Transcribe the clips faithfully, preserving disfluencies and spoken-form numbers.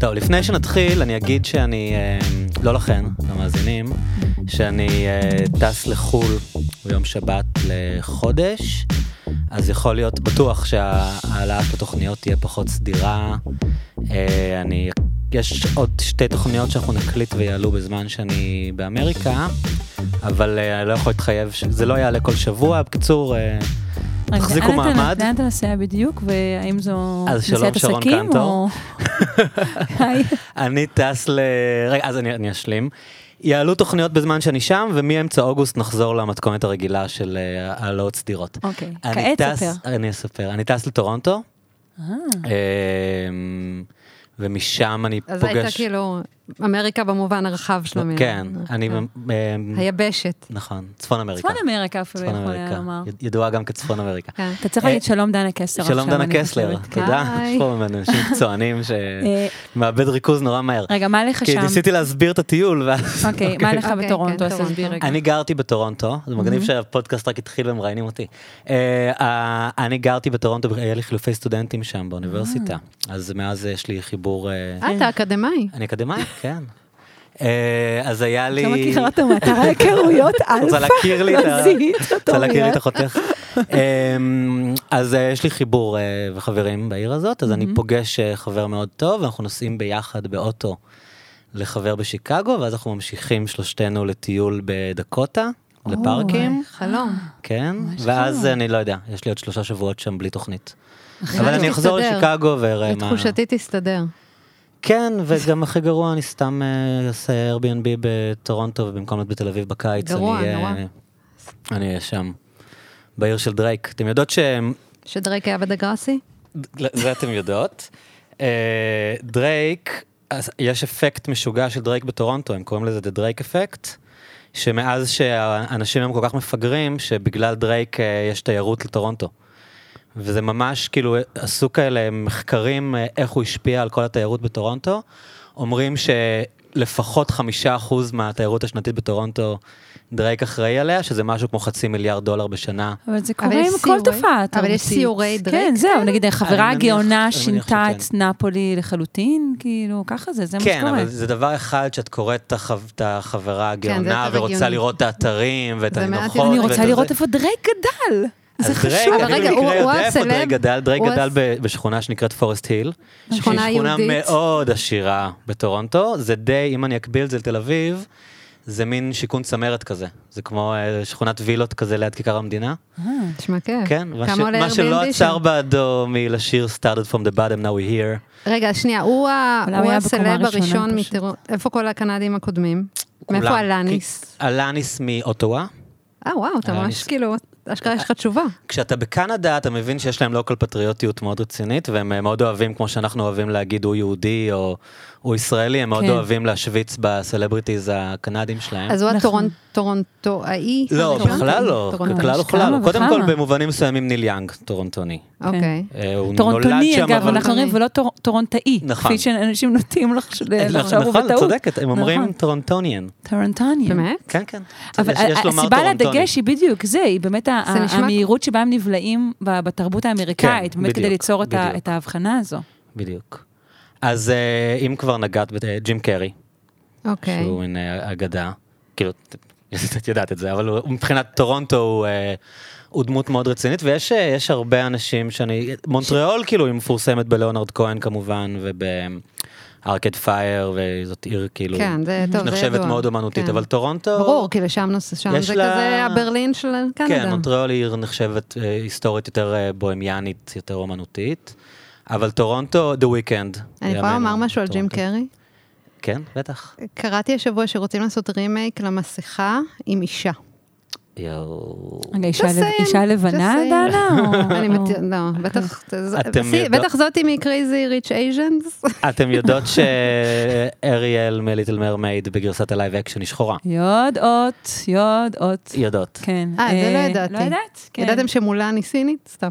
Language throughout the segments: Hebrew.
טוב, לפני שנתחיל, אני אגיד שאני, לא לכן, למאזינים, שאני טס לחול ביום שבת לחודש, אז יכול להיות בטוח שהעלאת התוכניות תהיה פחות סדירה. אני, יש עוד שתי תוכניות שאנחנו נקליט ויעלו בזמן שאני באמריקה, אבל אני לא יכול להתחייב, זה לא יעלה כל שבוע. בקיצור, תחזיקו מעמד. לאן אתה נוסע בדיוק, והאם זו נסיעת עסקים או... אני טס ל... רגע, אז אני אשלים. יעלו תוכניות בזמן שאני שם, ומאמצע אוגוסט נחזור למתכונת הרגילה של העלות סדירות. אוקיי, כעת ספר. אני אספר. אני טס לטורונטו, ומשם אני פוגש... אז הייתה כאילו אמריקה במובן הרחב של המילה. כן, אני... היבשת. נכון, צפון אמריקה. צפון אמריקה אפילו יכול היה לומר. ידועה גם כצפון אמריקה. אתה צריך להגיד שלום דנה קסלר. שלום דנה קסלר, תודה. יש פה אנשים מקצוענים שמאבד ריכוז נורא מהר. רגע, מה לך שם? כי ניסיתי להסביר את הטיול. אוקיי, מה לך בטורונטו? אני גרתי בטורונטו, זה מגניב שהפודקאסט רק התחיל ומראיינים אותי. אני גרתי בטורונטו, היה לי חילופי סטודנטים שם באוניברסיטה, אז מאז יש לי חיבור... אתה אקדמאי. אני אקדמאי, כן. אז היה לי... אתה מכירה אותו מאתר ההיכרויות אלפא? רוצה להכיר לי את ה... רוצה להכיר לי את החותך. אז יש לי חיבור וחברים בעיר הזאת, אז אני פוגש חבר מאוד טוב, ואנחנו נוסעים ביחד באוטו לחבר בשיקגו, ואז אנחנו ממשיכים שלושתנו לטיול בדקוטה, לפארקים. חלום. כן, ואז אני לא יודע, יש לי עוד שלושה שבועות שם בלי תוכנית. אבל אני אחזור לשיקגו ואראה מה... לתחושתי תסתדר. כן, וגם הכי גרוע, אני סתם אעשה Airbnb בטורונטו, ובמקום להיות בתל אביב בקיץ, גרוע, נורא. אני אהיה שם, בעיר של דרייק. אתם יודעות ש... שדרייק היה בדגרסי? זה אתם יודעות. דרייק, יש אפקט משוגע של דרייק בטורונטו, הם קוראים לזה The Drake Effect, שמאז שהאנשים הם כל כך מפגרים, שבגלל דרייק יש תיירות לטורונטו. וזה ממש כאילו עשו כאלה מחקרים איך הוא השפיע על כל התיירות בטורונטו, אומרים שלפחות חמישה אחוז מהתיירות השנתית בטורונטו דרייק אחראי עליה, שזה משהו כמו חצי מיליארד דולר בשנה. אבל זה קורה עם כל תופעה. אבל יש סיורי דרייק. כן, זהו, נגיד החברה הגאונה שינתה את נפולי לחלוטין, כאילו, ככה זה, זה מה שקורה. כן, אבל זה דבר אחד שאת קוראת את החברה הגאונה, ורוצה לראות את האתרים, ואת הנוחות. אני רוצה לראות איפה דרייק גדל. זה חשוב. אבל רגע, הוא הסלב. דרייק גדל, דרייק גדל בשכונה שנקראת פורסט היל. שכונה יהודית. שכונה מאוד עשירה בטורונטו. זה די, אם אני אקביל את זה לתל אביב, זה מין שיכון צמרת כזה. זה כמו שכונת וילות כזה ליד כיכר המדינה. תשמע כיף. כן, מה שלא עצר בעדו מלשיר Started from the bottom, now we here. רגע, שנייה, הוא הסלב הראשון מטורונטו. איפה כל הקנדים הקודמים? מאיפה אלניס? אלניס מאוטווה. אה, וואו, אתה ממש כאילו... אשכרה יש לך תשובה. כשאתה בקנדה, אתה מבין שיש להם לוקל פטריוטיות מאוד רצינית, והם מאוד אוהבים, כמו שאנחנו אוהבים להגיד, הוא יהודי או הוא ישראלי, הם מאוד אוהבים להשוויץ בסלבריטיז הקנדים שלהם. אז הוא הטורונטואי? לא, בכלל לא, בכלל לא בכלל לא. קודם כל, במובנים מסוימים ניל יאנג, טורונטוני. אוקיי. טורונטוני, אגב, אנחנו אומרים, ולא טורונטאי. כפי שאנשים נוטים לחשוב בטעות. נכון, צודקת, הם אומרים טורונטוניאן. טורונטוניאן. באמת? כן, כן. אבל הסיבה לדגש היא בדיוק זה, היא באמת המהירות שבה הם נבלעים בתרבות האמריקאית, באמת כדי ליצור את ההבחנה הזו. בדיוק. אז אם כבר נגעת בג'ים קרי, שהוא מין אגדה, כאילו, את יודעת את זה, אבל מבחינת טורונטו הוא דמות מאוד רצינית, ויש הרבה אנשים שאני, מונטריאול כאילו היא מפורסמת בלאונרד כהן כמובן, ובארקד פייר, וזאת עיר כאילו, שנחשבת מאוד אומנותית, אבל טורונטו... ברור, כאילו שם נושא, שם זה כזה הברלין של קנדה. כן, מונטריאול היא עיר נחשבת היסטורית יותר בוהמיאנית, יותר אומנותית, אבל טורונטו, The Weeknd. אני יכולה לומר משהו על ג'ים קרי? כן, בטח. קראתי השבוע שרוצים לעשות רימייק למסכה עם אישה. יואו. אישה לבנה, דנה? לא, בטח זאתי מקרייזי ריץ' אייז'נס. אתם יודעות שאריאל מליטל מרמייד בגרסת הלייב אקשן היא שחורה. יודעות, יודעות. יודעות. כן. אה, זה לא ידעתי. לא ידעת? ידעתם שמולן היא סינית? סתם.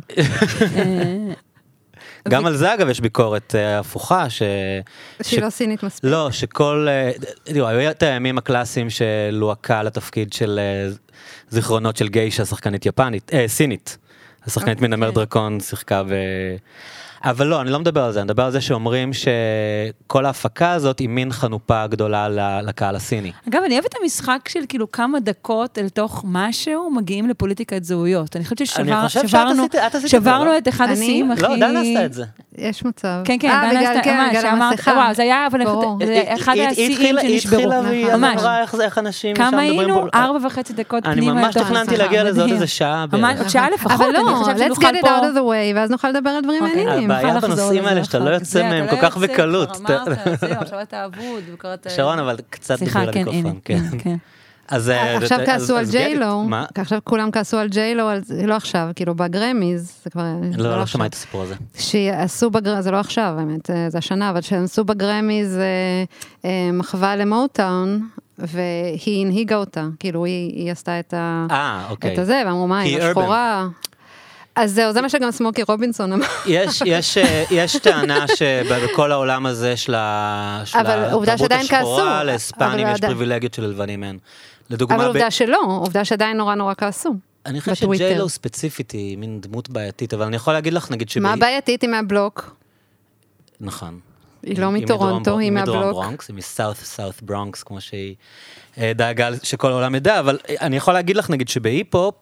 גם על זה אגב יש ביקורת הפוכה שהיא לא סינית מספיק. לא, שכל, היו את הימים הקלאסיים שלוהקה לתפקיד של זיכרונות של גיישה, שחקנית יפנית, סינית. השחקנית מן המר דרקון שיחקה ב... אבל לא, אני לא מדבר על זה, אני מדבר על זה שאומרים שכל ההפקה הזאת היא מין חנופה גדולה לקהל הסיני. אגב, אני אוהבת את המשחק של כאילו כמה דקות אל תוך משהו מגיעים לפוליטיקת זהויות. אני חושבת ששברנו את אחד השיאים הכי... לא, דנה עשתה את זה. יש מצב. כן, כן, דנה עשתה, ממש, שאמרת, וואו, זה היה, אבל אחד השיאים שנשברו. היא התחילה והיא אמרה איך אנשים כמה היינו? ארבע וחצי דקות אני ממש תכננתי להגיע לזה עוד איזה שעה. עוד שעה לפחות, אבל לא, let's get it out of the way, ואז נוכל לדבר על דברים מעניינים. הבעיה בנושאים האלה שאתה לא יוצא מהם כל כך בקלות. עכשיו אתה אבוד. שרון, אבל קצת דיבר למיקרופון. עכשיו כעסו על ג'יילו, עכשיו כולם כעסו על ג'יילו, לא עכשיו, כאילו בגרמיז, זה כבר... לא, לא שמעתי את הסיפור הזה. שעשו בגרמיז, זה לא עכשיו, באמת, זה השנה, אבל שעשו בגרמיז מחווה למוטאון, והיא הנהיגה אותה, כאילו היא עשתה את הזה, ואמרו מה, היא השחורה... אז זהו, זה מה שגם סמוקי רובינסון אמר. יש טענה שבכל העולם הזה של התרבות השחורה, להיספנים יש פריבילגיות של הלבנים אין. אבל עובדה שלא, עובדה שעדיין נורא נורא כעסו. אני חושב שג'יילו ספציפית היא מין דמות בעייתית, אבל אני יכול להגיד לך, נגיד שבי... מה בעייתית? היא מהבלוק. נכון. היא לא מטורונטו, היא מהבלוק. היא מסאות' סאות' ברונקס, כמו שהיא דאגה שכל העולם ידע, אבל אני יכול להגיד לך, נגיד שבהיפ-הופ,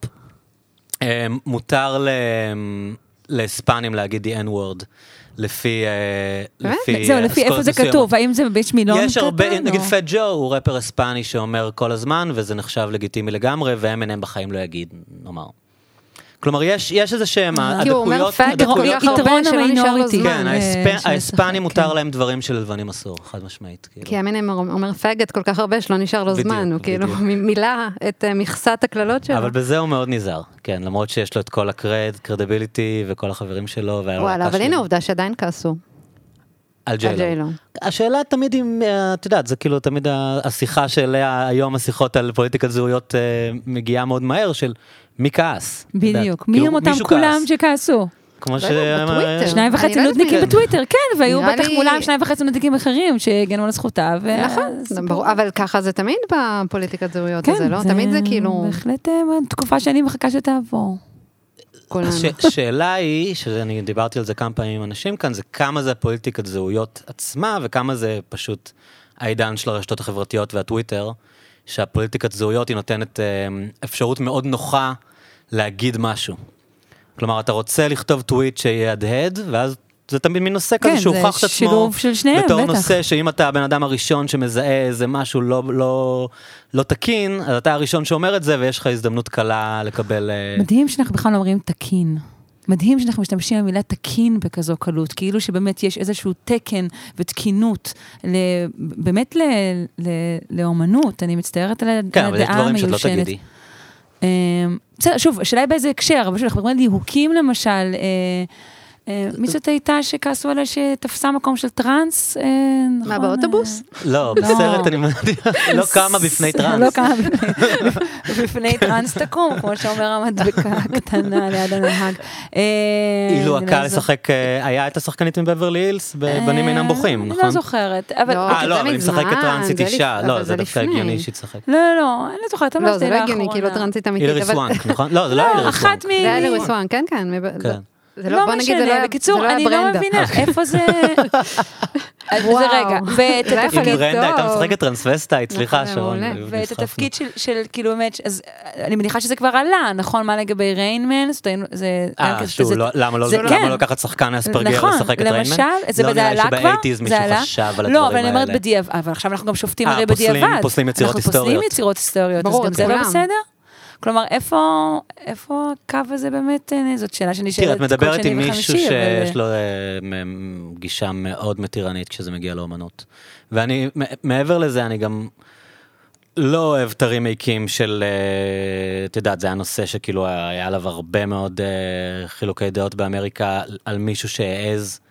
מותר לספנים להגיד the N-word, לפי... זהו, לפי איפה זה כתוב, האם זה ביש מילון? יש הרבה, נגיד פט ג'ו הוא רפר אספני שאומר כל הזמן, וזה נחשב לגיטימי לגמרי, ואמינם בחיים לא יגיד, נאמר. כלומר, יש איזה שהם, כי הוא אומר פאגט כל כך הרבה שלא נשאר לו זמן. כן, האספנים מותר להם דברים של לבנים אסור, חד משמעית. כי אמינם אומר פאגט כל כך הרבה שלא נשאר לו זמן, הוא כאילו מילה את מכסת הכללות שלו. אבל בזה הוא מאוד נזהר, כן, למרות שיש לו את כל הקרדיביליטי וכל החברים שלו. וואלה, אבל הנה עובדה שעדיין כעסו. על ג'יילו. השאלה תמיד אם, את יודעת, זה כאילו תמיד השיחה שאליה, היום השיחות על פוליטיקת זהויות מגיעה מאוד מהר, של מי כעס. בדיוק, מי הם אותם כולם שכעסו? כמו ש... שניים וחצי נודניקים בטוויטר, כן, והיו בטח מולם שניים וחצי נודניקים אחרים שהגנו על זכותה. נכון, אבל ככה זה תמיד בפוליטיקת זהויות הזה, לא? תמיד זה כאילו... בהחלט תקופה שאני מחכה שתעבור. השאלה היא, שאני דיברתי על זה כמה פעמים עם אנשים כאן, זה כמה זה הפוליטיקת זהויות עצמה, וכמה זה פשוט העידן של הרשתות החברתיות והטוויטר, שהפוליטיקת זהויות היא נותנת אפשרות מאוד נוחה להגיד משהו. כלומר, אתה רוצה לכתוב טוויט שיהדהד, ואז זה תמיד מין נושא כזה שהוכח את עצמו, בתור נושא שאם אתה הבן אדם הראשון שמזהה איזה משהו לא, לא, לא תקין, אז אתה הראשון שאומר את זה, ויש לך הזדמנות קלה לקבל... מדהים שאנחנו בכלל אומרים תקין. מדהים שאנחנו משתמשים במילה תקין בכזו קלות, כאילו שבאמת יש איזשהו תקן ותקינות, באמת לאומנות, אני מצטערת על הדעה המיושנת. כן, אבל יש דברים שאת לא תגידי. בסדר, שוב, השאלה היא באיזה הקשר, אבל אנחנו מדברים על ליהוקים למשל, מי זאת הייתה שכעסו עליה שתפסה מקום של טרנס? מה, באוטובוס? לא, בסרט אני מנהל, לא קמה בפני טרנס. לא קמה בפני טרנס תקום, כמו שאומר המדבקה הקטנה ליד הנהג. אילו הקהל לשחק, היה את השחקנית מבברלי הילס, בנים אינם בוכים, נכון? לא זוכרת. אה, לא, אבל היא משחקת טרנסית אישה, לא, זה דווקא הגיוני שהיא תשחק. לא, לא, לא, אני לא זוכרת, לא, זה לא הגיוני, כי לא טרנסית אמיתית. איליס וואנק, נכון? לא, זה לא איליס וואנק. זה היה איליס וואנק, כן, כן. לא משנה, בקיצור, אני לא מבינה איפה זה... זה רגע, ואת התפקיד... אם ברנדה הייתה משחקת טרנסווסטאית, סליחה שרון. ואת התפקיד של כאילו באמת, אז אני מניחה שזה כבר עלה, נכון, מה לגבי ריינמן? אה, שוב, למה לא לקחת שחקן אספרגר לשחק את ריינמן? למשל, זה עלה כבר, זה עלה. לא, אבל אני אומרת בדיעבד, אבל עכשיו אנחנו גם שופטים הרי בדיעבד. פוסלים יצירות היסטוריות. אנחנו פוסלים יצירות היסטוריות, אז גם זה לא בסדר? כלומר, איפה, איפה הקו הזה באמת, זאת שאלה שנשאלת תראה, את מדברת עם מישהו שיש לו גישה מאוד מתירנית כשזה מגיע לאומנות. ואני, מעבר לזה, אני גם לא אוהב תרימייקים של, את יודעת, זה היה נושא שכאילו היה עליו הרבה מאוד חילוקי דעות באמריקה על מישהו שהעז,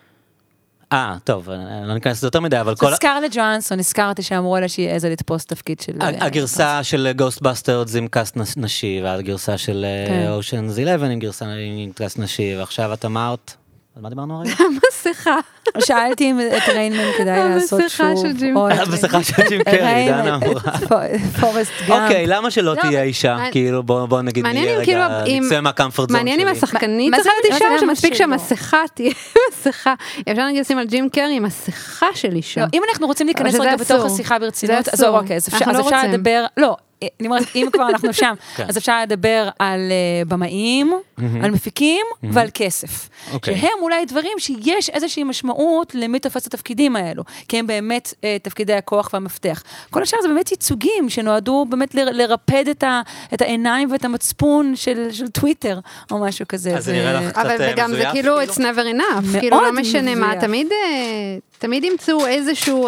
אה, טוב, אני לא ניכנס לזה יותר מדי, אבל כל... סקרלט ג'ואנסון, הזכרתי שאמרו לה שהיא איזה לתפוס תפקיד של... הגרסה של גוסטבאסטרס עם קאסט נשי, והגרסה של אושנס אחת עשרה עם קאסט נשי, ועכשיו את אמרת... על מה דיברנו הרגע? המסכה. שאלתי אם את ריינמן כדאי לעשות שוב. המסכה של ג'ים קרי. המסכה של ג'ים קרי, דנה אמורה. פורסט גאמפ. אוקיי, למה שלא תהיה אישה? כאילו, בוא נגיד, נהיה רגע, נצא מהקמפורט זון שלי. מעניין אם השחקנית צריכה להיות אישה, שמספיק שהמסכה תהיה מסכה. אפשר נגיד לשים על ג'ים קרי עם מסכה של אישה. אם אנחנו רוצים להיכנס רגע בתוך השיחה ברצינות, אז אוקיי, אז אפשר לדבר, לא, אני אומרת, אם כבר אנחנו שם, אז אפשר לדבר על במאים, על מפיקים ועל כסף. שהם אולי דברים שיש איזושהי משמעות למי תופס את התפקידים האלו, כי הם באמת תפקידי הכוח והמפתח. כל השאר זה באמת ייצוגים שנועדו באמת לרפד את העיניים ואת המצפון של טוויטר, או משהו כזה. אז זה נראה לך קצת מזויף. אבל וגם זה כאילו, it's never enough. כאילו לא משנה מה, תמיד ימצאו איזשהו...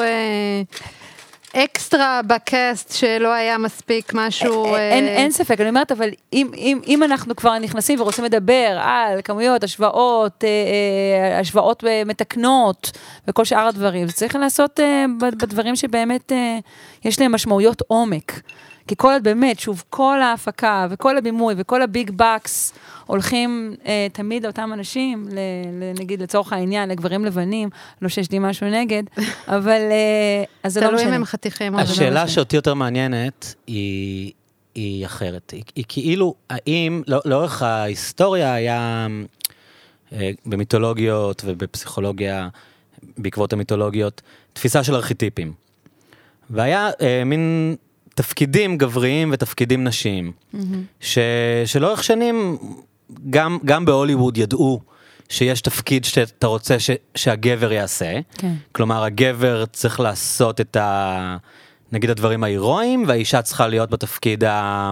אקסטרה בקאסט שלא היה מספיק משהו... אין, אין ספק, אני אומרת, אבל אם, אם, אם אנחנו כבר נכנסים ורוצים לדבר על כמויות, השוואות, השוואות מתקנות וכל שאר הדברים, זה צריך לעשות בדברים שבאמת יש להם משמעויות עומק. כי כל, באמת, שוב, כל ההפקה וכל הבימוי וכל הביג בקס הולכים אה, תמיד לאותם אנשים, ל, ל, נגיד לצורך העניין, לגברים לבנים, לא שיש לי משהו נגד, אבל אה, אז זה לא משנה. תלוי אם הם חתיכים. השאלה שאותי יותר מעניינת היא, היא אחרת. היא, היא כאילו, האם, לא, לאורך ההיסטוריה היה אה, במיתולוגיות ובפסיכולוגיה, בעקבות המיתולוגיות, תפיסה של ארכיטיפים. והיה אה, מין... תפקידים גבריים ותפקידים נשיים, ש, שלאורך שנים, גם, גם בהוליווד ידעו שיש תפקיד שאתה רוצה ש, שהגבר יעשה, כן. כלומר הגבר צריך לעשות את ה, נגיד הדברים ההירואיים, והאישה צריכה להיות בתפקיד ה,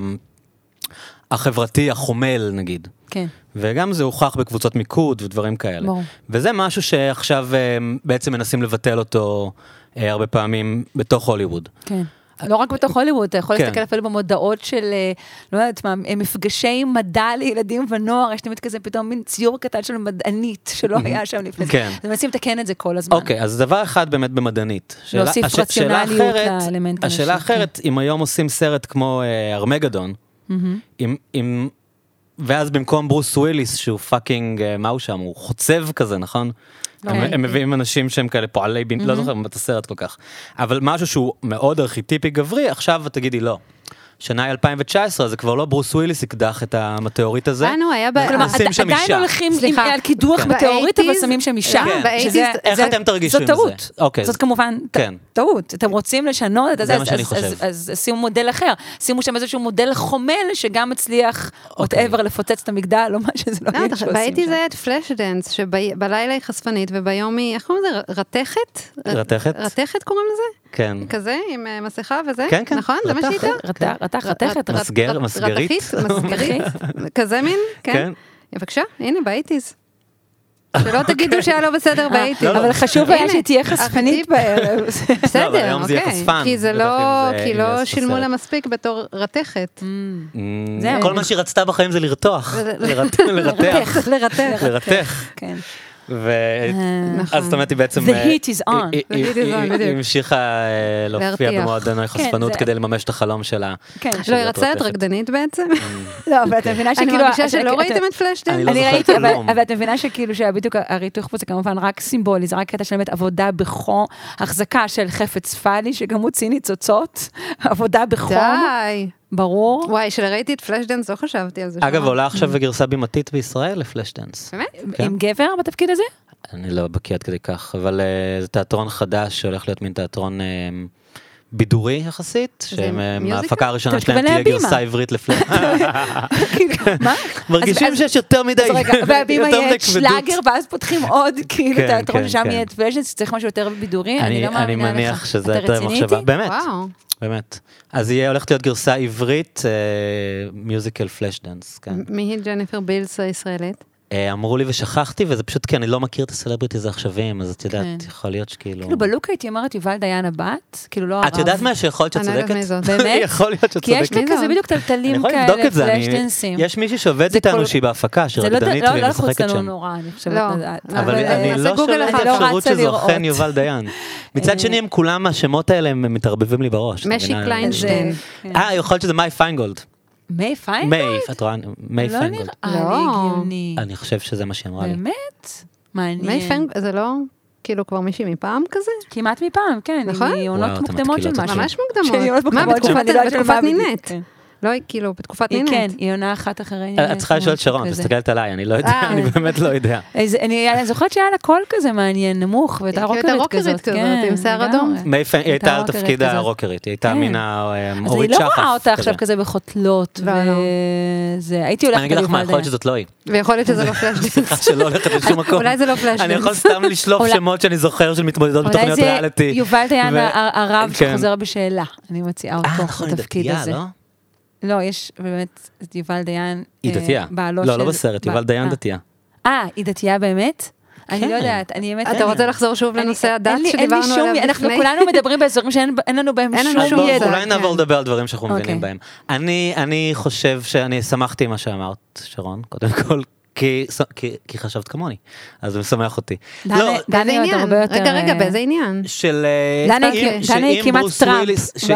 החברתי, החומל נגיד. כן. וגם זה הוכח בקבוצות מיקוד ודברים כאלה. ברור. וזה משהו שעכשיו בעצם מנסים לבטל אותו הרבה פעמים בתוך הוליווד. כן. לא רק בתוך הוליווד, אתה יכול להסתכל אפילו במודעות של, לא יודעת מה, מפגשי מדע לילדים ונוער, יש תמיד כזה פתאום מין ציור קטן של מדענית, שלא היה שם לפני זה. אז מנסים לתקן את זה כל הזמן. אוקיי, אז דבר אחד באמת במדענית. להוסיף רציונליות לאלמנט הנשי. השאלה אחרת, אם היום עושים סרט כמו ארמגדון, ואז במקום ברוס וויליס, שהוא פאקינג, מה הוא שם, הוא חוצב כזה, נכון? הם מביאים אנשים שהם כאלה פועלי בין, לא זוכר את הסרט כל כך, אבל משהו שהוא מאוד ארכיטיפי גברי, עכשיו תגידי לא. שנה אלפיים תשע עשרה, זה כבר לא ברוס וויליס יקדח את המטאורית הזה. אנו היה עדיין הולכים על קידוח מטאורית, אבל שמים שם אישה. איך אתם תרגישו עם זה? זאת טעות. זאת כמובן טעות. אתם רוצים לשנות את זה, אז שימו מודל אחר. שימו שם איזשהו מודל חומל, שגם מצליח whatever לפוצץ את המגדל, או מה שזה לא יהיה שעושים שם. באייטיז זה היה את פלאש דנס, שבלילה היא חשפנית, וביום היא, איך קוראים לזה? רתכת? רתכת? רתכת קוראים לזה? כן. כזה, עם מסכה וזה? כן, כן. נכון? זה מה שהייתה? רתח, רתכת. מסגר, מסגרית. מסגרית. כזה מין? כן. בבקשה, הנה, באייטיז. שלא תגידו שהיה לא בסדר באייטיז. אבל חשוב היה שתהיה חשפנית בערב. בסדר, אוקיי. כי זה לא, כי לא שילמו לה מספיק בתור רתכת. כל מה שהיא רצתה בחיים זה לרתוח. לרתח. לרתח. לרתח. כן. אז זאת אומרת היא בעצם The heat is on. היא המשיכה להופיע במועדוני חשפנות כדי לממש את החלום שלה. לא, היא רצה את רקדנית בעצם. לא, אבל את מבינה שכאילו... אני מרגישה שלא ראיתם את פלאשדן. אני ראיתי, אבל את מבינה שכאילו שבדיוק הריתוך פה זה כמובן רק סימבולי, זה רק קטע של באמת עבודה בחום, החזקה של חפץ פאלי, שגם הוא ציני צוצות, עבודה בחום. די. ברור. וואי, שלראיתי את פלאשדנס, לא חשבתי על זה. אגב, עולה עכשיו בגרסה בימתית בישראל לפלאשדנס. באמת? עם גבר בתפקיד הזה? אני לא בקיא עד כדי כך, אבל זה תיאטרון חדש שהולך להיות מין תיאטרון בידורי יחסית, שמההפקה הראשונה שלהם תהיה גרסה עברית לפלאשדנס. מה? מרגישים שיש יותר מדי, יותר מדי כבדות. והבימה יהיה שלאגר, ואז פותחים עוד, כאילו, תיאטרון שם יהיה את פלאשדנס, צריך משהו יותר בידורי, אני לא מאמינה לך. אני מניח שזה יותר מחשבה, באמת. באמת. אז יהיה הולכת להיות גרסה עברית, מיוזיקל פלאש דנס, כן. מי היא ג'ניפר בילס הישראלית? אמרו לי ושכחתי, וזה פשוט כי אני לא מכיר את הסלבריטיז העכשוויים, אז את יודעת, יכול להיות שכאילו... כאילו בלוק הייתי אומרת יובל דיין הבת, כאילו לא הרב. את יודעת מה שיכול להיות שצודקת? באמת? יכול להיות שצודקת. כי יש לי כזה בדיוק טלטלים כאלה, פלאש דנסים. יש מישהי שעובד איתנו שהיא בהפקה, שרקדנית והיא משחקת שם. נורא, אני חושבת. אבל אני לא שולל את האפשרות שזו אכן יובל דיין. מצד שני, הם כולם, השמות האלה, הם מתערבבים לי בראש. משי קליינשטיין. אה, יכול להיות שזה מאי פיינגולד. מי פיינגולד? מי, את רואה, מי פיינגולד. לא נראה לי הגיוני. אני חושב שזה מה שהיא אמרה לי. באמת? מעניין. זה לא, כאילו כבר מישהי מפעם כזה? כמעט מפעם, כן. נכון? היא עונות מוקדמות של משהו. ממש מוקדמות. מה, בתקופת נינט? לא, כאילו, בתקופת נינט. כן, היא עונה אחת אחרי נינט. את צריכה לשאול את שרון, תסתכלת עליי, אני לא יודע, אני באמת לא יודע. אני זוכרת שהיה לה קול כזה מעניין, נמוך, והייתה רוקרית כזאת. עם שיער אדום. היא הייתה על תפקיד הרוקרית, היא הייתה מינה אורית שחף. אז אני לא רואה אותה עכשיו כזה בחוטלות, וזה, הייתי הולכת אני אגיד לך מה, יכול להיות שזאת לא היא. ויכול להיות שזה לא פלאשדנק. סליחה שלא הולכת לשום מקום. אולי זה לא פלאשדנק. אני יכול סתם לשלוף שמות שאני זוכר של מתמודדות בתוכניות ריאליטי. אולי זה יובל דיין הרב שחוזר בשאלה, אני מציעה אותו בתפקיד הזה. לא, יש באמת את יובל דיין, היא דתייה. לא, לא בסרט, יובל דיין דתייה. אה, היא דתייה באמת? אני לא יודעת, אני באמת... אתה רוצה לחזור שוב לנושא הדת שדיברנו עליו לפני? אנחנו כולנו מדברים באזורים שאין לנו בהם שום ידע. אולי נעבור לדבר על דברים שאנחנו מבינים בהם. אני חושב שאני שמחתי מה שאמרת, שרון, קודם כל, כי חשבת כמוני, אז זה משמח אותי. דני עוד הרבה יותר... רגע, רגע, באיזה עניין? של... דני כמעט טראמפ.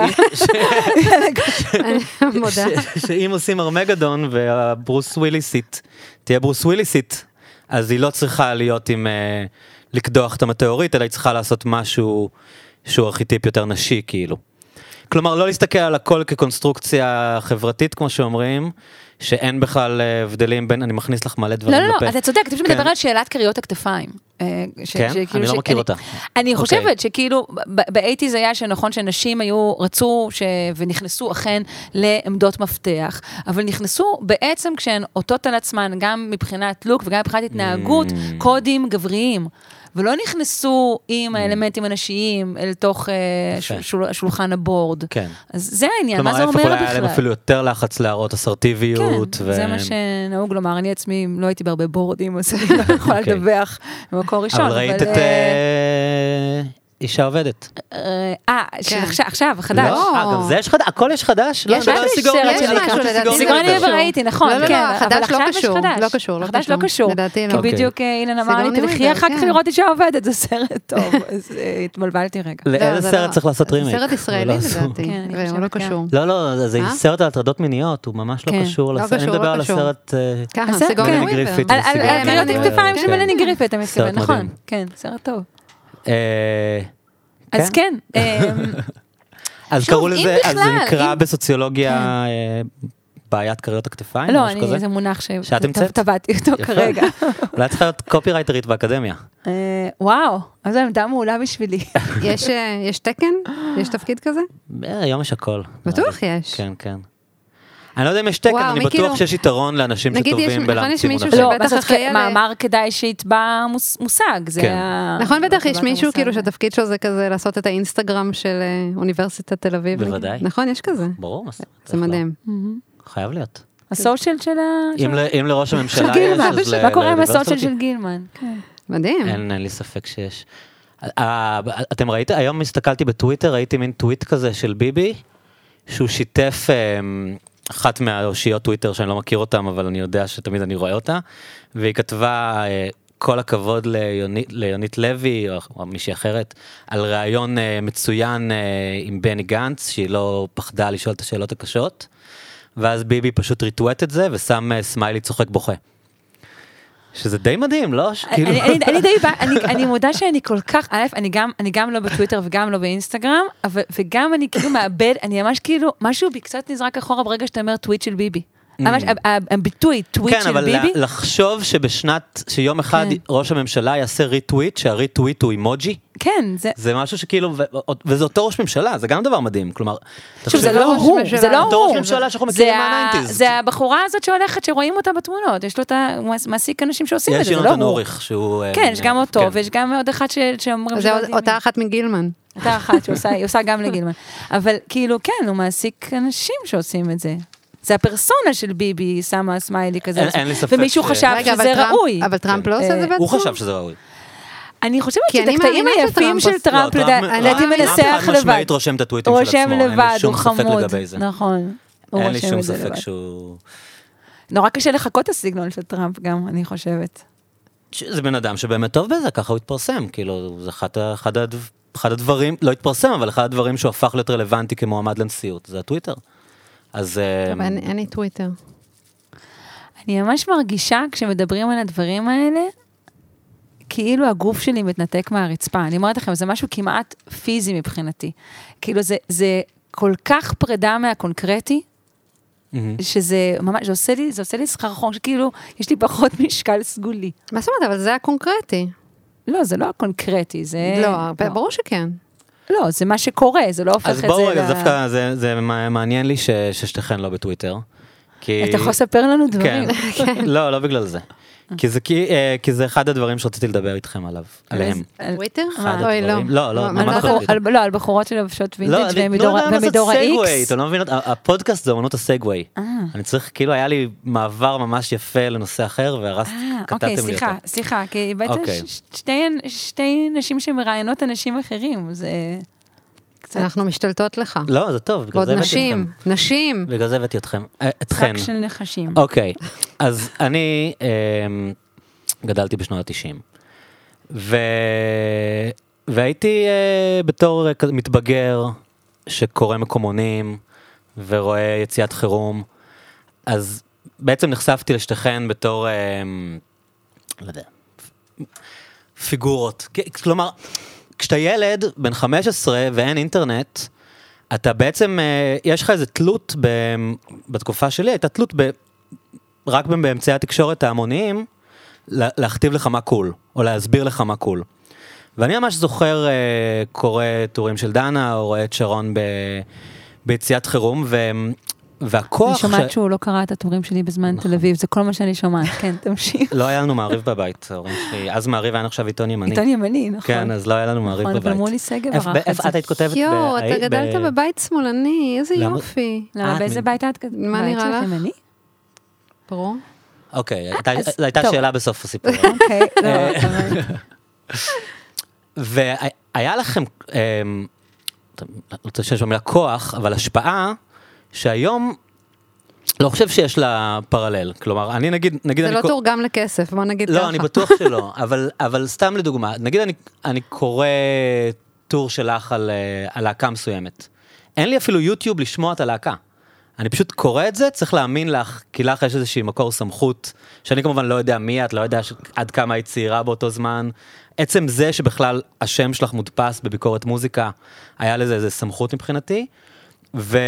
שאם עושים ארמגדון והברוס וויליסית, תהיה ברוס וויליסית, אז היא לא צריכה להיות עם לקדוח את המטאורית, אלא היא צריכה לעשות משהו שהוא ארכיטיפ יותר נשי, כאילו. כלומר, לא להסתכל על הכל כקונסטרוקציה חברתית, כמו שאומרים, שאין בכלל הבדלים בין, אני מכניס לך מלא דברים לפה. לא, לא, אתה צודק, אתה פשוט מדבר על שאלת קריות הכתפיים. כן? אני לא מכיר אותה. אני חושבת שכאילו, ב-שמונים זה היה שנכון שנשים היו, רצו ונכנסו אכן לעמדות מפתח, אבל נכנסו בעצם כשהן אותות על עצמן, גם מבחינת לוק וגם מבחינת התנהגות, קודים גבריים. ולא נכנסו עם האלמנטים הנשיים אל תוך שולחן הבורד. כן. אז זה העניין, מה זה אומר בכלל? כלומר, היה להם אפילו יותר לחץ להראות אסרטיביות. כן, זה מה שנהוג לומר. אני עצמי לא הייתי בהרבה בורדים, אז אני לא יכולה לדווח במקור ראשון. אבל ראית את אישה עובדת. אה, עכשיו, חדש. לא, גם זה יש חדש, הכל יש חדש. יש משהו לדעתי. סיגרון אני ראיתי, נכון. לא, לא, החדש לא קשור. לא קשור. החדש לא קשור. כי בדיוק אילן אמר לי, תלכי אחר כך לראות אישה עובדת, זה סרט טוב. אז התבלבלתי רגע. לאיזה סרט צריך לעשות רימייק? זה סרט ישראלי לדעתי, והוא לא קשור. לא, לא, זה סרט על הטרדות מיניות, הוא ממש לא קשור. אני מדבר על הסרט מלני גריפית. על קריות הכתפיים של מלני גריפית, אתה מתכוון, נכון. כן, סרט טוב. אז כן. אז קראו לזה, אז זה נקרא בסוציולוגיה בעיית קריות הכתפיים? לא, זה מונח שטבעתי אותו כרגע. אולי צריכה להיות קופירייטרית באקדמיה. וואו, אז זו עמדה מעולה בשבילי. יש תקן? יש תפקיד כזה? היום יש הכל. בטוח יש. כן, כן. אני לא יודע אם יש תקן, אני בטוח שיש יתרון לאנשים שטובים בלהמציא מונחים. לא, מאמר כדאי שיתבע מושג. נכון, בטח יש מישהו כאילו שהתפקיד שלו זה כזה לעשות את האינסטגרם של אוניברסיטת תל אביב. בוודאי. נכון, יש כזה. ברור. זה מדהים. חייב להיות. הסושיאל של ה... אם לראש הממשלה יש, מה קורה עם הסושיאל של גילמן? מדהים. אין לי ספק שיש. אתם ראיתם, היום הסתכלתי בטוויטר, ראיתי מין טוויט כזה של ביבי, שהוא שיתף אחת מהאושיות טוויטר שאני לא מכיר אותם, אבל אני יודע שתמיד אני רואה אותה, והיא כתבה כל הכבוד ליונית לוי, או מישהי אחרת, על רעיון מצוין עם בני גנץ, שהיא לא פחדה לשאול את השאלות הקשות, ואז ביבי פשוט ריטואט את זה, ושם סמיילי צוחק בוכה. שזה די מדהים, לא? אני מודה שאני כל כך, א', אני גם לא בטוויטר וגם לא באינסטגרם, וגם אני כאילו מאבד, אני ממש כאילו, משהו בי קצת נזרק אחורה ברגע שאתה אומר טוויט של ביבי. ממש, הביטוי, טוויט של ביבי. כן, אבל לחשוב שבשנת, שיום אחד ראש הממשלה יעשה ריטוויט, שהריטוויט הוא אימוג'י. כן, זה... זה משהו שכאילו, וזה אותו ראש ממשלה, זה גם דבר מדהים, כלומר... שוב, זה לא הוא, זה לא הוא. אותו ראש ממשלה שאנחנו מכירים מהניינטיז. זה הבחורה הזאת שהולכת, שרואים אותה בתמונות, יש לו את המעסיק אנשים שעושים את זה, זה לא הוא. יש יונתן אוריך, שהוא... כן, יש גם אותו, ויש גם עוד אחד שאומרים... זה אותה אחת מגילמן. אותה אחת, שהיא עושה גם לגילמן. אבל כאילו, כן, הוא מעסיק אנשים שעושים את זה. זה הפרסונה של ביבי, שמה סמיילי כזה. אין לי ספק. ומישהו חשב שזה ראוי. אבל טראמפ לא עושה את זה בעצמו? הוא חשב שזה ראוי. אני חושבת שאת הקטעים היפים של טראמפ, לדעתי מנסח לבד. משמעית רושם את הטוויטים של עצמו. רושם לבד, הוא חמוד. נכון. אין לי שום ספק שהוא... נורא קשה לחכות הסגנון של טראמפ גם, אני חושבת. זה בן אדם שבאמת טוב בזה, ככה הוא התפרסם. כאילו, זה אחד הדברים, לא התפרסם, אבל אחד הדברים שהוא הפך להיות רלוונטי כמועמד לנשיאות, זה הטוויטר. אז... אין לי טוויטר. אני ממש מרגישה, כשמדברים על הדברים האלה, כאילו הגוף שלי מתנתק מהרצפה. אני אומרת לכם, זה משהו כמעט פיזי מבחינתי. כאילו זה, זה כל כך פרידה מהקונקרטי, שזה ממש, זה עושה לי, זה עושה לי סחרחון, שכאילו, יש לי פחות משקל סגולי. מה זאת אומרת? אבל זה הקונקרטי. לא, זה לא הקונקרטי, זה... לא, ברור שכן. לא, זה מה שקורה, זה לא הופך את זה... אז בואו רגע, דווקא זה מעניין לי ששתיכן לא בטוויטר. אתה יכול לספר לנו דברים. לא, לא בגלל זה. כי זה אחד הדברים שרציתי לדבר איתכם עליו, עליהם. טוויטר? אוי, לא. לא, לא, לא, על בחורות שלבשות וינטג' ומדור ה-X. לא, לא, הפודקאסט זה אומנות הסגווי. אני צריך, כאילו היה לי מעבר ממש יפה לנושא אחר, והרסת, קטעתם לי אותו. אוקיי, סליחה, סליחה, כי בעצם שתי נשים שמראיינות אנשים אחרים, זה... אנחנו משתלטות לך. לא, זה טוב, בגלל זה הבאתי אתכם. נשים, נשים. בגלל זה הבאתי אתכם. אתכן. שק של נחשים. אוקיי, אז אני גדלתי בשנות ה-תשעים, והייתי בתור מתבגר שקורא מקומונים ורואה יציאת חירום, אז בעצם נחשפתי לשתיכן בתור, לא יודע, פיגורות. כלומר, כשאתה ילד בן חמש עשרה ואין אינטרנט, אתה בעצם, יש לך איזו תלות, בתקופה שלי, הייתה תלות רק באמצעי התקשורת ההמוניים, להכתיב לך מה קול, או להסביר לך מה קול. ואני ממש זוכר, קורא טורים של דנה, או רואה את שרון ביציאת חירום, והכוח... אני שומעת שהוא לא קרא את הטורים שלי בזמן תל אביב, זה כל מה שאני שומעת, כן, תמשיך. לא היה לנו מעריב בבית, ההורים שלי, אז מעריב היה עכשיו עיתון ימני. עיתון ימני, נכון. כן, אז לא היה לנו מעריב בבית. נכון, אבל מולי סגב ערך את זה. איפה את היית כותבת? יו, אתה גדלת בבית שמאלני, איזה יופי. למה, באיזה בית את? מה נראה לך? ימני? ברור. אוקיי, זו הייתה שאלה בסוף הסיפור. אוקיי, לא, והיה לכם, אני רוצה שיש במילה כוח, אבל השפעה, שהיום לא חושב שיש לה פרלל. כלומר, אני נגיד... זה לא תורגם לכסף, בוא נגיד ככה. לא, אני בטוח שלא, אבל סתם לדוגמה, נגיד אני קורא טור שלך על להקה מסוימת. אין לי אפילו יוטיוב לשמוע את הלהקה. אני פשוט קורא את זה, צריך להאמין לך, כי לך יש איזושהי מקור סמכות, שאני כמובן לא יודע מי את, לא יודע עד כמה היא צעירה באותו זמן. עצם זה שבכלל השם שלך מודפס בביקורת מוזיקה, היה לזה איזו סמכות מבחינתי, ו...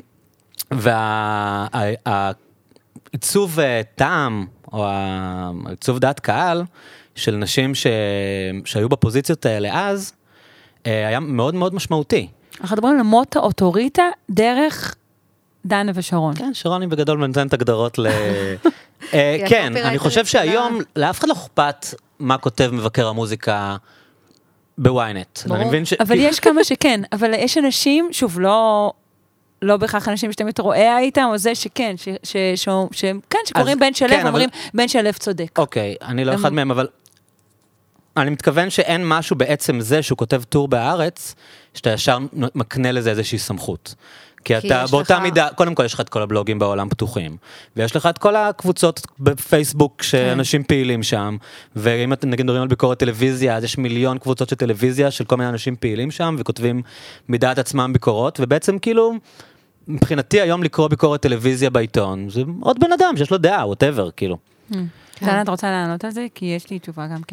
והעיצוב טעם, או העיצוב דעת קהל, של נשים ש... שהיו בפוזיציות האלה אז, היה מאוד מאוד משמעותי. אנחנו מדברים על מוטה אוטוריטה דרך דנה ושרון. כן, שרון היא בגדול מנתנת הגדרות ל... כן, אני חושב שהיום לאף אחד לא אכפת מה כותב מבקר המוזיקה בוויינט. אבל יש כמה שכן, אבל יש אנשים, שוב, לא... לא בכך אנשים שאתה מתרואה איתם, או זה שכן, שכן, שקוראים בן שלב, אומרים בן שלב צודק. אוקיי, אני לא אחד מהם, אבל אני מתכוון שאין משהו בעצם זה שהוא כותב טור בארץ, שאתה ישר מקנה לזה איזושהי סמכות. כי אתה באותה מידה, קודם כל יש לך את כל הבלוגים בעולם פתוחים, ויש לך את כל הקבוצות בפייסבוק שאנשים פעילים שם, ואם אתם נגיד מדברים על ביקורת טלוויזיה, אז יש מיליון קבוצות של טלוויזיה, של כל מיני אנשים פעילים שם, וכותבים מדעת עצמם ביקורות, ובעצם כאילו, מבחינתי היום לקרוא ביקורת טלוויזיה בעיתון, זה עוד בן אדם שיש לו דעה, whatever, כאילו. דנה, את רוצה לענות על זה? כי יש לי תשובה גם כן.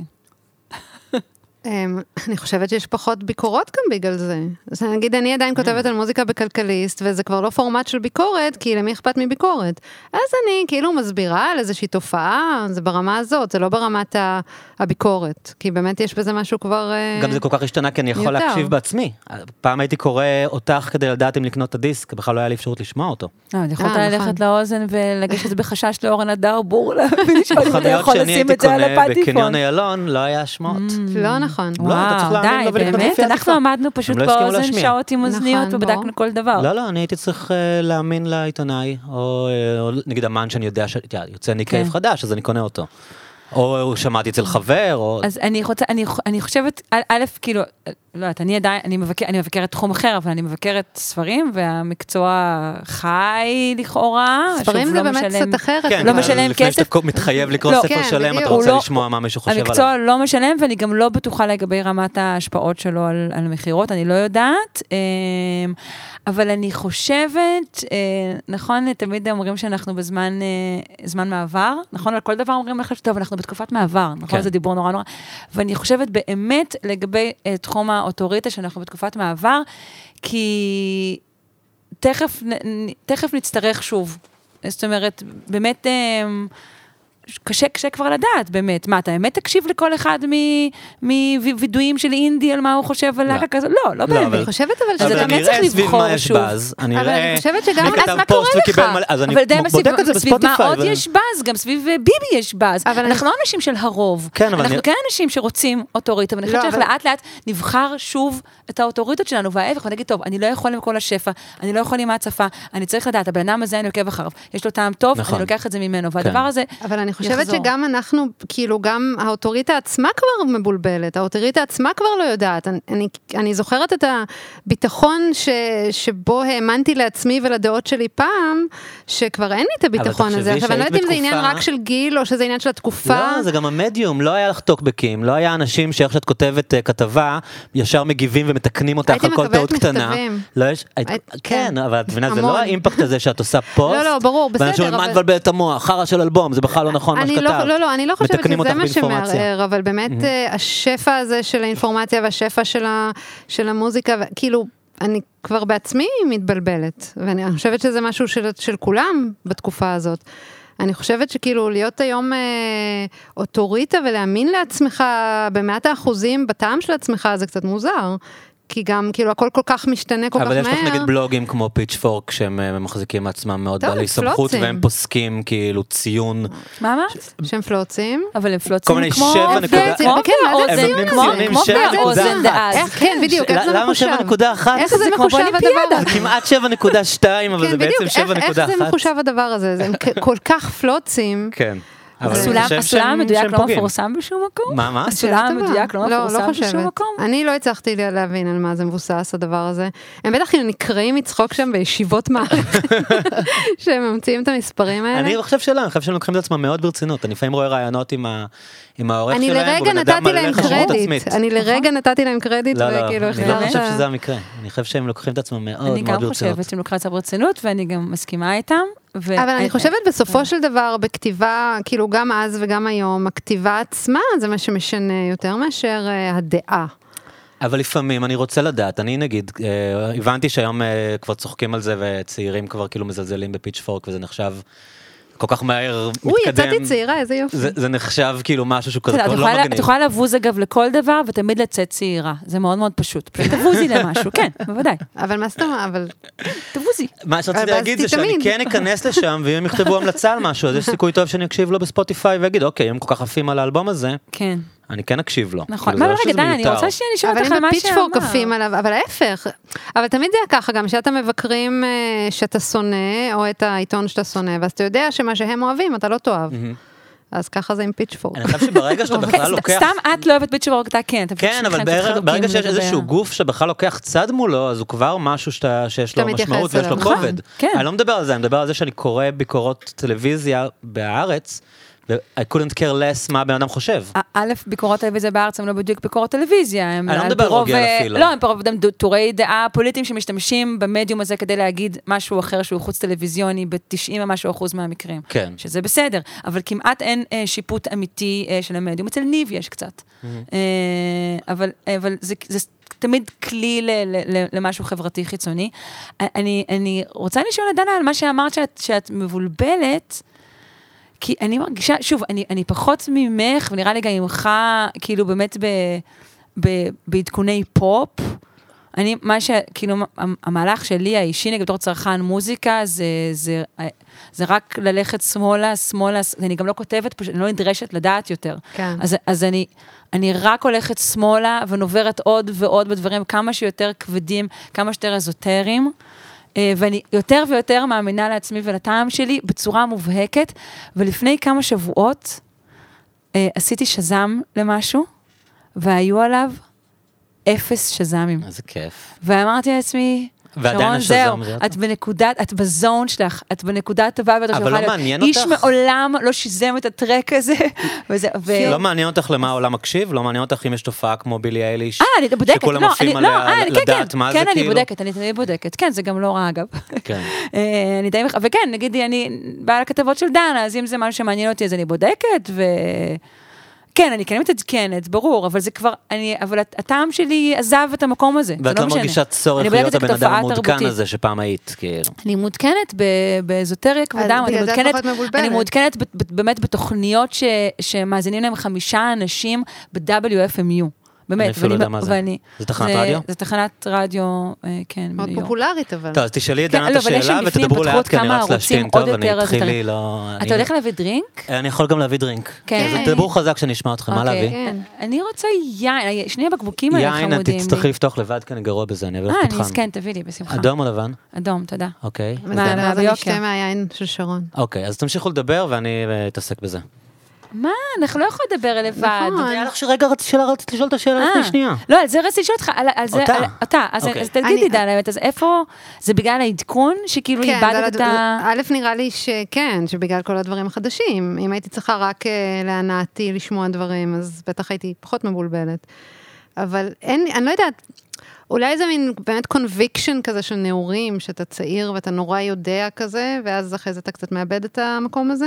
אני חושבת שיש פחות ביקורות גם בגלל זה. אז נגיד, אני עדיין כותבת על מוזיקה בכלכליסט, וזה כבר לא פורמט של ביקורת, כי למי אכפת מביקורת. אז אני כאילו מסבירה על איזושהי תופעה, זה ברמה הזאת, זה לא ברמת הביקורת, כי באמת יש בזה משהו כבר... גם זה כל כך השתנה, כי אני יכול להקשיב בעצמי. פעם הייתי קורא אותך כדי לדעת אם לקנות את הדיסק, בכלל לא היה לי אפשרות לשמוע אותו. אני יכולת ללכת לאוזן ולגשת את זה בחשש לאורן הדר בור, ולשאול אם אתה יכול לשים את זה על הפטיפון. בקניון איילון לא היה שמות. לא נכון. וואו, די, באמת, אנחנו עמדנו פשוט באוזן שעות עם אוזניות ובדקנו כל דבר. לא, לא, אני הייתי צריך להאמין לעיתונאי, או נגיד אמן שאני יודע שיוצא ניקייב חדש, אז אני קונה אותו. או שמעתי אצל חבר, או... אז אני רוצה, אני חושבת, א', כאילו, לא יודעת, אני עדיין, אני מבקרת תחום אחר, אבל אני מבקרת ספרים, והמקצוע חי לכאורה. ספרים זה באמת קצת אחרת. לא משלם כסף. לפני שאתה מתחייב לקרוא ספר שלם, אתה רוצה לשמוע מה מישהו חושב עליו. המקצוע לא משלם, ואני גם לא בטוחה לגבי רמת ההשפעות שלו על מחירות, אני לא יודעת. אבל אני חושבת, נכון, תמיד אומרים שאנחנו בזמן מעבר, נכון, על כל דבר אומרים לך, טוב, אנחנו בתקופת מעבר, נכון? זה דיבור נורא נורא. ואני חושבת באמת לגבי תחום האוטוריטה, שאנחנו בתקופת מעבר, כי תכף, תכף נצטרך שוב. זאת אומרת, באמת, קשה, קשה כבר לדעת, באמת. מה, אתה באמת תקשיב לכל אחד מווידויים של אינדי על מה הוא חושב על להקה כזו? לא, לא באמת. אני חושבת אבל שזה באמת צריך לבחור שוב. אבל אני חושבת שגם מה קורה לך? אבל די סביב מה עוד יש באז, גם סביב ביבי יש באז. אנחנו לא אנשים של הרוב. אנחנו כן אנשים שרוצים אוטוריטה, ואני חושבת שלאט לאט נבחר שוב את האוטוריטות שלנו, וההפך, ונגיד, טוב, אני לא יכול עם כל השפע, אני לא יכול עם ההצפה, אני צריך לדעת, הבן אדם הזה אני עוקב אחריו, יש לו טעם טוב, אני לוקח את זה ממנו, והדבר הזה אבל אני חושבת שגם אנחנו, כאילו, גם האוטוריטה עצמה כבר מבולבלת, האוטוריטה עצמה כבר לא יודעת. אני, אני, אני זוכרת את הביטחון ש, שבו האמנתי לעצמי ולדעות שלי פעם, שכבר אין לי את הביטחון הזה. עכשיו, אני לא יודעת אם זה עניין רק של גיל, או שזה עניין של התקופה. לא, זה גם המדיום, לא היה לך טוקבקים, לא היה אנשים שאיך שאת כותבת כתבה, ישר מגיבים ומתקנים אותך על כל טעות קטנה. לא יש, כן, אבל את מבינה, זה לא האימפקט הזה שאת עושה פוסט. לא, לא, ברור, בסדר. ואנשים אומרים, מה תבלבל את המוח, חרא של אלבום, זה בכלל לא נכון מה שכתב. לא, לא, אני לא חושבת שזה מה שמערער, אבל באמת השפע הזה של האינפורמציה והשפע של המוזיקה, כאילו, אני כבר בעצמי מתבלבלת, ואני חושבת שזה משהו של כולם בתקופה הזאת. אני חושבת שכאילו להיות היום אוטוריטה ולהאמין לעצמך במאת האחוזים בטעם של עצמך, זה קצת מוזר. כי גם, כאילו, הכל כל כך משתנה כל כך מהר. אבל יש לך נגיד בלוגים כמו פיצ'פורק, שהם מחזיקים עצמם מאוד בעלי סמכות, והם פוסקים כאילו ציון. מה מה? שהם פלוצים. אבל הם פלוצים כמו... שבע נקודה... כמו באוזן דאז. כן, בדיוק, איך זה מחושב? למה שבע נקודה אחת? איך זה מחושב הדבר הזה? זה כמעט שבע נקודה שתיים, אבל זה בעצם שבע נקודה אחת. איך זה מחושב הדבר הזה? הם כל כך פלוצים. כן. הסולם המדויק לא מפורסם בשום מקום? מה, מה? הסולם המדויק לא מפורסם בשום מקום? אני לא הצלחתי להבין על מה זה מבוסס הדבר הזה. הם בטח נקראים מצחוק שם בישיבות מערכת, שהם ממציאים את המספרים האלה. אני חושב שלא, אני חושב שהם לוקחים את עצמם מאוד ברצינות. אני לפעמים רואה רעיונות עם העורך שלהם, אני לרגע נתתי להם קרדיט. אני לרגע נתתי להם קרדיט, וכאילו אני לא חושב שזה המקרה. אני חושב שהם לוקחים את עצמם מאוד מאוד ברצינות. אני גם חושבת שהם לוקחים את עצמם ברצינות, ואני גם מסכימה איתם. אבל אני חושבת בסופו של דבר, בכתיבה, כאילו גם אז וגם היום, הכתיבה עצמה זה מה שמשנה יותר מאשר הדעה. אבל לפעמים אני רוצה לדעת, אני נגיד, הבנתי שהיום כבר צוחקים על זה, וצעירים כבר כאילו מזלזלים בפיצ'פורק, וזה נחשב כל כך מהר מתקדם. אוי, יצאתי צעירה, איזה יופי. זה נחשב כאילו משהו שהוא כזה לא מגניב. את יכולה לבוז אגב לכל דבר, ותמיד לצאת צעירה. זה מאוד מאוד פשוט. תבוזי למשהו, כן, בוודאי. אבל מה סתם, אבל... תבוזי. מה שרציתי להגיד זה שאני כן אכנס לשם, ואם יכתבו המלצה על משהו, אז יש סיכוי טוב שאני אקשיב לו בספוטיפיי, ואגיד, אוקיי, הם כל כך עפים על האלבום הזה. כן. אני כן אקשיב לו. נכון, אבל רגע, דנה, אני רוצה שאני אשאל אותך על מה שאמר. אבל אם בפיצ'פורק עליו, אבל ההפך. אבל תמיד זה היה ככה, גם שאתה מבקרים שאתה שונא, או את העיתון שאתה שונא, ואז אתה יודע שמה שהם אוהבים, אתה לא תאהב. אז ככה זה עם פיצ'פורק. אני חושב שברגע שאתה בכלל לוקח... סתם את לא אוהבת פיצ'פורק, אתה כן. כן, אבל ברגע שיש איזשהו גוף שבכלל לוקח צד מולו, אז הוא כבר משהו שיש לו משמעות ויש לו כובד. אני לא מדבר על זה, אני מדבר על זה שאני קורא ביקורות טלוויזיה בארץ, ו-I couldn't care less מה הבן אדם חושב. א', ביקורות טלוויזיה בארץ הם לא בדיוק ביקורות טלוויזיה. אני לא מדבר רוגל אפילו. לא, הם פה טורי דעה פוליטיים שמשתמשים במדיום הזה כדי להגיד משהו אחר שהוא חוץ טלוויזיוני ב-תשעים ומשהו אחוז מהמקרים. כן. שזה בסדר, אבל כמעט אין שיפוט אמיתי של המדיום. אצל ניב יש קצת. אבל זה תמיד כלי למשהו חברתי חיצוני. אני רוצה לשאול את דנה על מה שאמרת שאת מבולבלת, כי אני מרגישה, שוב, אני, אני פחות ממך, ונראה לי גם ממך, כאילו באמת ב, ב, בעדכוני פופ, אני, מה ש, כאילו, המהלך שלי, האישי, נגד בתור צרכן מוזיקה, זה, זה, זה רק ללכת שמאלה, שמאלה, אני גם לא כותבת, פשוט, אני לא נדרשת לדעת יותר. כן. אז, אז אני, אני רק הולכת שמאלה, ונוברת עוד ועוד בדברים, כמה שיותר כבדים, כמה שיותר אזוטריים, ואני יותר ויותר מאמינה לעצמי ולטעם שלי בצורה מובהקת, ולפני כמה שבועות עשיתי שזם למשהו, והיו עליו אפס שזמים. איזה כיף. ואמרתי לעצמי, ועדיין השזם. את בנקודת, את בזון שלך, את בנקודת טובה, אבל לא מעניין אותך? איש מעולם לא שיזם את הטרק הזה. לא מעניין אותך למה העולם מקשיב? לא מעניין אותך אם יש תופעה כמו בילי אייליש? שכולם עפים עליה לדעת מה זה כאילו? כן, אני בודקת, אני תמיד בודקת. כן, זה גם לא רע אגב. כן. אני די, וכן, נגיד, אני באה לכתבות של דנה, אז אם זה משהו שמעניין אותי, אז אני בודקת, ו... כן, אני כן מתעדכנת, ברור, אבל זה כבר, אני, אבל הטעם שלי עזב את המקום הזה. ואת לא מרגישה צורך להיות הבן אדם המעודכן הזה שפעם היית, כאילו. אני מעודכנת באזוטריה כבודם, אני מעודכנת באמת בתוכניות שמאזינים להם חמישה אנשים ב-דאבליו אף אם יו. באמת, אני אפילו יודע מה זה. זה תחנת רדיו? זה תחנת רדיו, כן, מאוד פופולרית, אבל. טוב, אז תשאלי את דנה את השאלה ותדברו לאט, כי אני רץ להשתין טוב, ואני אתחיל לי לא... אתה הולך להביא דרינק? אני יכול גם להביא דרינק. כן. תדברו חזק שאני אשמע אתכם, מה להביא? אני רוצה יין, שני בקבוקים האלה חמודים. יין, תצטרכי לפתוח לבד, כי אני גרוע בזה, אני אביא לך פתחן. אה, כן, תביא לי, בשמחה. אדם או לבן? אדום, תודה. אוקיי. אז אני אשתה מהיין של שרון. אוקיי, אז תמשיכו לדבר ואני אתעסק בזה. מה? אנחנו לא יכולים לדבר לבד. היה לך שרגע רצית לשאול את השאלה לפני שנייה. לא, על זה רציתי לשאול אותך, על זה, אותה, אז תגידי דנה, באמת, אז איפה, זה בגלל העדכון, שכאילו איבדת את ה... א', נראה לי שכן, שבגלל כל הדברים החדשים, אם הייתי צריכה רק להנאתי לשמוע דברים, אז בטח הייתי פחות מבולבלת. אבל אין, אני לא יודעת, אולי זה מין באמת קונביקשן כזה של נאורים, שאתה צעיר ואתה נורא יודע כזה, ואז אחרי זה אתה קצת מאבד את המקום הזה.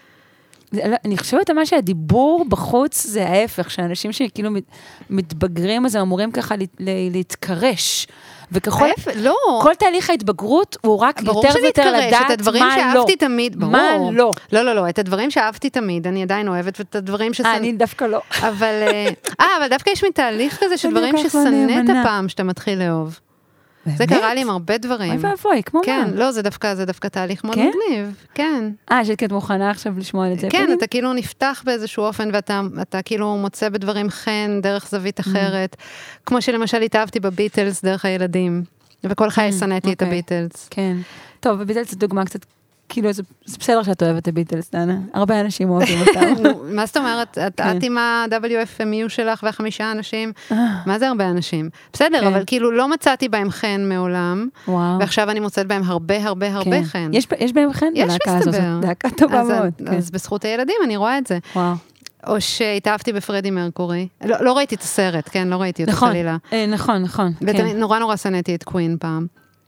אני חושבת מה שהדיבור בחוץ זה ההפך, שאנשים שכאילו מתבגרים, אז הם אמורים ככה להתקרש. וככל, לא. כל תהליך ההתבגרות הוא רק יותר ויותר לדעת מה לא. תמיד, ברור. מה לא. לא, לא, לא, את הדברים שאהבתי תמיד, אני עדיין אוהבת, ואת הדברים ששנאת. אני דווקא לא. אבל, אה, אבל דווקא יש מתהליך כזה של דברים ששנאת הפעם שאתה מתחיל לאהוב. זה קרה לי עם הרבה דברים. אוי ואבוי, כמו מה? כן, לא, זה דווקא, זה דווקא תהליך מאוד מגניב. כן. אה, שאת כת מוכנה עכשיו לשמוע את זה? כן, אתה כאילו נפתח באיזשהו אופן, ואתה כאילו מוצא בדברים חן, דרך זווית אחרת. כמו שלמשל התאהבתי בביטלס, דרך הילדים. וכל חיי שנאתי את הביטלס. כן. טוב, בביטלס זו דוגמה קצת, כאילו, זה בסדר שאת אוהבת את הביטלס, דנה. הרבה אנשים אוהבים אותם. מה זאת אומרת? את עם ה-דאבליו אף אם יו שלך והחמישה אנשים? מה זה הרבה אנשים? בסדר, אבל כאילו לא מצאתי בהם חן מעולם, ועכשיו אני מוצאת בהם הרבה הרבה הרבה חן. יש בהם חן בלהקה הזאת, להקה טובה מאוד. אז בזכות הילדים אני רואה את זה. או שהתאהבתי בפרדי מרקורי. לא ראיתי את הסרט, כן, לא ראיתי אותו חלילה. נכון, נכון. ונורא נורא שנאתי את קווין פעם.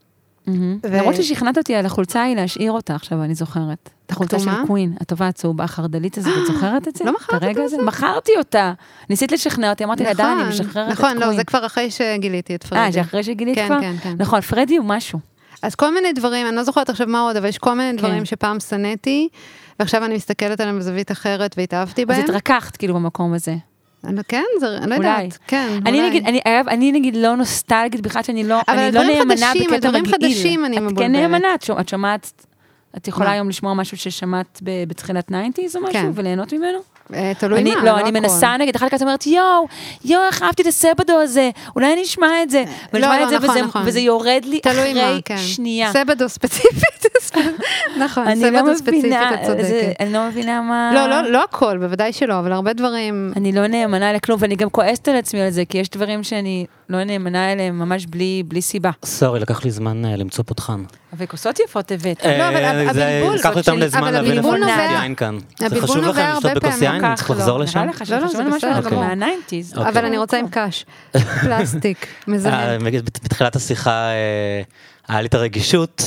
למרות ששכנעת אותי על החולצה היא להשאיר אותה עכשיו, אני זוכרת. את החולצה של קווין, הטובה הצהובה, החרדלית הזאת, את זוכרת את זה? לא מכרתי את זה. מכרתי אותה. ניסית לשכנע אותי, אמרתי לה, דנה, אני משחררת את קווין. נכון, לא, זה כבר אחרי שגיליתי את פרדי. אה, שאחרי שגילית כבר? כן, כן. נכון, פרדי הוא משהו. אז כל מיני דברים, אני לא זוכרת עכשיו מה עוד, אבל יש כל מיני דברים שפעם שנאתי, ועכשיו אני מסתכלת עליהם בזווית אחרת והתאהבתי בהם. אז התרככת כאילו במקום הזה. כן, אני לא יודעת, כן, אולי. אני נגיד לא נוסטלגית, בכלל שאני לא נאמנה בקטע מגעיל. דברים חדשים אני מבולבלת. את כן נאמנה, את שומעת, את יכולה היום לשמוע משהו ששמעת בתחילת ניינטיז או משהו, וליהנות ממנו? תלוי מה, לא, אני מנסה נגד, אחר כך אומרת, יואו, יואו, איך אהבתי את הסבדו הזה, אולי אני אשמע את זה, ונשמע את זה, וזה יורד לי אחרי שנייה. סבדו ספציפית, נכון, סבדו ספציפית, את צודקת. אני לא מבינה מה... לא, לא הכל, בוודאי שלא, אבל הרבה דברים... אני לא נאמנה לכלום, ואני גם כועסת על עצמי על זה, כי יש דברים שאני לא נאמנה אליהם ממש בלי סיבה. סורי, לקח לי זמן למצוא פותחן. אבל כוסות יפות הבאת. לא, אבל הבלבול... לקח אותם לזמן להבין איפה אני יין כאן. זה חשוב לכם לשתות בכוס יין? אני צריך לחזור לשם? לא, לא, זה בסדר. גם מהניינטיז. אבל אני רוצה עם קש. פלסטיק. מזהה. בתחילת השיחה היה לי את הרגישות.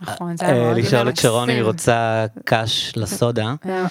לשאול את שרון אם היא רוצה קש לסודה.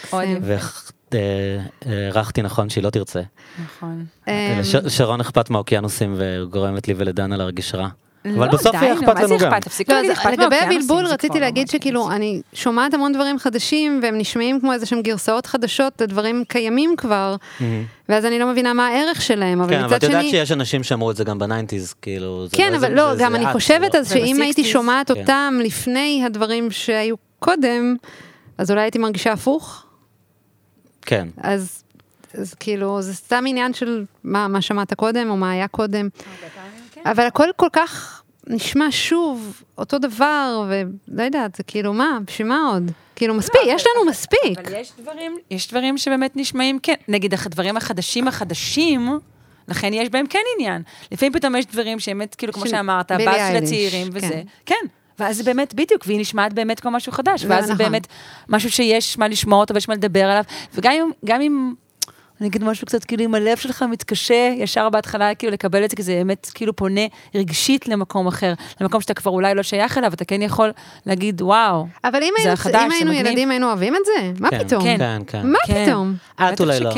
וערכתי נכון שהיא לא תרצה. נכון. שרון אכפת מהאוקיינוסים וגורמת לי ולדנה להרגיש רע. אבל בסוף היא אכפת לנו גם. לגבי הבלבול רציתי להגיד שכאילו אני שומעת המון דברים חדשים והם נשמעים כמו איזה שהם גרסאות חדשות, הדברים קיימים כבר, ואז אני לא מבינה מה הערך שלהם, אבל מצד שני... כן, אבל את יודעת שיש אנשים שאמרו את זה גם בניינטיז, כאילו... כן, אבל לא, גם אני חושבת אז שאם הייתי שומעת אותם לפני הדברים שהיו קודם, אז אולי הייתי מרגישה הפוך. כן. אז כאילו, זה סתם עניין של מה שמעת קודם או מה היה קודם. אבל הכל כל כך נשמע שוב אותו דבר, ולא יודעת, זה כאילו מה, בשביל מה עוד? כאילו מספיק, יש לנו מספיק. אבל יש דברים, יש דברים שבאמת נשמעים, כן, נגיד הדברים החדשים החדשים, לכן יש בהם כן עניין. לפעמים פתאום יש דברים שבאמת, כאילו, כמו שאמרת, הבאס של הצעירים וזה. כן. ואז זה באמת בדיוק, והיא נשמעת באמת כמו משהו חדש, ואז זה באמת משהו שיש מה לשמוע אותו ויש מה לדבר עליו, וגם אם, אני אגיד משהו קצת, כאילו אם הלב שלך מתקשה, ישר בהתחלה כאילו לקבל את זה, כי זה באמת כאילו פונה רגשית למקום אחר, למקום שאתה כבר אולי לא שייך אליו, אתה כן יכול להגיד, וואו, זה החדש, אם היינו ילדים, היינו אוהבים את זה? מה פתאום? כן, כן. מה פתאום? את אולי לא.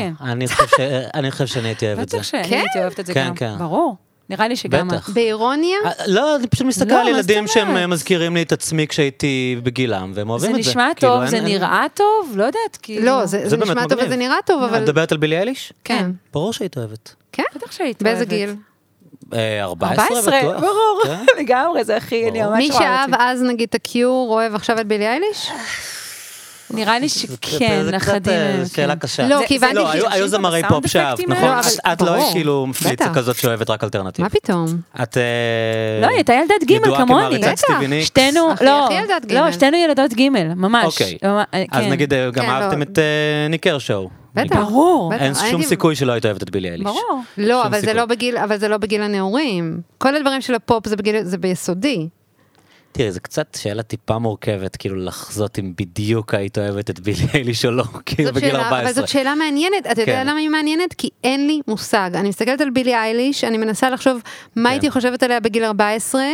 אני חושב שאני הייתי אוהב את זה. בטח שאני הייתי אוהבת את זה גם. ברור. נראה לי שגם... באירוניה? לא, אני פשוט מסתכל על ילדים שהם מזכירים לי את עצמי כשהייתי בגילם, והם אוהבים את זה. זה נשמע טוב, זה נראה טוב, לא יודעת, כאילו... לא, זה נשמע טוב וזה נראה טוב, אבל... את מדברת על בילי אייליש? כן. ברור שהיית אוהבת. כן? בטח שהיית אוהבת. באיזה גיל? ארבע עשרה, בטוח. ברור, לגמרי, זה הכי... מי שאהב אז נגיד את הקיור, אוהב עכשיו את בילי אייליש? נראה לי שכן, נכדים. זה שאלה קשה. לא, כי הבנתי... לא, היו זמרי פופ שאהבת, נכון? את לא כאילו מפליצה כזאת שאוהבת רק אלטרנטיב. מה פתאום? את... לא, היא הייתה ילדת גימל כמוני. שתינו, לא, לא, שתינו ילדות גימל, ממש. אוקיי. אז נגיד, גם אהבתם את ניקר שואו. בטח. ברור. אין שום סיכוי שלא היית אוהבת את בילי אייליש. ברור. לא, אבל זה לא בגיל הנעורים. כל הדברים של הפופ זה ביסודי. תראי, זה קצת שאלה טיפה מורכבת, כאילו לחזות אם בדיוק היית אוהבת את בילי אייליש או לא, כאילו בגיל ארבע עשרה. אבל זאת שאלה מעניינת, אתה יודע למה היא מעניינת? כי אין לי מושג. אני מסתכלת על בילי אייליש, אני מנסה לחשוב מה הייתי חושבת עליה בגיל ארבע עשרה,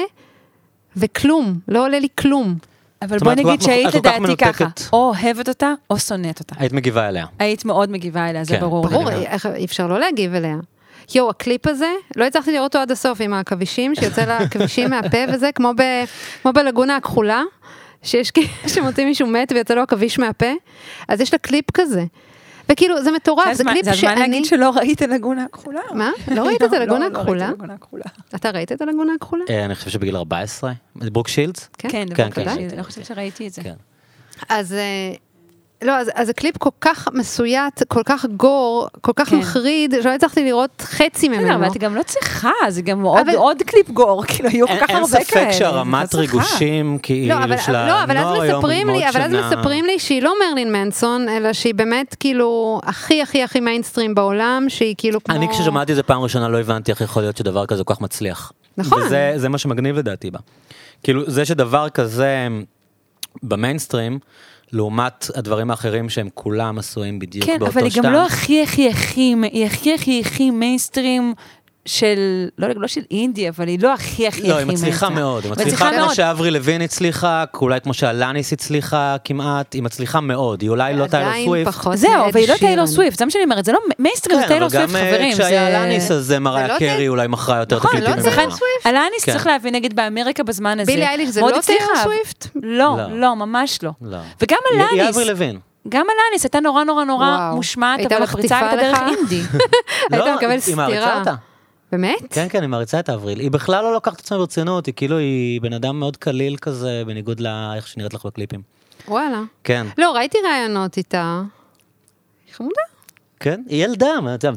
וכלום, לא עולה לי כלום. אבל בוא נגיד שהיית לדעתי ככה, או אוהבת אותה, או שונאת אותה. היית מגיבה אליה. היית מאוד מגיבה אליה, זה ברור. ברור, אי אפשר לא להגיב אליה. יו, הקליפ הזה, לא הצלחתי לראות אותו עד הסוף עם הכבישים, שיוצא לה כבישים מהפה וזה, כמו, ב, כמו בלגונה הכחולה, שיש שמוצאים מישהו מת ויוצא לו הכביש מהפה, אז יש לה קליפ כזה. וכאילו, זה מטורף, זה קליפ שאני... זה הזמן להגיד שלא ראית את הלגונה הכחולה. מה? לא ראית את הלגונה הכחולה? אתה ראית את הלגונה הכחולה? אני חושב שבגיל ארבע עשרה, ברוק שילדס? כן, ברוק שילדס, אני חושבת שראיתי את זה. אז... לא, אז, אז הקליפ כל כך מסוית, כל כך גור, כל כך כן. מחריד, שלא הצלחתי לראות חצי ממנו. אבל את גם לא צריכה, זה גם אבל... עוד, עוד קליפ גור, כאילו, היו כל כך הרבה כאלה. אין ספק שהרמת ריגושים, כאילו, לא, של הנוער לא, אבל אז מספרים לי, אבל אז שנה... מספרים לי שהיא לא מרלין מנסון, אלא שהיא באמת, כאילו, הכי, הכי, הכי מיינסטרים בעולם, שהיא כאילו כמו... אני כששמעתי את זה פעם ראשונה, לא הבנתי איך יכול להיות שדבר כזה כל כך מצליח. נכון. וזה, זה מה שמגניב לדעתי בה. כאילו, זה שדבר כזה במיינסטרים, לעומת הדברים האחרים שהם כולם עשויים בדיוק כן, באותו שטן. כן, אבל היא שטן. גם לא הכי הכי הכי, היא הכי הכי הכי מיינסטרים של, לא, לא של אינדי, אבל היא לא הכי הכי לא, היא מצליחה מאוד, היא מצליחה כמו שאברי לוין הצליחה, אולי כמו שאלניס הצליחה כמעט, היא מצליחה מאוד, היא אולי לא טיילור סוויפט. זהו, והיא לא טיילור סוויפט, זה מה שאני אומרת, זה לא מיינסטרים, זה טיילור סוויפט, חברים. גם כשהיה אלניס, אז מריה קרי אולי מכרה יותר תקליטים ממנו. אלניס צריך להבין, נגיד באמריקה בזמן הזה. בילי אייליש זה לא טיילור סוויפט? לא, לא, ממש לא. וגם אלניס. היא אברי לוין. גם אלניס, הייתה נורא נורא נורא מושמעת, אבל הפריצה הייתה דרך אינדי. היית מקבל סתירה. באמת? כן, כן, היא מריצה את אבריל. היא בכלל לא לוקחת את עצמה ברצינות, היא כאילו, היא בן אדם מאוד קליל כזה, בניגוד לאיך שנראית לך בקליפים. וואלה. כן. לא, ראיתי רעיונות איתה. היא חמודה. כן, היא ילדה,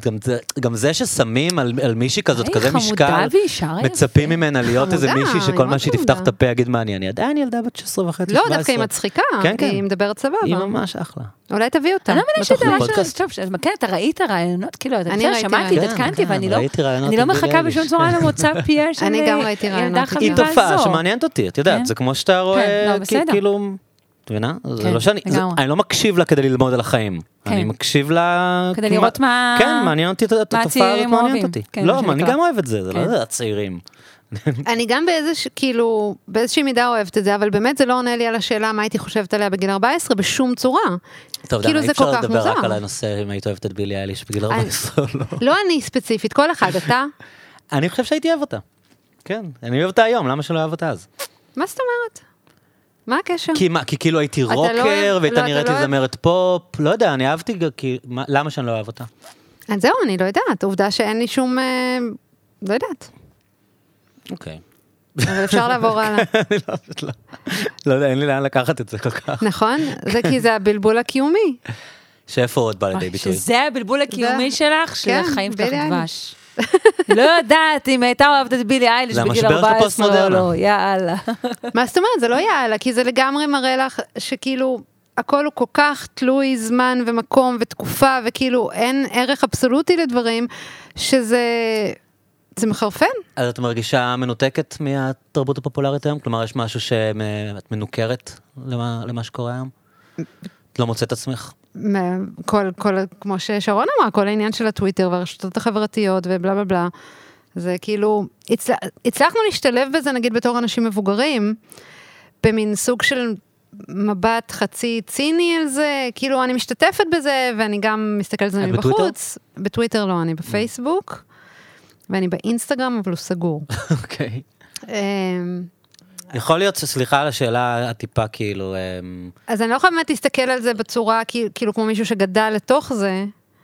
גם זה ששמים על מישהי כזאת, כזה משקל, מצפים ממנה להיות איזה מישהי שכל מה שהיא תפתח את הפה יגיד מה אני, אני עדיין ילדה בת שש עשרה וחצי, לא, דווקא היא מצחיקה, היא מדברת סבבה. היא ממש אחלה. אולי תביא אותה. אני לא מבינה שאתה משהו, כן, אתה ראית רעיונות, כאילו, אתה שמעתי, התעדכנתי, ואני לא מחכה בשום צורה למוצא פיה של ילדה חביבה זו. היא תופעה שמעניינת אותי, את יודעת, זה כמו שאתה רואה, כאילו... מבינה? זה לא שאני, אני לא מקשיב לה כדי ללמוד על החיים. אני מקשיב לה... כדי לראות מה... כן, מעניין אותי את התופעה הזאת, מעניינת אותי. לא, אני גם אוהב את זה, זה לא הצעירים. אני גם כאילו, באיזושהי מידה אוהבת את זה, אבל באמת זה לא עונה לי על השאלה מה הייתי חושבת עליה בגיל ארבע עשרה, בשום צורה. טוב, אי אפשר לדבר רק על הנושא אם היית אוהבת את בילי אייליש בגיל ארבע עשרה או לא. לא אני ספציפית, כל אחד, אתה? אני חושב שהייתי אוהב אותה. כן, אני אוהב אותה היום, למה שלא אוהב אותה אז? מה זאת אומרת? מה הקשר? כי מה, כי כאילו הייתי רוקר, והייתה נראית לי זמרת פופ, לא יודע, אני אהבתי, למה שאני לא אוהב אותה? אז זהו, אני לא יודעת, עובדה שאין לי שום, לא יודעת. אוקיי. אבל אפשר לעבור הלאה. אני לא, לא יודע, אין לי לאן לקחת את זה כל כך. נכון, זה כי זה הבלבול הקיומי. שאיפה עוד בא לידי ביטוי? שזה הבלבול הקיומי שלך, שזה החיים שלך דבש. לא יודעת אם הייתה אוהבת את בילי אייליש בגיל ארבע עשרה או לא, יאללה. מה זאת אומרת? זה לא יאללה, כי זה לגמרי מראה לך שכאילו, הכל הוא כל כך תלוי זמן ומקום ותקופה, וכאילו אין ערך אבסולוטי לדברים, שזה זה מחרפן. אז את מרגישה מנותקת מהתרבות הפופולרית היום? כלומר, יש משהו שאת מנוכרת למה, למה שקורה היום? את לא מוצאת עצמך? כל, כל, כמו ששרון אמרה, כל העניין של הטוויטר והרשתות החברתיות ובלה בלה בלה, זה כאילו, הצל... הצלחנו להשתלב בזה, נגיד, בתור אנשים מבוגרים, במין סוג של מבט חצי ציני על זה, כאילו אני משתתפת בזה, ואני גם מסתכלת על זה מבחוץ. בטוויטר לא, אני בפייסבוק, ואני באינסטגרם, אבל הוא סגור. אוקיי. יכול להיות, סליחה על השאלה הטיפה, כאילו... אז אני לא יכולה באמת להסתכל על זה בצורה, כאילו כמו מישהו שגדל לתוך זה.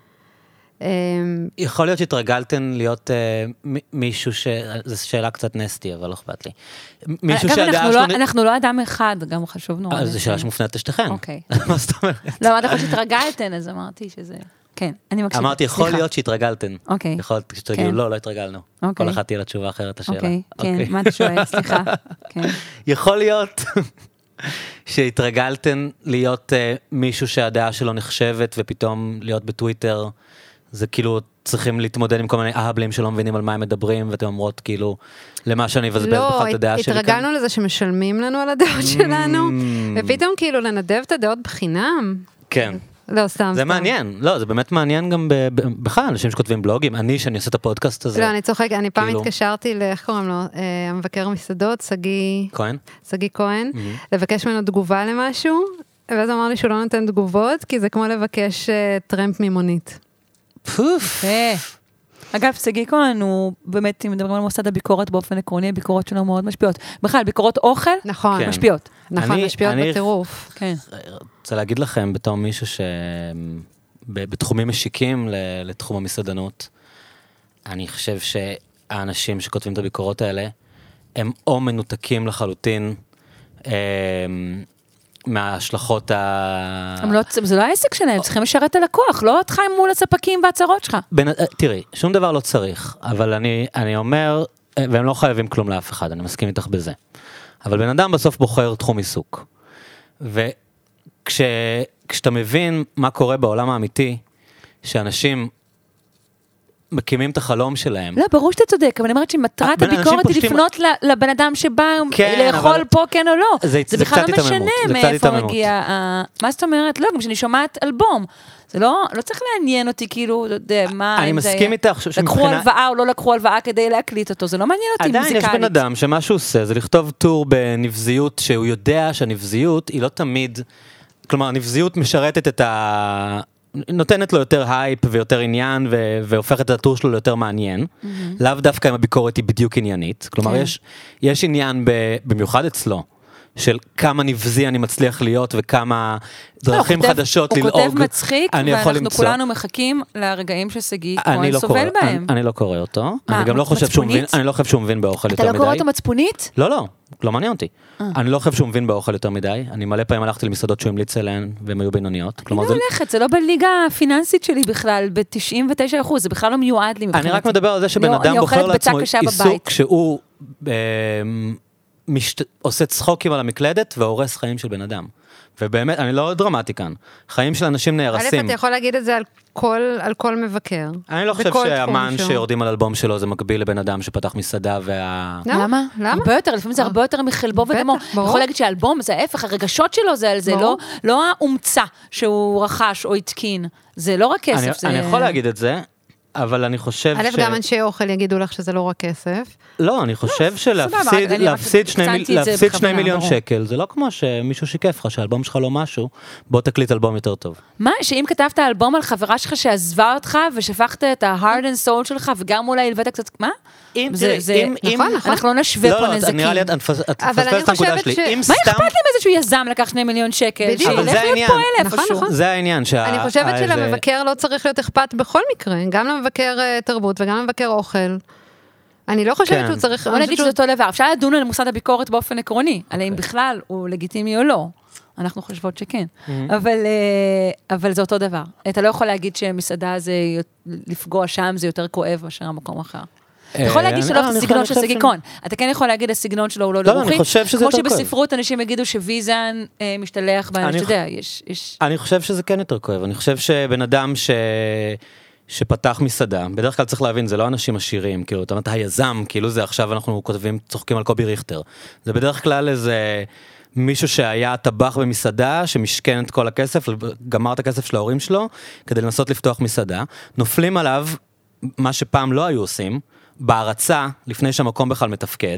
יכול להיות שהתרגלתן להיות מישהו ש... זו שאלה קצת נסטי, אבל לא אכפת לי. מישהו שהדעה שלו... אנחנו לא אדם אחד, גם חשוב נורא. זו שאלה שמופנית לשתיכן. אוקיי. מה זאת אומרת? לא, אמרת שהתרגלתן, אז אמרתי שזה... כן, אני מקשיבה. אמרתי, יכול להיות שהתרגלתן. אוקיי. יכול להיות שתגידו, לא, לא התרגלנו. כל אחת תהיה לה תשובה אחרת השאלה. אוקיי, כן, מה אתה שואל? סליחה. יכול להיות שהתרגלתן להיות מישהו שהדעה שלו נחשבת, ופתאום להיות בטוויטר, זה כאילו צריכים להתמודד עם כל מיני אהבלים שלא מבינים על מה הם מדברים, ואתם אומרות כאילו, למה שאני אבזבז בכלל את הדעה שלי כאן. לא, התרגלנו לזה שמשלמים לנו על הדעות שלנו, ופתאום כאילו לנדב את הדעות בחינם. כן. לא, סתם. זה מעניין, לא, זה באמת מעניין גם בכלל, אנשים שכותבים בלוגים, אני, שאני עושה את הפודקאסט הזה. לא, אני צוחק, אני פעם התקשרתי, איך קוראים לו, המבקר המסעדות, סגי... כהן? סגי כהן, לבקש ממנו תגובה למשהו, ואז אמר לי שהוא לא נותן תגובות, כי זה כמו לבקש טרמפ ממונית. פוף. אגב, סגי כהן הוא באמת, אם מדברים על מוסד הביקורת באופן עקרוני, הביקורות שלו מאוד משפיעות. בכלל, ביקורות אוכל, נכון, משפיעות. נכון, משפיעות בטירוף. כן. רוצה להגיד לכם, בתור מישהו שבתחומים משיקים לתחום המסעדנות, אני חושב שהאנשים שכותבים את הביקורות האלה, הם או מנותקים לחלוטין, מההשלכות ה... זה לא העסק שלהם, צריכים לשרת את הלקוח, לא אותך מול הספקים והצרות שלך. תראי, שום דבר לא צריך, אבל אני אומר, והם לא חייבים כלום לאף אחד, אני מסכים איתך בזה. אבל בן אדם בסוף בוחר תחום עיסוק. וכשאתה מבין מה קורה בעולם האמיתי, שאנשים מקימים את החלום שלהם. לא, ברור שאתה צודק, אבל אני אומרת שמטרת הביקורת היא לפנות לבן אדם שבא לאכול פה כן או לא. זה בכלל לא משנה מאיפה מגיע. מה זאת אומרת? לא, גם שאני שומעת אלבום. זה לא, לא צריך לעניין אותי כאילו, אתה יודע, מה... אני מסכים איתך. לקחו הלוואה או לא לקחו הלוואה כדי להקליט אותו, זה לא מעניין אותי מוזיקלית. עדיין יש בן אדם שמה שהוא עושה זה לכתוב טור בנבזיות, שהוא יודע שהנבזיות היא לא תמיד, כלומר, הנבזיות משרתת את ה... נותנת לו יותר הייפ ויותר עניין, ו- והופכת את הטור שלו ליותר מעניין. Mm-hmm. לאו דווקא אם הביקורת היא בדיוק עניינית. כלומר, כן. יש, יש עניין ב- במיוחד אצלו, של כמה נבזי אני מצליח להיות, וכמה דרכים לא, חדשות הוא ללעוג. הוא כותב מצחיק, ואנחנו למצוא. כולנו מחכים לרגעים שסגי כהן לא סובל קורא, בהם. אני, אני לא קורא אותו. מה, אני גם לא חושב שהוא מבין, אני לא חושב שהוא מבין באוכל יותר מדי. אתה לא קורא אותו מצפונית? לא, לא. לא מעניין אותי. אני לא חושב שהוא מבין באוכל יותר מדי. אני מלא פעמים הלכתי למסעדות שהוא המליץ אליהן, והם היו בינוניות. אני לא הולכת, זה לא בליגה הפיננסית שלי בכלל, ב-תשעים ותשעה אחוז, זה בכלל לא מיועד לי. אני רק מדבר על זה שבן אדם בוחר לעצמו עיסוק שהוא עושה צחוקים על המקלדת, והורס חיים של בן אדם. ובאמת, אני לא דרמטי כאן. חיים של אנשים נהרסים. א', אתה יכול להגיד את זה על כל, על כל מבקר. אני לא חושב שהאמן שיורדים על אלבום שלו, זה מקביל לבן אדם שפתח מסעדה וה... למה? למה? הרבה יותר, לפעמים זה הרבה יותר מחלבו ודמו. יכול להגיד שהאלבום זה ההפך, הרגשות שלו זה על זה, לא האומצה שהוא רכש או התקין. זה לא רק כסף. אני יכול להגיד את זה, אבל אני חושב ש... א', גם אנשי אוכל יגידו לך שזה לא רק כסף. לא, אני חושב שלהפסיד שני מיליון שקל, זה לא כמו שמישהו שיקף לך, שהאלבום שלך לא משהו, בוא תקליט אלבום יותר טוב. מה, שאם כתבת אלבום על חברה שלך שעזבה אותך, ושפכת את ה-heart and soul שלך, וגם אולי הלווית קצת, מה? אנחנו לא נשווה פה נזקים. נראה לי, את מפספסת את הנקודה שלי. מה אכפת לי מאיזשהו יזם לקח שני מיליון שקל? אבל זה העניין. זה העניין. אני חושבת שלמבקר לא צריך להיות אכפת בכל מקרה, גם למבקר תרבות וגם למבקר אוכל. אני לא חושבת שהוא צריך... בוא נגיד שזה אותו דבר. אפשר לדון על מוסד הביקורת באופן עקרוני, על אם בכלל הוא לגיטימי או לא. אנחנו חושבות שכן. אבל זה אותו דבר. אתה לא יכול להגיד שמסעדה זה לפגוע שם, זה יותר כואב מאשר המקום אחר. אתה יכול להגיד שלא את הסגנון של סגיקון, אתה כן יכול להגיד הסגנון שלו הוא לא לרוחי, כמו שבספרות אנשים יגידו שוויזן משתלח בהם, אתה יודע, יש... אני חושב שזה כן יותר כואב, אני חושב שבן אדם ש... שפתח מסעדה, בדרך כלל צריך להבין, זה לא אנשים עשירים, כאילו, אתה אומרת, היזם, כאילו זה עכשיו אנחנו כותבים, צוחקים על קובי ריכטר, זה בדרך כלל איזה מישהו שהיה טבח במסעדה, שמשכן את כל הכסף, גמר את הכסף של ההורים שלו, כדי לנסות לפתוח מסעדה, נופלים עליו, מה שפעם לא היו עושים, בהרצה, לפני שהמקום בכלל מתפקד,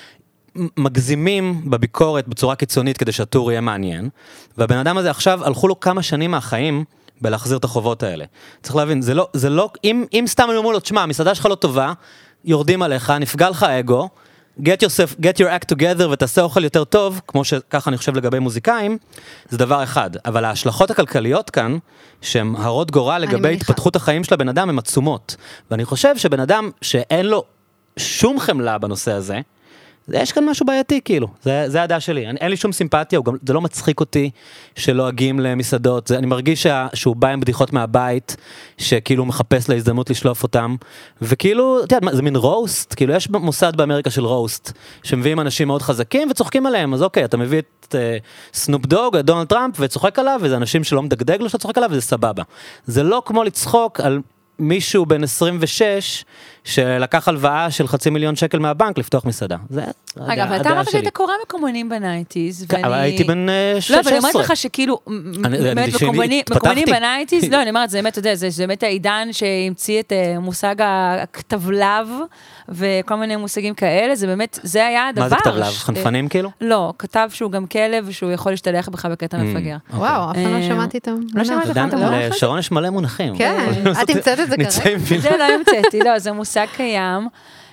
מגזימים בביקורת בצורה קיצונית, כדי שהטור יהיה מעניין, והבן אדם הזה עכשיו, הלכו לו כמה שנים מהחיים, בלהחזיר את החובות האלה. צריך להבין, זה לא, זה לא, אם, אם סתם אני אומר לו, תשמע, המסעדה שלך לא טובה, יורדים עליך, נפגע לך האגו, get yourself, get your act together ותעשה אוכל יותר טוב, כמו שככה אני חושב לגבי מוזיקאים, זה דבר אחד. אבל ההשלכות הכלכליות כאן, שהן הרות גורל לגבי התפתחות החיים של הבן אדם, הן עצומות. ואני חושב שבן אדם שאין לו שום חמלה בנושא הזה, יש כאן משהו בעייתי, כאילו, זה, זה הדעה שלי, אני, אין לי שום סימפתיה, גם, זה לא מצחיק אותי שלא אגיעים למסעדות, זה, אני מרגיש שה, שהוא בא עם בדיחות מהבית, שכאילו מחפש להזדמנות לשלוף אותם, וכאילו, אתה יודע, זה מין רוסט, כאילו יש מוסד באמריקה של רוסט, שמביאים אנשים מאוד חזקים וצוחקים עליהם, אז אוקיי, אתה מביא את אה, סנופ דוג, את דונלד טראמפ, וצוחק עליו, וזה אנשים שלא מדגדג לו שאתה צוחק עליו, וזה סבבה. זה לא כמו לצחוק על מישהו בן עשרים ושש, שלקח הלוואה של חצי מיליון שקל מהבנק לפתוח מסעדה. זה רגע, אבל אתה אמרת שהיית קורא מקומונים בנייטיז, ואני... אבל הייתי בן שש עשרה. לא, אבל אני אומרת לך שכאילו, באמת מקומונים בנייטיז, לא, אני אומרת, זה באמת, אתה יודע, זה באמת העידן שהמציא את מושג הכתבלב, וכל מיני מושגים כאלה, זה באמת, זה היה הדבר. מה זה כתבלב? חנפנים כאילו? לא, כתב שהוא גם כלב, ושהוא יכול להשתלח בך בקטע מפגר. וואו, אף פעם לא שמעתי איתו. לא שמעתי לך אותו. לשרון יש מלא מונחים. כן, את המצאת את זה כרגע. זה לא המצאתי, לא, זה מושג קיים.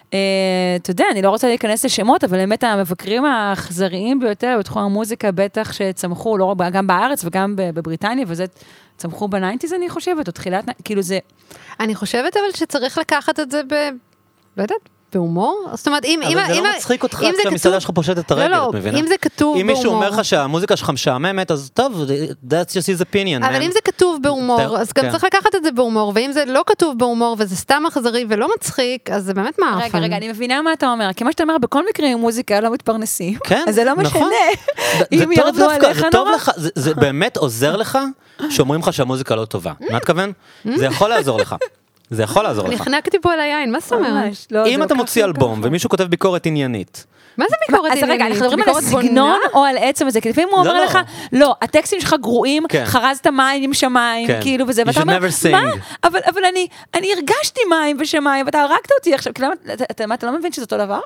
אתה יודע, אני לא רוצה להיכנס לשמות, אבל באמת המבקרים האכזריים ביותר בתחום המוזיקה בטח שצמחו, לא גם בארץ וגם בבריטניה, וזה צמחו בניינטיז, אני חושבת, או תחילת, כאילו זה... אני חושבת אבל שצריך לקחת את זה ב... לא יודעת, בהומור? זאת אומרת, אם... אבל זה לא מצחיק אותך כשהמסעדה שלך פושט את הרגל, את מבינה? אם זה כתוב בהומור... אם מישהו אומר לך שהמוזיקה שלך משעממת, אז טוב, that's just his opinion. אבל אם זה כתוב בהומור, אז גם צריך לקחת את זה בהומור, ואם זה לא כתוב בהומור, וזה סתם אכזרי ולא מצחיק, אז זה באמת מערפן. רגע, רגע, אני מבינה מה אתה אומר, כי מה שאתה אומר, בכל מקרה עם מוזיקה לא מתפרנסים, אז זה לא משנה. אם ירדו עליך נורא. זה באמת עוזר לך, שאומרים לך שהמוזיקה לא טובה. מה אתה כוון? זה יכול לעזור לך. זה יכול לעזור לך. נחנקתי פה על היין, מה זאת אומרת? אם אתה מוציא אלבום ומישהו כותב ביקורת עניינית. מה זה ביקורת עניינית? אז רגע, אנחנו מדברים על הסגנון או על עצם הזה, כי לפעמים הוא אומר לך, לא, הטקסטים שלך גרועים, חרזת מים עם שמיים, כאילו וזה, ואתה אומר, מה? אבל אני הרגשתי מים ושמיים, ואתה הרגת אותי עכשיו, אתה לא מבין שזה אותו דבר?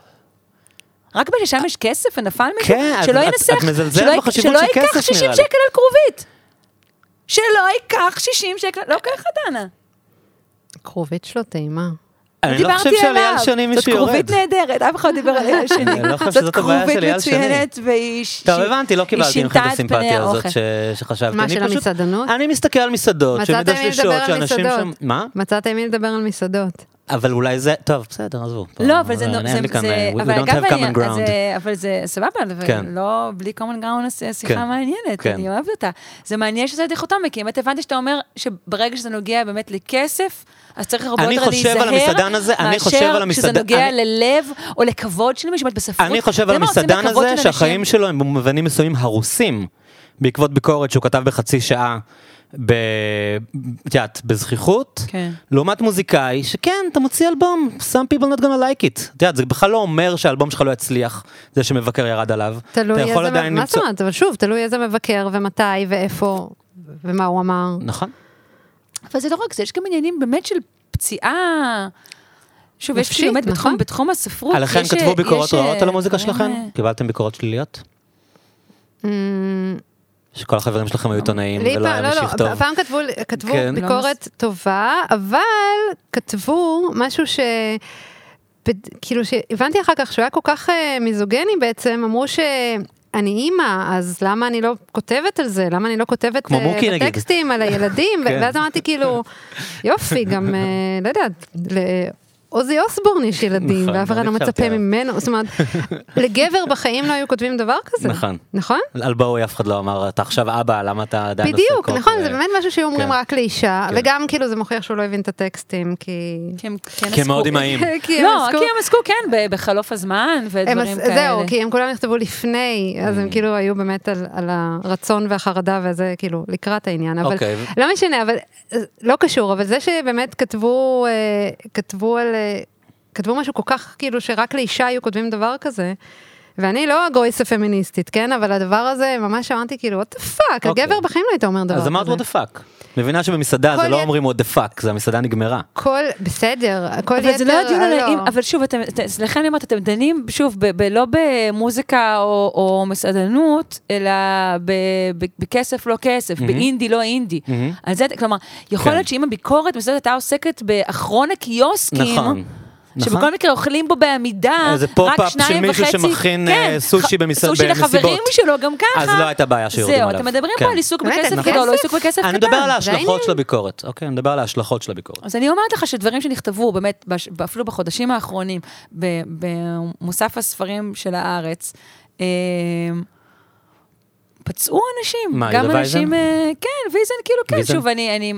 רק בששם יש כסף ונפל מישהו, שלא ינסח, שלא ייקח שישים שקל על כרובית. שלא ייקח שישים שקל, לא ככה דנה. כרובית שלו טעימה. אני לא חושב שאליאל שני מישהו יורד. זאת כרובית נהדרת, אף אחד דיבר על אליאל שני. אני לא חושב שזאת הבעיה של אליאל שני. טוב, הבנתי, לא קיבלתי ממך את הסימפתיה הזאת שחשבתי. מה, של המסעדנות? אני מסתכל על מסעדות, שמדשדשות, שאנשים שם... מה? מצאת עם מי לדבר על מסעדות. אבל אולי זה... טוב, בסדר, עזבו. לא, אבל זה... אבל זה סבבה, לא בלי common ground שיחה מעניינת, אני אוהבת אותה. זה מעניין שזה דיכוטומי, כי אם את הבנתי שאתה אומר שברגע שזה נוגע באמת לכסף, אז צריך הרבה יותר להיזהר, מאשר שזה נוגע ללב או לכבוד של מישהו בספרות. אני חושב על המסעדן הזה שהחיים שלו הם במובנים מסוימים הרוסים, בעקבות ביקורת שהוא כתב בחצי שעה, בזכיחות, לעומת מוזיקאי, שכן, אתה מוציא אלבום, some people not gonna like it. אתה יודע, זה בכלל לא אומר שהאלבום שלך לא יצליח, זה שמבקר ירד עליו. תלוי איזה, מה זאת אומרת? אבל שוב, תלוי איזה מבקר, ומתי, ואיפה, ומה הוא אמר. נכון. אבל זה לא רק זה, יש גם עניינים באמת של פציעה, שוב, יש באמת בתחום הספרות. עליכם כתבו ביקורות רעות על המוזיקה שלכם? קיבלתם ביקורות שליליות? שכל החברים שלכם היו עיתונאים, ולא היה משיך טוב. פעם כתבו ביקורת טובה, אבל כתבו משהו ש... כאילו שהבנתי אחר כך, שהוא היה כל כך מיזוגני בעצם, אמרו ש... אני אימא, אז למה אני לא כותבת על זה? למה אני לא כותבת טקסטים על הילדים? ואז אמרתי כאילו, יופי, גם, לא יודעת, עוזי אוסבורן יש ילדים, ואף אחד לא מצפה ממנו, זאת אומרת, לגבר בחיים לא היו כותבים דבר כזה. נכון. נכון? על בואי אף אחד לא אמר, אתה עכשיו אבא, למה אתה עדיין עושה בדיוק, נכון, זה באמת משהו שאומרים רק לאישה, וגם כאילו זה מוכיח שהוא לא הבין את הטקסטים, כי... כי הם מאוד אימאים. לא, כי הם עסקו, כן, בחלוף הזמן ודברים כאלה. זהו, כי הם כולם נכתבו לפני, אז הם כאילו היו באמת על הרצון והחרדה, וזה כאילו לקראת העניין, אבל לא משנה, אבל לא קשור, אבל זה שבאמת כתבו, כתבו על, כתבו משהו כל כך, כאילו, שרק לאישה היו כותבים דבר כזה, ואני לא הגויס הפמיניסטית, כן? אבל הדבר הזה, ממש אמרתי, כאילו, what the fuck, הגבר בחיים לא היית אומר דבר כזה. אז אמרת what the fuck. מבינה שבמסעדה זה לא אומרים what the fuck, זה המסעדה נגמרה. כל, בסדר, הכל יתר, אבל זה לא הדיון עליהם, אבל שוב, סליחה אני אומרת, אתם דנים, שוב, לא במוזיקה או מסעדנות, אלא בכסף לא כסף, באינדי לא אינדי. על זה, כלומר, יכול להיות שאם הביקורת מסעדת הייתה עוסקת באחרון הקיוסקים, שבכל מקרה אוכלים בו בעמידה, איזה פופ-אפ של מישהו שמכין סושי במסיבות. סושי לחברים שלו, גם ככה. אז לא הייתה בעיה שיורדים עליו. זהו, אתם מדברים פה על עיסוק בכסף גדול, לא עיסוק בכסף קטן. אני מדבר על ההשלכות של הביקורת, אוקיי? אני מדבר על ההשלכות של הביקורת. אז אני אומרת לך שדברים שנכתבו, באמת, אפילו בחודשים האחרונים, במוסף הספרים של הארץ, פצעו אנשים. מה, גם אנשים, כן, ויזן, כאילו, כן, שוב,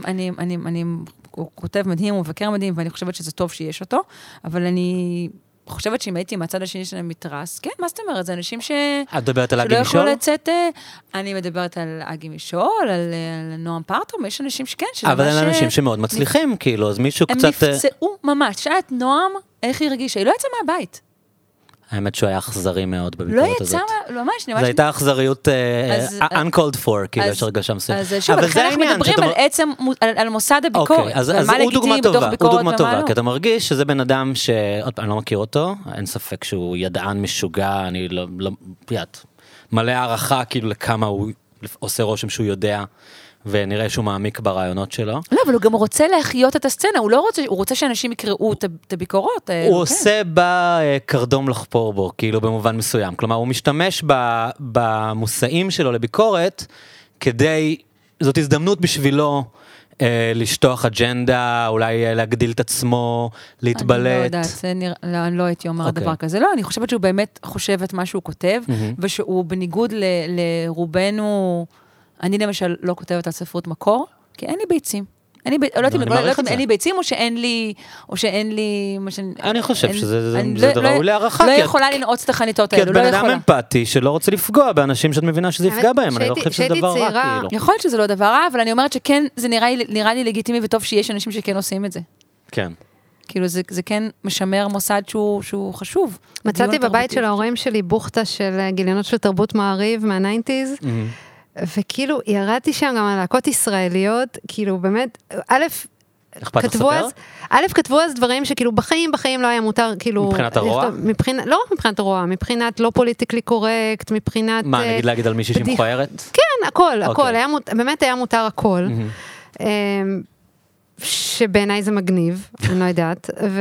אני הוא כותב מדהים, הוא מבקר מדהים, ואני חושבת שזה טוב שיש אותו, אבל אני חושבת שאם הייתי מהצד השני שלהם מתרס, כן, מה זאת אומרת? זה אנשים ש... את מדברת על אגי משול? לצאת, אני מדברת על אגי משול, על נועם פרטום, יש אנשים שכן, אבל אין אנשים שמאוד מצליחים, כאילו, אז מישהו קצת... הם נפצעו ממש, שאלה את נועם, איך היא הרגישה? היא לא יצאה מהבית. האמת שהוא היה אכזרי מאוד בביקורת הזאת. לא יצא, ממש. זו הייתה אכזריות uncalled for, כאילו יש הרגשה מסוים. אז שוב, לכן אנחנו מדברים על עצם, על מוסד הביקורת. אז הוא דוגמה טובה, הוא דוגמה טובה, כי אתה מרגיש שזה בן אדם ש... עוד פעם, אני לא מכיר אותו, אין ספק שהוא ידען משוגע, אני לא... יד, מלא הערכה כאילו לכמה הוא עושה רושם שהוא יודע, ונראה שהוא מעמיק ברעיונות שלו. לא, אבל הוא גם רוצה להחיות את הסצנה, הוא לא רוצה, הוא רוצה שאנשים יקראו את הביקורות. הוא עושה בה קרדום לחפור בו, כאילו במובן מסוים. כלומר, הוא משתמש במושאים שלו לביקורת, כדי, זאת הזדמנות בשבילו לשטוח אג'נדה, אולי להגדיל את עצמו, להתבלט. אני לא יודעת, אני לא הייתי אומר דבר כזה. לא, אני חושבת שהוא באמת חושב את מה שהוא כותב, ושהוא בניגוד לרובנו... אני למשל לא כותבת על ספרות מקור, כי אין לי ביצים. אני לא יודעת אם אין לי ביצים, או שאין לי, או שאין לי... אני חושב שזה ראוי להערכה. לא יכולה לנעוץ את החניתות האלו, לא יכולה. כי את בן אדם אמפתי שלא רוצה לפגוע באנשים שאת מבינה שזה יפגע בהם, אני לא חושב שזה דבר רע, כאילו. יכול להיות שזה לא דבר רע, אבל אני אומרת שכן, זה נראה לי לגיטימי וטוב שיש אנשים שכן עושים את זה. כן. כאילו זה כן משמר מוסד שהוא חשוב. מצאתי בבית של ההורים שלי בוכתה של גיליונות של תרבות מעריב מה-תשעים. וכאילו, ירדתי שם גם על להקות ישראליות, כאילו באמת, א', כתבו אז, א', כתבו אז דברים שכאילו בחיים, בחיים לא היה מותר, כאילו... מבחינת הרוע? מבחינת, לא מבחינת הרוע, מבחינת לא פוליטיקלי קורקט, מבחינת... מה, נגיד להגיד על מישהי שמכוערת? כן, הכל, הכל, באמת היה מותר הכל. שבעיניי זה מגניב, אני לא יודעת, ו...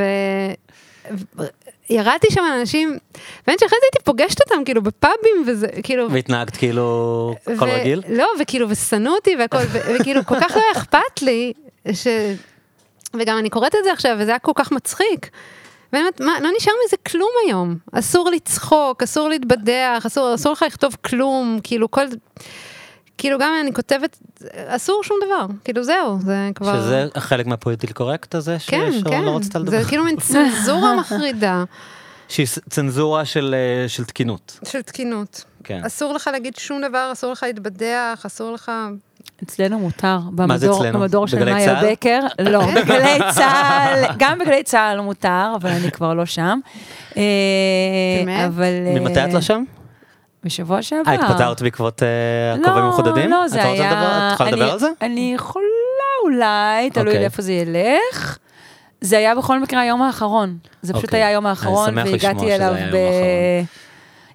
ירדתי שם אנשים, ואני שאחרי זה הייתי פוגשת אותם, כאילו, בפאבים, וזה, כאילו... והתנהגת כאילו כל רגיל? לא, וכאילו, וסנו אותי, והכל, וכאילו, כל כך לא אכפת לי, ש... וגם אני קוראת את זה עכשיו, וזה היה כל כך מצחיק. ואני אומרת, מה, לא נשאר מזה כלום היום. אסור לצחוק, אסור להתבדח, אסור, אסור לך לכתוב כלום, כאילו, כל... כאילו גם אני כותבת, אסור שום דבר, כאילו זהו, זה כבר... שזה חלק מהפוליטיקלי קורקט הזה, כן, כן, לא רצית לדבר. זה כאילו מין צנזורה מחרידה. שהיא צנזורה של, של תקינות. של תקינות. כן. אסור לך להגיד שום דבר, אסור לך להתבדח, אסור לך... אצלנו מותר, מה זה אצלנו? במדור של מאיה בקר, לא, בגלי צהל, גם בגלי צהל מותר, אבל אני כבר לא שם. באמת? ממתי את לא שם? בשבוע שעבר. היית פתרת בעקבות הכובעים המחודדים? לא, זה היה... את יכולה לדבר על זה? אני יכולה אולי, תלוי לאיפה זה ילך. זה היה בכל מקרה היום האחרון. זה פשוט היה היום האחרון, והגעתי אליו ב...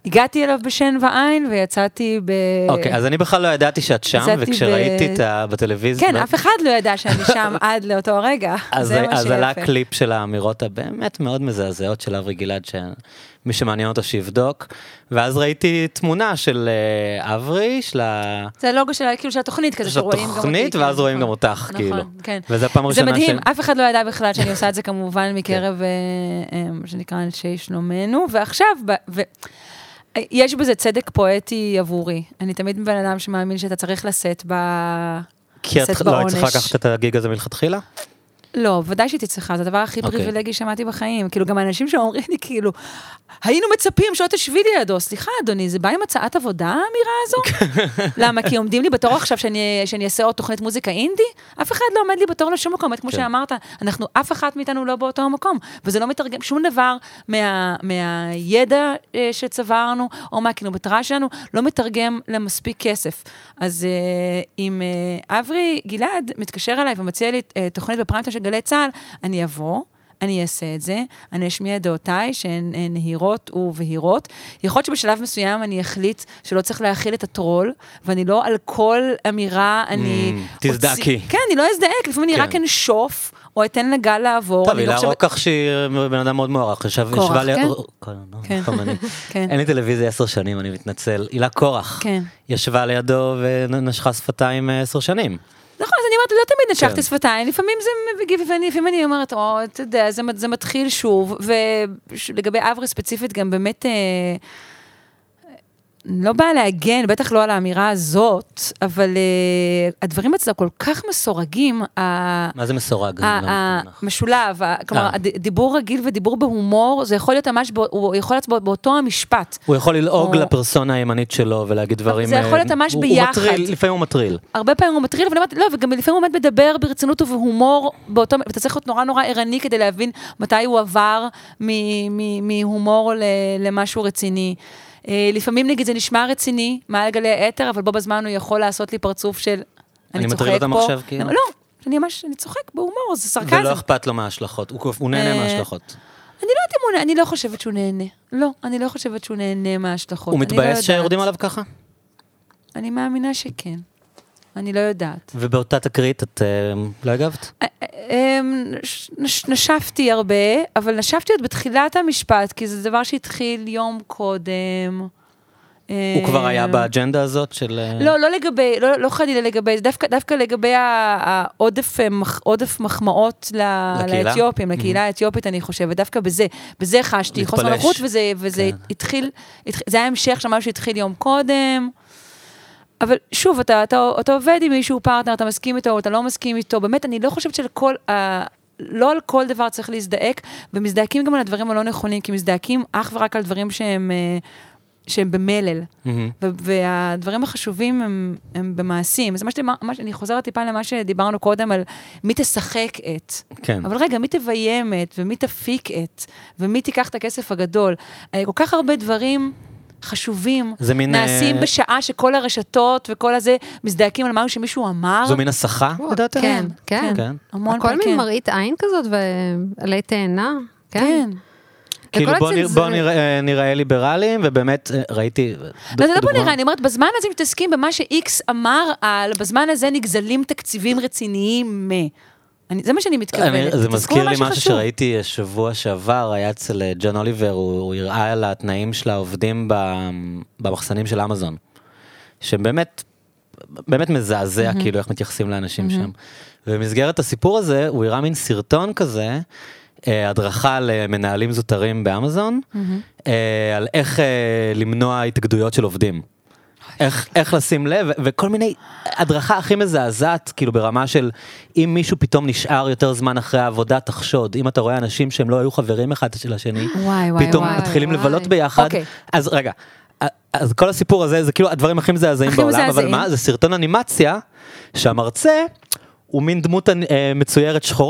הגעתי אליו בשן ועין, ויצאתי ב... אוקיי, אז אני בכלל לא ידעתי שאת שם, וכשראיתי בטלוויזיה... כן, אף אחד לא ידע שאני שם עד לאותו הרגע. אז עלה קליפ של האמירות הבאמת מאוד מזעזעות של אברי גלעד, שמי שמעניין אותו שיבדוק, ואז ראיתי תמונה של אברי, של ה... זה הלוגו של התוכנית כזה, שרואים גם אותי. התוכנית, ואז רואים גם אותך, כאילו. נכון, כן. וזה הפעם הראשונה זה מדהים, אף אחד לא ידע בכלל שאני עושה את זה כמובן מקרב, מה שנקרא, אנשי שלומנו, ועכשיו, יש בזה צדק פואטי עבורי. אני תמיד בן אדם שמאמין שאתה צריך לשאת בעונש. כי את לא היית צריכה לקחת את הגיג הזה מלכתחילה? לא, ודאי שהייתי צריכה, זה הדבר הכי פריבילגי שמעתי בחיים. כאילו, גם האנשים שאומרים לי, כאילו, היינו מצפים שלא תשבי לידו. סליחה, אדוני, זה בא עם הצעת עבודה, האמירה הזו? למה? כי עומדים לי בתור עכשיו שאני אעשה עוד תוכנית מוזיקה אינדי? אף אחד לא עומד לי בתור לשום מקום. כמו שאמרת, אנחנו, אף אחת מאיתנו לא באותו מקום. וזה לא מתרגם שום דבר מהידע שצברנו, או מהקילומטרה שלנו, לא מתרגם למספיק כסף. אז אם אברי גלעד מתקשר אליי ומציע לי תוכנית בפריים של גלי צהל, אני אבוא, אני אעשה את זה, אני אשמיע דעותיי שהן נהירות ובהירות. יכול להיות שבשלב מסוים אני אחליט שלא צריך להכיל את הטרול, ואני לא על כל אמירה, אני... תזדעקי. כן, אני לא אזדעק, לפעמים אני רק אנשוף, או אתן לגל לעבור. טוב, הילה רוקח שהיא בן אדם מאוד מוערך. קורח, כן? אין לי טלוויזיה עשר שנים, אני מתנצל. הילה קורח ישבה לידו ונשכה שפתיים עשר שנים. נכון, אז אני אומרת, לא תמיד נשכתי שפתיים, לפעמים זה מגיב, לפעמים אני אומרת, או, אתה יודע, זה מתחיל שוב, ולגבי אברי ספציפית גם באמת, לא באה להגן, בטח לא על האמירה הזאת, אבל הדברים אצלה כל כך מסורגים. מה זה מסורג? המשולב, כלומר, דיבור רגיל ודיבור בהומור, זה יכול להיות ממש, הוא יכול להיות באותו המשפט. הוא יכול ללעוג לפרסונה הימנית שלו, ולהגיד דברים... זה יכול להיות ממש ביחד. לפעמים הוא מטריל. הרבה פעמים הוא מטריל, לא, וגם לפעמים הוא עומד מדבר ברצינות ובהומור, ואתה צריך להיות נורא נורא ערני כדי להבין מתי הוא עבר מהומור למשהו רציני. לפעמים נגיד זה נשמע רציני, מעל גלי האתר, אבל בו בזמן הוא יכול לעשות לי פרצוף של... אני מטריל אותם עכשיו כאילו? לא, אני ממש, אני צוחק בהומור, זה סרקזם. ולא אכפת לו מההשלכות, הוא נהנה מההשלכות. אני לא יודעת אם הוא, אני לא חושבת שהוא נהנה. לא, אני לא חושבת שהוא נהנה מההשלכות. הוא מתבאס שיורדים עליו ככה? אני מאמינה שכן. אני לא יודעת. ובאותה תקרית את לא הגבת? נשפתי הרבה, אבל נשפתי עוד בתחילת המשפט, כי זה דבר שהתחיל יום קודם. הוא כבר היה באג'נדה הזאת של... לא, לא לגבי, לא חלילה לגבי, דווקא לגבי העודף מחמאות לאתיופים, לקהילה האתיופית, אני חושבת, דווקא בזה, בזה חשתי חוסר נוחות, וזה התחיל, זה היה המשך של משהו שהתחיל יום קודם. אבל שוב, אתה, אתה, אתה עובד עם מישהו פרטנר, אתה מסכים איתו, אתה לא מסכים איתו, באמת, אני לא חושבת שלכל, אה, לא על כל דבר צריך להזדעק, ומזדעקים גם על הדברים הלא נכונים, כי מזדעקים אך ורק על דברים שהם, אה, שהם במלל, mm-hmm. והדברים החשובים הם, הם במעשים. אז מה שאני, מה, אני חוזרת טיפה למה שדיברנו קודם, על מי תשחק את. כן. אבל רגע, מי תביים את, ומי תפיק את, ומי תיקח את הכסף הגדול. כל כך הרבה דברים... חשובים, נעשים בשעה שכל הרשתות וכל הזה מזדעקים על משהו שמישהו אמר. זו מין השכה? כן, כן. הכל מין מראית עין כזאת ועלי תאנה. כן. כאילו בוא נראה ליברליים, ובאמת ראיתי... לא, זה לא בוא נראה, אני אומרת, בזמן הזה מתעסקים במה שאיקס אמר על, בזמן הזה נגזלים תקציבים רציניים מ... זה מה שאני מתכוונת. זה מזכיר לי משהו שראיתי שבוע שעבר, היה אצל ג'ון אוליבר, הוא הראה על התנאים של העובדים במחסנים של אמזון, שבאמת, באמת מזעזע, כאילו איך מתייחסים לאנשים שם. ובמסגרת הסיפור הזה, הוא הראה מין סרטון כזה, הדרכה למנהלים זוטרים באמזון, על איך למנוע התאגדויות של עובדים. איך, איך לשים לב, וכל מיני הדרכה הכי מזעזעת, כאילו ברמה של, אם מישהו פתאום נשאר יותר זמן אחרי העבודה, תחשוד, אם אתה רואה אנשים שהם לא היו חברים אחד של השני, וואי, וואי, פתאום וואי, מתחילים וואי, לבלות וואי. ביחד, אוקיי. אז רגע, אז כל הסיפור הזה, זה כאילו הדברים הכי מזעזעים בעולם, מזעזעים. אבל מה? זה סרטון אנימציה, שהמרצה, הוא מין דמות מצוירת שחורה,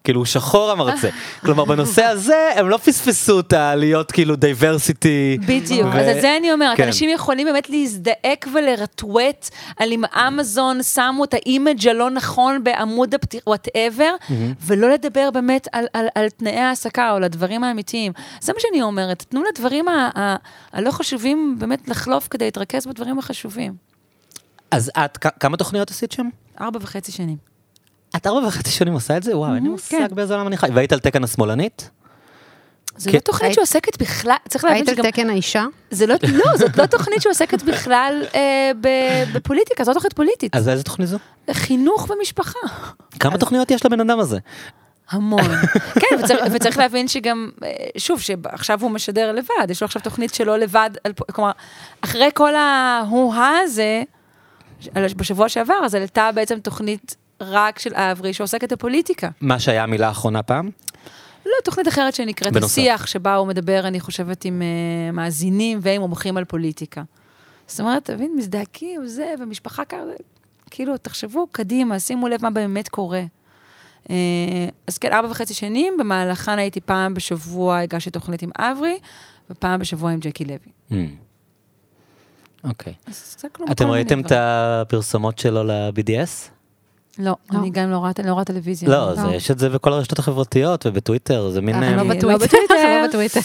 כאילו הוא שחור המרצה. כלומר, בנושא הזה הם לא פספסו אותה להיות כאילו דייברסיטי. בדיוק, אז את זה אני אומרת, אנשים יכולים באמת להזדעק ולרטווט על אם אמזון שמו את האימג' הלא נכון בעמוד הפתיח, whatever, ולא לדבר באמת על תנאי העסקה או לדברים האמיתיים. זה מה שאני אומרת, תנו לדברים הלא חשובים באמת לחלוף כדי להתרכז בדברים החשובים. אז את, כמה תוכניות עשית שם? ארבע וחצי שנים. את ארבע וחצי שנים עושה את זה? וואו, אין לי מושג באיזה עולם אני חי. והיית על תקן השמאלנית? זו לא תוכנית שעוסקת בכלל, צריך להבין שגם... היית על תקן האישה? לא, זאת לא תוכנית שעוסקת בכלל בפוליטיקה, זו תוכנית פוליטית. אז איזה תוכנית זו? חינוך ומשפחה. כמה תוכניות יש לבן אדם הזה? המון. כן, וצריך, וצריך להבין שגם, שוב, שעכשיו הוא משדר לבד, יש לו עכשיו תוכנית שלו לבד, כלומר, אחרי כל ההוא הזה, בשבוע שעבר, אז עלתה בעצם תוכנית רק של אברי, שעוסקת בפוליטיקה. מה שהיה המילה האחרונה פעם? לא, תוכנית אחרת שנקראת השיח, שבה הוא מדבר, אני חושבת, עם uh, מאזינים ועם מומחים על פוליטיקה. זאת אומרת, תבין, מזדעקים, זה, ומשפחה כזה, כאילו, תחשבו קדימה, שימו לב מה באמת קורה. Uh, אז כן, ארבע וחצי שנים, במהלכן הייתי פעם בשבוע, הגשתי תוכנית עם אברי, ופעם בשבוע עם ג'קי לוי. Mm. אוקיי. אתם ראיתם את הפרסומות שלו ל-בי די אס? לא, אני גם לא רואה טלוויזיה. לא, יש את זה בכל הרשתות החברתיות ובטוויטר, זה מין... לא בטוויטר.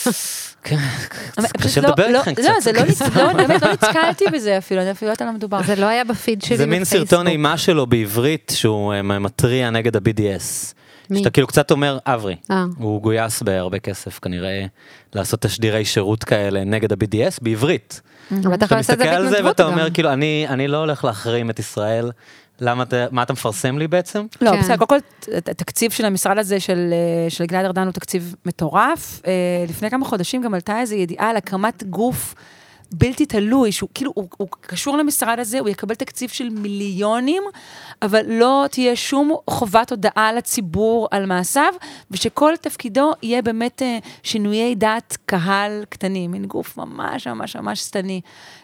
קשה לדבר איתכם קצת. לא, זה לא, באמת לא נצקלתי בזה אפילו, אני אפילו לא יודעת על המדובר. זה לא היה בפיד שלי בפייסבוק. זה מין סרטון אימה שלו בעברית, שהוא מטריע נגד ה-בי די אס. שאתה כאילו קצת אומר, אברי, הוא גויס בהרבה כסף כנראה, לעשות תשדירי שירות כאלה נגד ה-בי די אס בעברית. אתה מסתכל על זה ואתה אומר, כאילו, אני לא הולך להחרים את ישראל, למה, מה אתה מפרסם לי בעצם? לא, בסדר, קודם כל, התקציב של המשרד הזה של גלעד ארדן הוא תקציב מטורף. לפני כמה חודשים גם עלתה איזו ידיעה על הקמת גוף בלתי תלוי, שהוא כאילו, הוא, הוא קשור למשרד הזה, הוא יקבל תקציב של מיליונים, אבל לא תהיה שום חובת הודעה לציבור על מעשיו, ושכל תפקידו יהיה באמת שינויי דעת קהל קטנים, מין גוף ממש ממש ממש סתני.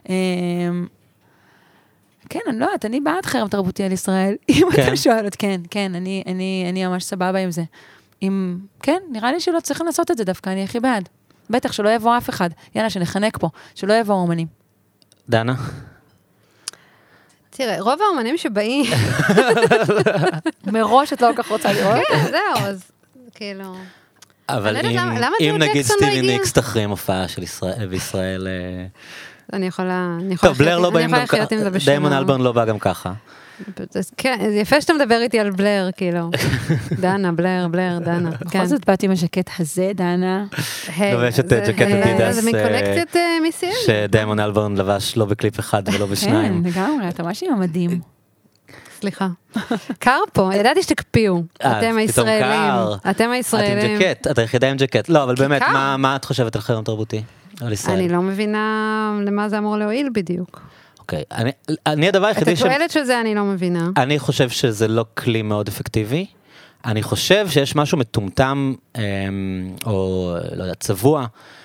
כן, אני לא יודעת, אני בעד חרם תרבותי על ישראל, אם אתה שואלת, כן, כן, אני, אני, אני ממש סבבה עם זה. אם, כן, נראה לי שלא צריכים לעשות את זה דווקא, אני הכי בעד. בטח, שלא יבוא אף אחד. יאללה, שנחנק פה, שלא יבוא אומנים. דנה? תראה, רוב האומנים שבאים... מראש את לא כל כך רוצה לראות? כן, זהו, אז כאילו... אבל אם נגיד סטיבי ניקס תחרים הופעה של ישראל, בישראל... אני יכולה... טוב, בלר לא באים גם ככה, דיימון אלברן לא בא גם ככה. כן, יפה שאתה מדבר איתי על בלר, כאילו. דנה, בלר, בלר, דנה. בכל זאת באתי עם השקט הזה, דנה. לובשת ג'קט אדידס. זה מקולקציית מיסיאל. שדיימון אלברן לבש לא בקליפ אחד ולא בשניים. כן, לגמרי, אתה משהו המדהים. סליחה. קר פה, ידעתי שתקפיאו. אתם הישראלים. אתם הישראלים. את עם ג'קט, את היחידה עם ג'קט. לא, אבל באמת, מה את חושבת על חרם תרבותי? אני לא מבינה למה זה אמור להועיל בדיוק. אוקיי, אני הדבר היחידי ש... את התועלת של זה אני לא מבינה. אני חושב שזה לא כלי מאוד אפקטיבי. אני חושב שיש משהו מטומטם, או לא יודע, צבוע,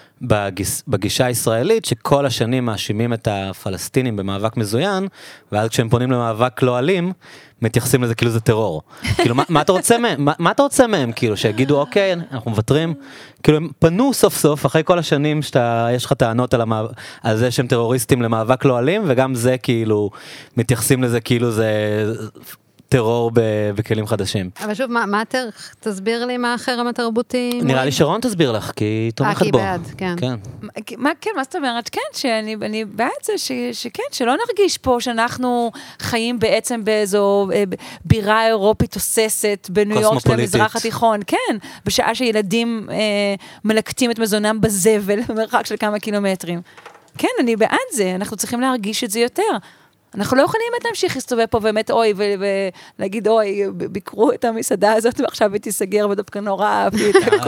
בגישה הישראלית, שכל השנים מאשימים את הפלסטינים במאבק מזוין, ואז כשהם פונים למאבק לא אלים, מתייחסים לזה כאילו זה טרור. כאילו, מה אתה רוצה מהם? מה אתה רוצה מהם? כאילו, שיגידו, אוקיי, אנחנו מוותרים. כאילו, הם פנו סוף סוף, אחרי כל השנים שאתה, יש לך טענות על זה שהם טרוריסטים למאבק לא אלים, וגם זה כאילו, מתייחסים לזה כאילו זה... טרור בכלים חדשים. אבל שוב, מה אתה, תסביר לי מה החרם התרבותי? נראה לי שרון תסביר לך, כי היא תומכת בו. כי בעד, כן. מה, כן, מה זאת אומרת? כן, שאני בעד זה, שכן, שלא נרגיש פה שאנחנו חיים בעצם באיזו בירה אירופית תוססת בניו יורק של המזרח התיכון. כן, בשעה שילדים מלקטים את מזונם בזבל, במרחק של כמה קילומטרים. כן, אני בעד זה, אנחנו צריכים להרגיש את זה יותר. אנחנו לא יכולים באמת להמשיך להסתובב פה באמת אוי, ולהגיד אוי, ביקרו את המסעדה הזאת, ועכשיו היא תיסגר, ודווקא נורא אהבתי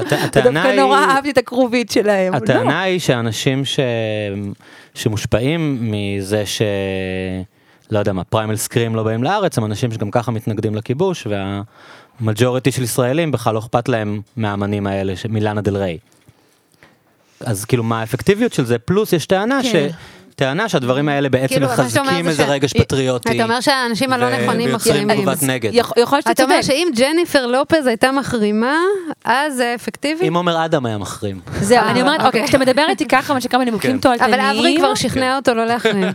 את הקרובית שלהם. הטענה היא שאנשים שמושפעים מזה ש... לא יודע מה, פריימל סקרים לא באים לארץ, הם אנשים שגם ככה מתנגדים לכיבוש, והמג'וריטי של ישראלים בכלל לא אכפת להם מהאמנים האלה, מילאנה דל ריי. אז כאילו מה האפקטיביות של זה? פלוס יש טענה ש... טענה שהדברים האלה בעצם מחזקים איזה רגש פטריוטי. אתה אומר שהאנשים הלא נכונים מחרימים. ויוצרים תגובת נגד. יכול שאתה אתה אומר שאם ג'ניפר לופז הייתה מחרימה, אז זה אפקטיבי? אם עומר אדם היה מחרים. זהו, אני אומרת, אוקיי, כשאתה מדבר איתי ככה, מה שקרה בנימוקים תועלתניים... אבל אברי כבר שכנע אותו לא להחרים.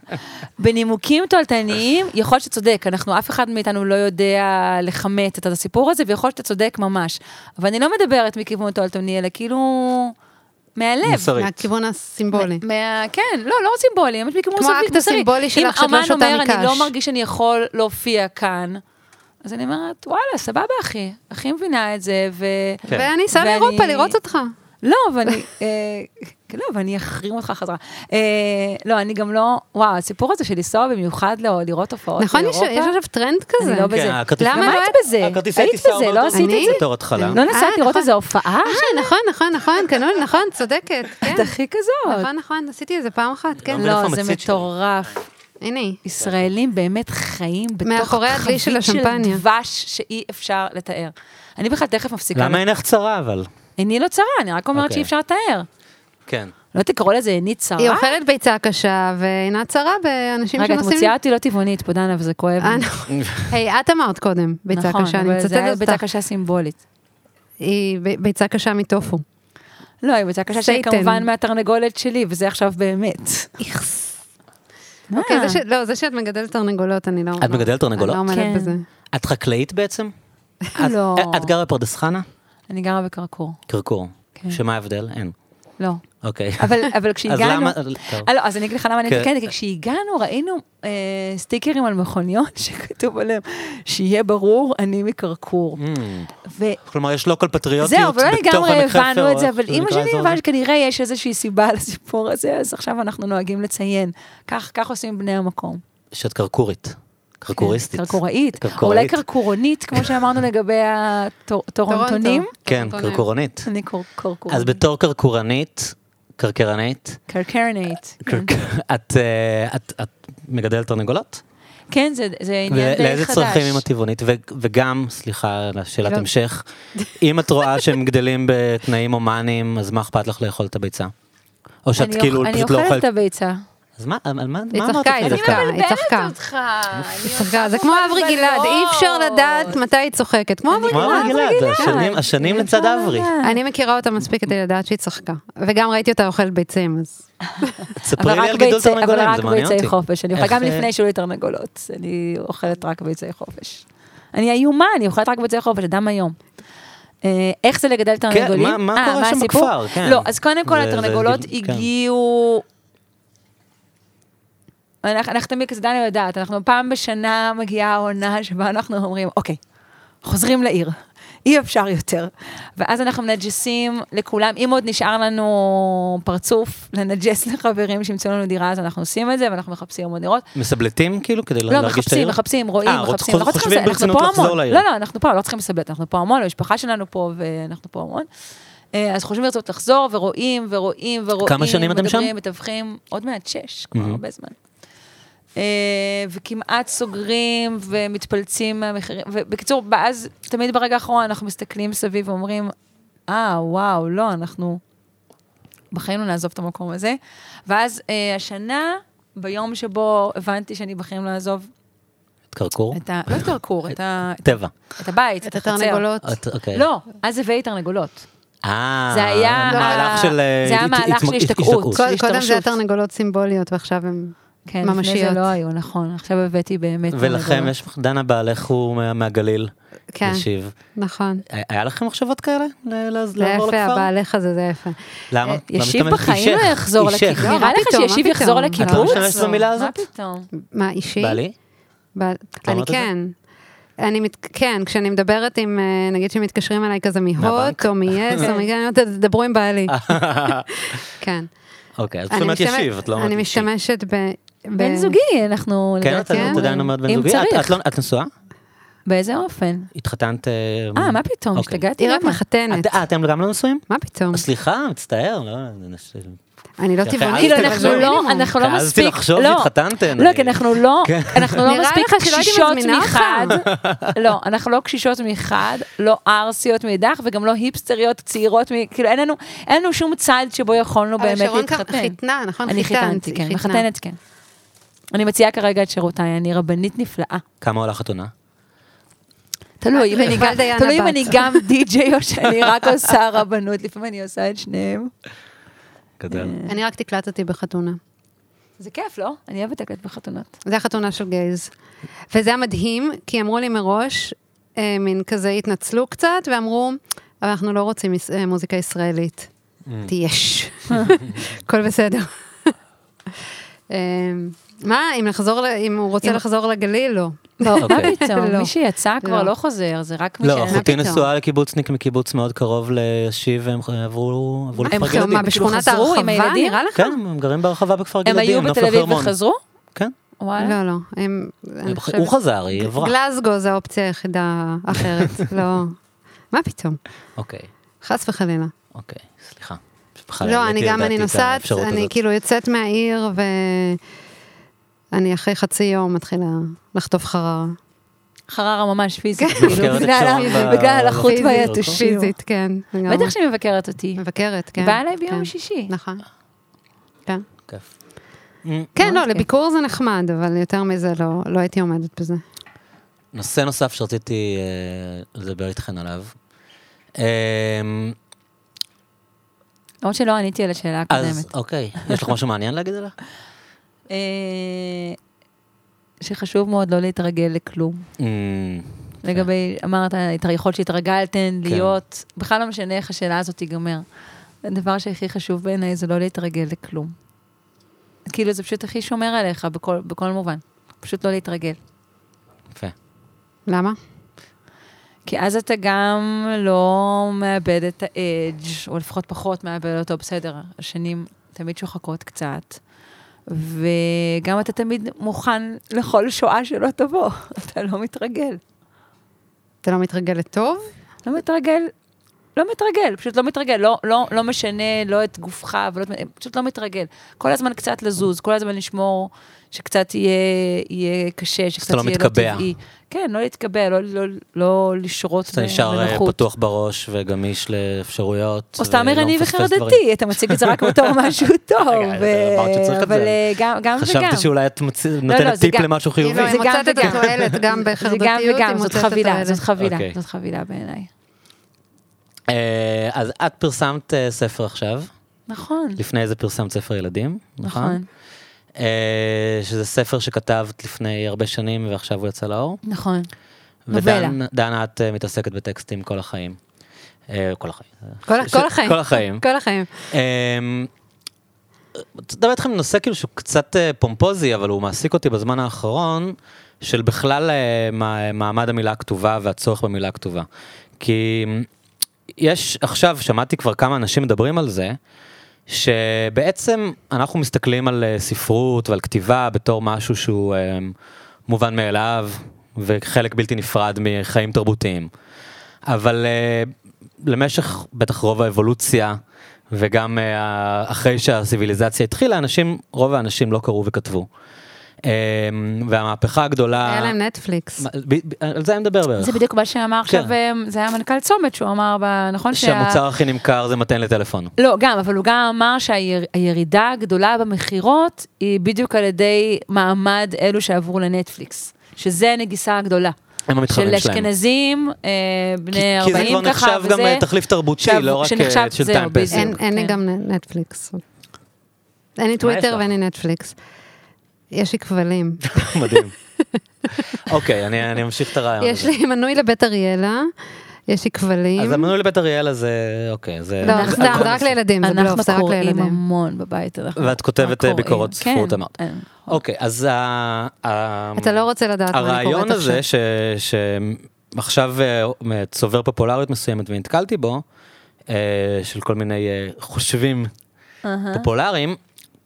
בנימוקים תועלתניים, יכול שאתה צודק, אנחנו, אף אחד מאיתנו לא יודע לחמת את הסיפור הזה, ויכול שאתה צודק ממש. אבל אני לא מדברת מכיוון תועלתני, אלא כאילו... מהלב. מהכיוון הסימבולי. כן, לא, לא סימבולי, ממש מכיוון כמו האקט הסימבולי שלך שאת לא שותה מקש. אני לא מרגיש שאני יכול להופיע כאן, אז אני אומרת, וואלה, סבבה אחי, הכי מבינה את זה, ו... ואני אסע לאירופה לראות אותך. לא, ואני, לא, ואני אחרים אותך חזרה. לא, אני גם לא, וואו, הסיפור הזה של לנסוע במיוחד לראות הופעות נכון, יש עכשיו טרנד כזה. אני לא בזה. למה לא היית בזה? היית בזה, לא עשית את זה. לא נסעת לראות איזו הופעה? נכון, נכון, נכון, נכון, צודקת. את הכי כזאת. נכון, נכון, עשיתי את זה פעם אחת, כן. לא, זה מטורף. הנה. ישראלים באמת חיים בתוך חבית של דבש שאי אפשר לתאר. אני בכלל תכף מפסיקה. למה אינך צרה, אבל? איני לא צרה, אני רק אומרת שאי אפשר לתאר. כן. לא תקראו לזה איני צרה. היא אוכלת ביצה קשה, ואינה צרה באנשים שעושים... רגע, את מוציאה אותי לא טבעונית, פה דנה, וזה כואב. היי, את אמרת קודם, ביצה קשה, אני מצטטת אותך. נכון, אבל זה ביצה קשה סימבולית. היא ביצה קשה מטופו. לא, היא ביצה קשה שהיא כמובן מהתרנגולת שלי, וזה עכשיו באמת. איכס. אוקיי, לא, זה שאת מגדלת תרנגולות, אני לא... את מגדלת תרנגולות? אני לא עומדת בזה. את חקלאית בעצם? לא. את גרה בפרדס חנה? אני גרה בקרקור. קרקור. שמה ההבדל? אין. לא. אוקיי. אבל כשהגענו... אז למה... לא, אז אני אגיד לך למה אני מתקנת, כי כשהגענו ראינו סטיקרים על מכוניות שכתוב עליהם, שיהיה ברור, אני מקרקור. כלומר, יש לוקל פטריוטיות בתוך המקרה. זהו, ולא לגמרי הבנו את זה, אבל אמא שלי הבנה שכנראה יש איזושהי סיבה לסיפור הזה, אז עכשיו אנחנו נוהגים לציין. כך עושים בני המקום. שאת קרקורית. קרקוריסטית. קרקוראית, או אולי קרקורונית, כמו שאמרנו לגבי הטורונטונים. כן, קרקורונית. אני קרקורונית. אז בתור קרקורנית, קרקרנית. קרקרנית. את מגדלת תרנגולות? כן, זה עניין די חדש. לאיזה צרכים עם הטבעונית, וגם, סליחה, לשאלת המשך, אם את רואה שהם גדלים בתנאים הומניים, אז מה אכפת לך לאכול את הביצה? או שאת כאילו פשוט לא אוכלת... אני אוכלת את הביצה. אז מה, מה, מה אמרת? היא צחקה, היא צחקה. היא צחקה, זה כמו אברי גלעד, אי אפשר לדעת מתי היא צוחקת. כמו אברי גלעד, השנים לצד אברי. אני מכירה אותה מספיק כדי לדעת שהיא צחקה. וגם ראיתי אותה אוכלת ביצים, אז... תספרי לי על גידול תרנגולים, זה מעניין אותי. אבל רק ביצי חופש, אני אוכלת גם לפני שהיו לי תרנגולות, אני אוכלת רק ביצי חופש. אני איומה, אני אוכלת רק ביצי חופש, אדם היום. איך זה לגדל תרנגולים? מה קורה שם בכפר? לא, אז קודם כל התרנגולות הגיעו... אנחנו תמיד כזה דני יודעת, אנחנו פעם בשנה מגיעה העונה שבה אנחנו אומרים, אוקיי, חוזרים לעיר, אי אפשר יותר. ואז אנחנו מנג'סים לכולם, אם עוד נשאר לנו פרצוף, לנג'ס לחברים שימצאו לנו דירה, אז אנחנו עושים את זה, ואנחנו מחפשים עוד דירות. מסבלטים כאילו, כדי לא, להרגיש את העיר? לא, מחפשים, מחפשים, רואים, מחפשים. חושבים ברצינות לחזור לעיר. לא, לא, אנחנו פה, לא צריכים לסבלט, אנחנו פה המון, המשפחה שלנו פה, ואנחנו פה המון. אז חושבים ברצות לחזור, ורואים, ורואים, ורואים. כמה שנים אתם שם? מדברים, מתווכים, עוד מעט שש, כבר הרבה זמן. וכמעט סוגרים ומתפלצים מהמחירים, ובקיצור, אז תמיד ברגע האחרון אנחנו מסתכלים סביב ואומרים, אה, וואו, לא, אנחנו בחיים לא נעזוב את המקום הזה, ואז השנה, ביום שבו הבנתי שאני בחיים לעזוב, את קרקור? לא את קרקור, את טבע. את הבית, את התרנגולות. לא, אז הבאתי תרנגולות. אה, זה היה מהלך של זה היה מהלך של השתקעות. קודם זה היה תרנגולות סימבוליות, ועכשיו הם... כן, לפני זה לא היו, נכון. עכשיו הבאתי באמת... ולכם יש, דנה בעלך הוא מהגליל. כן, נכון. היה לכם מחשבות כאלה? זה יפה, הבעלך הזה, זה יפה. למה? ישיב בחיים לא יחזור לקיבוץ. נראה לך שישיב יחזור לקיבוץ? את לא משתמשת במילה הזאת? מה פתאום? מה, אישי? בעלי? אני כן. אני, כן, כשאני מדברת עם, נגיד שמתקשרים אליי כזה מהוט, או מייס, או מגן, תדברו עם בעלי. כן. אוקיי, אז זאת אומרת ישיב, את לא אומרת אני משתמשת ב... בן זוגי, אנחנו... כן, את עדיין אומרת בן זוגי? את נשואה? באיזה אופן? התחתנת... אה, מה פתאום? השתגעתי? היא רק מחתנת. אה, אתם גם לא נשואים? מה פתאום? סליחה, מצטער, לא... אני לא טבעונית. כאילו, אנחנו לא, אנחנו לא מספיק, אז תחשוב שהתחתנתן. לא, כי אנחנו לא, אנחנו לא מספיק קשישות מחד, לא, אנחנו לא קשישות מחד, לא ארסיות מאידך, וגם לא היפסטריות צעירות, כאילו, אין לנו, אין לנו שום צד שבו יכולנו באמת להתחתן. שרון חיתנה, נכון? אני חיתנתי, כן, מחתנת, כן. אני מציעה כרגע את שירותיי, אני רבנית נפלאה. כמה עולה חתונה? תלוי, אם אני גם די-ג'יי או שאני רק עושה רבנות, לפעמים אני עושה את שניהם. גדל. אני רק תקלטתי בחתונה. זה כיף, לא? אני אוהבת תקלט בחתונות. זה החתונה של גייז. וזה היה מדהים, כי אמרו לי מראש, מין כזה התנצלו קצת, ואמרו, אבל אנחנו לא רוצים מוזיקה ישראלית. יש. הכל בסדר. מה, אם נחזור, אם הוא רוצה לחזור לגליל, לא. מה פתאום? מי שיצא כבר לא חוזר, זה רק מי ש... לא, אחותי נשואה לקיבוצניק מקיבוץ מאוד קרוב לישיב, והם עברו לכפר גלעדים. מה, בשכונת הרחבה, נראה לך? כן, הם גרים ברחבה בכפר גלעדים. הם היו בתל אביב וחזרו? כן. לא, לא. הוא חזר, היא עברה. גלזגו זה האופציה היחידה אחרת, לא. מה פתאום? אוקיי. חס וחלילה. אוקיי, סליחה. לא, אני גם, אני נוסעת, אני כאילו יוצאת מהעיר, ואני אחרי חצי יום מתחילה לחטוף חררה. חררה ממש פיזית, בגלל הלחות והיתושים. פיזית, כן. בטח שהיא מבקרת אותי. מבקרת, כן. היא באה אליי ביום שישי. נכון. כן. כיף. כן, לא, לביקור זה נחמד, אבל יותר מזה לא הייתי עומדת בזה. נושא נוסף שרציתי לדבר איתכן עליו. למרות שלא עניתי על השאלה הקודמת. אז אוקיי, יש לך משהו מעניין להגיד עליה? שחשוב מאוד לא להתרגל לכלום. לגבי, אמרת, יכול שהתרגלתן להיות, בכלל לא משנה איך השאלה הזאת תיגמר. הדבר שהכי חשוב בעיניי זה לא להתרגל לכלום. כאילו זה פשוט הכי שומר עליך בכל מובן. פשוט לא להתרגל. יפה. למה? כי אז אתה גם לא מאבד את האדג', או לפחות פחות מאבד אותו, בסדר, השנים תמיד שוחקות קצת, וגם אתה תמיד מוכן לכל שואה שלא תבוא, אתה לא מתרגל. אתה לא מתרגל לטוב? לא מתרגל, לא מתרגל, פשוט לא מתרגל, לא, לא, לא משנה, לא את גופך, ולא, פשוט לא מתרגל. כל הזמן קצת לזוז, כל הזמן לשמור שקצת יהיה, יהיה קשה, שקצת לא יהיה מתקבע. לא טבעי. כן, לא להתקבע, לא, לא, לא לשרות בנוחות. אתה נשאר פתוח בראש וגמיש לאפשרויות. או סתם ערני וחרדתי, אתה מציג את זה רק בתור משהו טוב. אבל גם וגם. חשבתי שאולי את נותנת טיפ למשהו חיובי. היא מוצאת את התועלת גם בחרדתיות. זה גם וגם, זאת חבילה, זאת חבילה, זאת חבילה בעיניי. אז את פרסמת ספר עכשיו. נכון. לפני זה פרסמת ספר ילדים. נכון. שזה ספר שכתבת לפני הרבה שנים ועכשיו הוא יצא לאור. נכון. נובלה. ודנה, את מתעסקת בטקסטים כל החיים. כל החיים. כל החיים. כל החיים. כל החיים. תדבר איתכם נושא כאילו שהוא קצת פומפוזי, אבל הוא מעסיק אותי בזמן האחרון, של בכלל מעמד המילה הכתובה והצורך במילה הכתובה. כי יש, עכשיו שמעתי כבר כמה אנשים מדברים על זה, שבעצם אנחנו מסתכלים על ספרות ועל כתיבה בתור משהו שהוא מובן מאליו, וחלק בלתי נפרד מחיים תרבותיים. אבל למשך בטח רוב האבולוציה, וגם אחרי שהסיביליזציה התחילה, אנשים, רוב האנשים לא קראו וכתבו. והמהפכה הגדולה... היה להם נטפליקס. על זה אני מדבר בערך. זה בדיוק מה שאמר עכשיו, זה היה מנכ"ל צומת, שהוא אמר, נכון שה... שהמוצר הכי נמכר זה מתן לטלפון. לא, גם, אבל הוא גם אמר שהירידה הגדולה במחירות, היא בדיוק על ידי מעמד אלו שעברו לנטפליקס, שזה הנגיסה הגדולה. הם המתחרים שלהם. של אשכנזים, בני ארבעים ככה, כי זה כבר נחשב גם תחליף תרבותי, לא רק של טיימפס. אין לי גם נטפליקס. אין לי טוויטר ואין לי נטפליקס. יש לי כבלים. מדהים. אוקיי, אני אמשיך את הרעיון. יש לי מנוי לבית אריאלה, יש לי כבלים. אז המנוי לבית אריאלה זה, אוקיי, זה... לא, זה רק לילדים, זה בלוף, זה רק לילדים. אנחנו קוראים המון בבית. ואת כותבת ביקורות ספרות, אמרת. אוקיי, אז... אתה לא רוצה לדעת מה אני קוראת עכשיו. הרעיון הזה, שעכשיו צובר פופולריות מסוימת, ונתקלתי בו, של כל מיני חושבים פופולריים,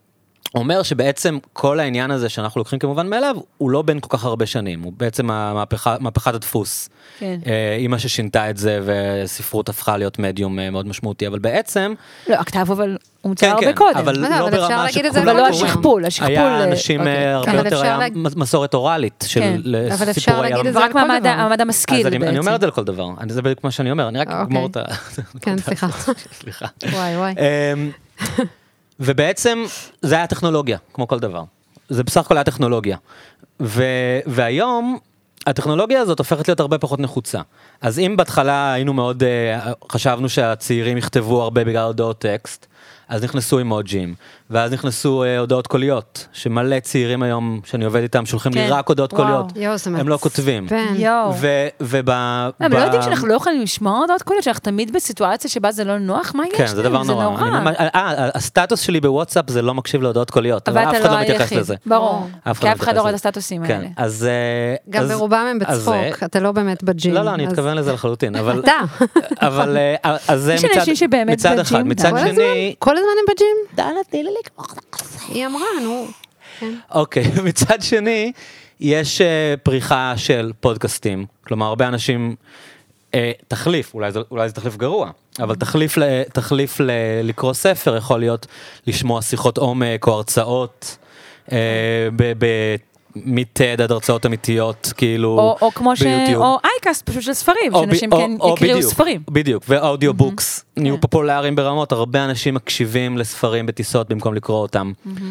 אומר שבעצם כל העניין הזה שאנחנו לוקחים כמובן מאליו, הוא לא בין כל כך הרבה שנים, הוא בעצם המהפכה, מהפכת הדפוס. כן. אימא ששינתה את זה, וספרות הפכה להיות מדיום מאוד משמעותי, אבל בעצם... לא, הכתב אבל הוא מוצא הרבה קודם. אבל לא ברמה שכולם... אבל לא השכפול, השכפול... היה אנשים הרבה יותר, היה מסורת אורלית של סיפור הים. ורק מעמד המשכיל בעצם. אני אומר את זה לכל דבר, זה בדיוק מה שאני אומר, אני רק אגמור את ה... כן, סליחה. סליחה. וואי, וואי. ובעצם זה היה טכנולוגיה, כמו כל דבר. זה בסך הכל היה טכנולוגיה. והיום, הטכנולוגיה הזאת הופכת להיות הרבה פחות נחוצה. אז אם בהתחלה היינו מאוד, חשבנו שהצעירים יכתבו הרבה בגלל הודעות טקסט, אז נכנסו אימוג'ים, ואז נכנסו אה, הודעות קוליות, שמלא צעירים היום שאני עובד איתם, שולחים כן. לי רק הודעות וואו. קוליות. יו, הם לא כותבים. יואו. וב... לא, אבל לא יודעים שאנחנו לא יכולים לשמוע הודעות קוליות, שאנחנו תמיד בסיטואציה שבה זה לא נוח, מה יש כן, זה דבר נורא. אני ממש, אה, הסטטוס שלי בוואטסאפ זה לא מקשיב להודעות קוליות, אבל אף אחד לא מתייחס לזה. ברור, כי אף אחד לא רואה את הסטטוסים האלה. כן, אז... גם ברובם הם בצחוק, אתה לא באמת בג'ים. לא, לא, אני אתכוון לזה לחלוטין, אבל... אתה. אבל, אז זה מצד אחד. מצד שני... כל הזמן הם בג'ים? דנה, תני לי לקרוא. היא אמרה, נו. אוקיי, מצד שני, יש פריחה של פודקאסטים, כלומר, הרבה אנשים, תחליף, אולי זה, אולי זה תחליף גרוע, אבל תחליף, תחליף לקרוא ספר, יכול להיות לשמוע שיחות עומק או הרצאות, ב... מטד עד הרצאות אמיתיות, כאילו, או, או כמו ש... או אייקאסט פשוט של ספרים, שאנשים כן יקראו ספרים. בדיוק, ואודיו בוקס, נהיו פופולריים ברמות, הרבה אנשים מקשיבים לספרים בטיסות במקום לקרוא אותם.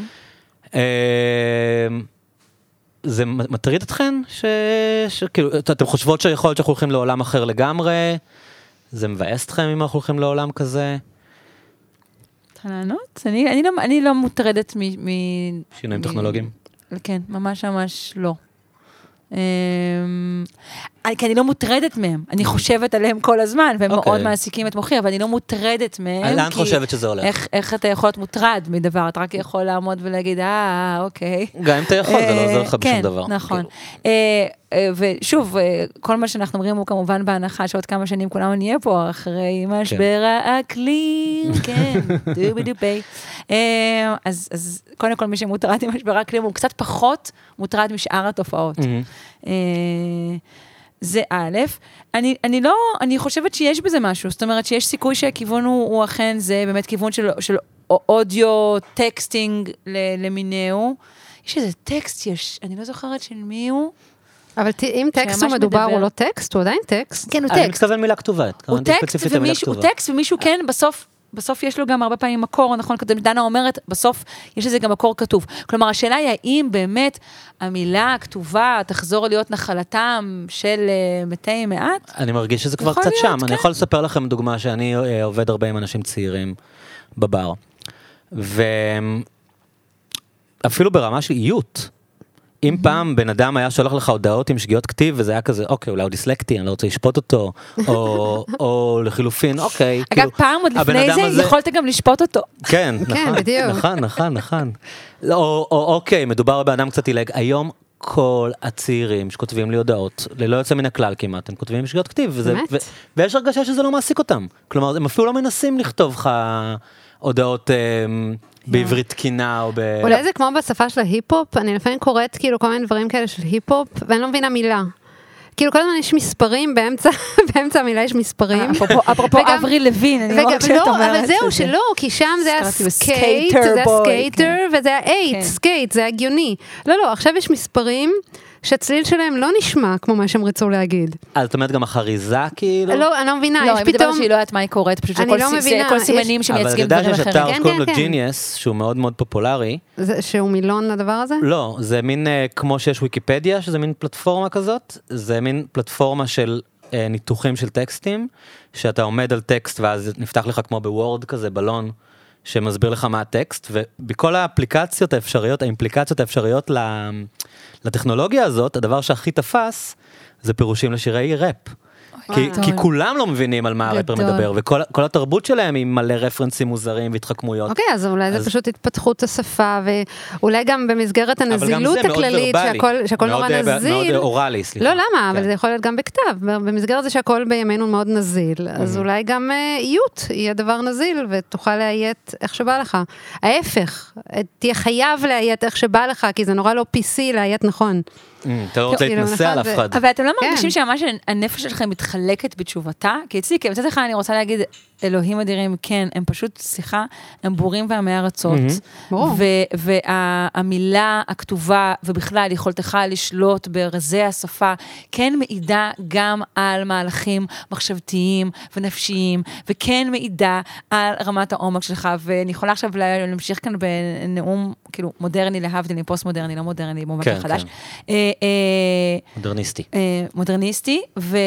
זה מטריד אתכן? כאילו, אתם חושבות שיכול להיות שאנחנו הולכים לעולם אחר לגמרי? זה מבאס אתכם אם אנחנו הולכים לעולם כזה? אתה לענות? אני לא מוטרדת מ... שינויים טכנולוגיים? כן, ממש ממש לא. כי אני לא מוטרדת מהם, אני חושבת עליהם כל הזמן, והם מאוד מעסיקים את מוחי, אבל אני לא מוטרדת מהם. לאן חושבת שזה הולך? איך אתה יכול להיות מוטרד מדבר, אתה רק יכול לעמוד ולהגיד, אה, אוקיי. גם אם אתה יכול, זה לא עוזר לך בשום דבר. כן, נכון. ושוב, כל מה שאנחנו אומרים הוא כמובן בהנחה שעוד כמה שנים כולנו נהיה פה, אחרי משבר האקלים, כן, דובי דובי. אז קודם כל מי שמוטרד עם משבר האקלים הוא קצת פחות מוטרד משאר התופעות. זה א', אני, אני לא, אני חושבת שיש בזה משהו, זאת אומרת שיש סיכוי שהכיוון הוא, הוא אכן זה באמת כיוון של, של אודיו, טקסטינג למיניהו. יש איזה טקסט, יש, אני לא זוכרת של מי הוא. אבל אם טקסט הוא מדובר, הוא לא טקסט, הוא עדיין טקסט. כן, הוא טקסט. אני מתכוון מילה כתובה. הוא טקסט, ומישהו, הוא טקסט, ומישהו כן, בסוף, בסוף יש לו גם הרבה פעמים מקור, נכון? כתוב, דנה אומרת, בסוף יש לזה גם מקור כתוב. כלומר, השאלה היא, האם באמת המילה הכתובה תחזור להיות נחלתם של מתי מעט? אני מרגיש שזה כבר קצת שם. אני יכול לספר לכם דוגמה שאני עובד הרבה עם אנשים צעירים בבר. ואפילו ברמה של איות. אם פעם בן אדם היה שולח לך הודעות עם שגיאות כתיב, וזה היה כזה, אוקיי, אולי הוא דיסלקטי, אני לא רוצה לשפוט אותו, או לחילופין, אוקיי. אגב, פעם עוד לפני זה, יכולת גם לשפוט אותו. כן, נכון, נכון, נכון. או אוקיי, מדובר בבן אדם קצת עילג. היום כל הצעירים שכותבים לי הודעות, ללא יוצא מן הכלל כמעט, הם כותבים עם שגיאות כתיב, ויש הרגשה שזה לא מעסיק אותם. כלומר, הם אפילו לא מנסים לכתוב לך הודעות בעברית תקינה או ב... אולי זה כמו בשפה של ההיפ-הופ, אני לפעמים קוראת כאילו כל מיני דברים כאלה של היפ-הופ, ואני לא מבינה מילה. כאילו כל הזמן יש מספרים, באמצע המילה יש מספרים. אפרופו אברי לוין, אני לא חושבת אומרת. לא, אבל זהו שלא, כי שם זה היה סקייט, זה היה סקייטר, וזה היה אייט, סקייט, זה היה הגיוני. לא, לא, עכשיו יש מספרים שהצליל שלהם לא נשמע כמו מה שהם רצו להגיד. אז את אומרת גם החריזה כאילו? לא, אני לא מבינה, יש פתאום... לא, אני מדבר שהיא לא יודעת מה היא קוראת, פשוט כל סימנים שמייצגים דברים אחרים. אבל אתה יודע שיש אתר שקוראים לו ג'יניוס, שהוא מאוד מאוד פופולרי. שהוא מילון לדבר הזה? לא, זה מין, כמו שיש ויקיפדיה, שזה מין פלטפורמה כזאת, זה מין פלטפורמה של ניתוחים של טקסטים, שאתה עומד על טקסט ואז נפתח לך כמו בוורד כזה, בלון, שמסביר לך מה הטקסט, ובכל האפליקציות האפשריות, האימפליקציות האפשריות לטכנולוגיה הזאת, הדבר שהכי תפס, זה פירושים לשירי ראפ. כי כולם לא מבינים על מה הרפר מדבר, וכל התרבות שלהם היא מלא רפרנסים מוזרים והתחכמויות. אוקיי, אז אולי זה פשוט התפתחות השפה, ואולי גם במסגרת הנזילות הכללית, שהכל נורא נזיל. מאוד אוראלי, סליחה. לא, למה? אבל זה יכול להיות גם בכתב. במסגרת זה שהכל בימינו מאוד נזיל, אז אולי גם איות יהיה דבר נזיל, ותוכל להיית איך שבא לך. ההפך, תהיה חייב להיית איך שבא לך, כי זה נורא לא פי סי להיית נכון. אתה לא רוצה להתנסה על אף אחד. אבל אתם לא מרגישים שממש הנפש שלכם מתחלקת בתשובתה? כי אצלי, כי מצד אחד אני רוצה להגיד, אלוהים אדירים, כן, הם פשוט, סליחה, הם בורים ועמי ארצות. והמילה הכתובה, ובכלל יכולתך לשלוט ברזי השפה, כן מעידה גם על מהלכים מחשבתיים ונפשיים, וכן מעידה על רמת העומק שלך, ואני יכולה עכשיו להמשיך כאן בנאום, כאילו, מודרני להבדיל, פוסט מודרני, לא מודרני, במובן חדש. מודרניסטי. מודרניסטי,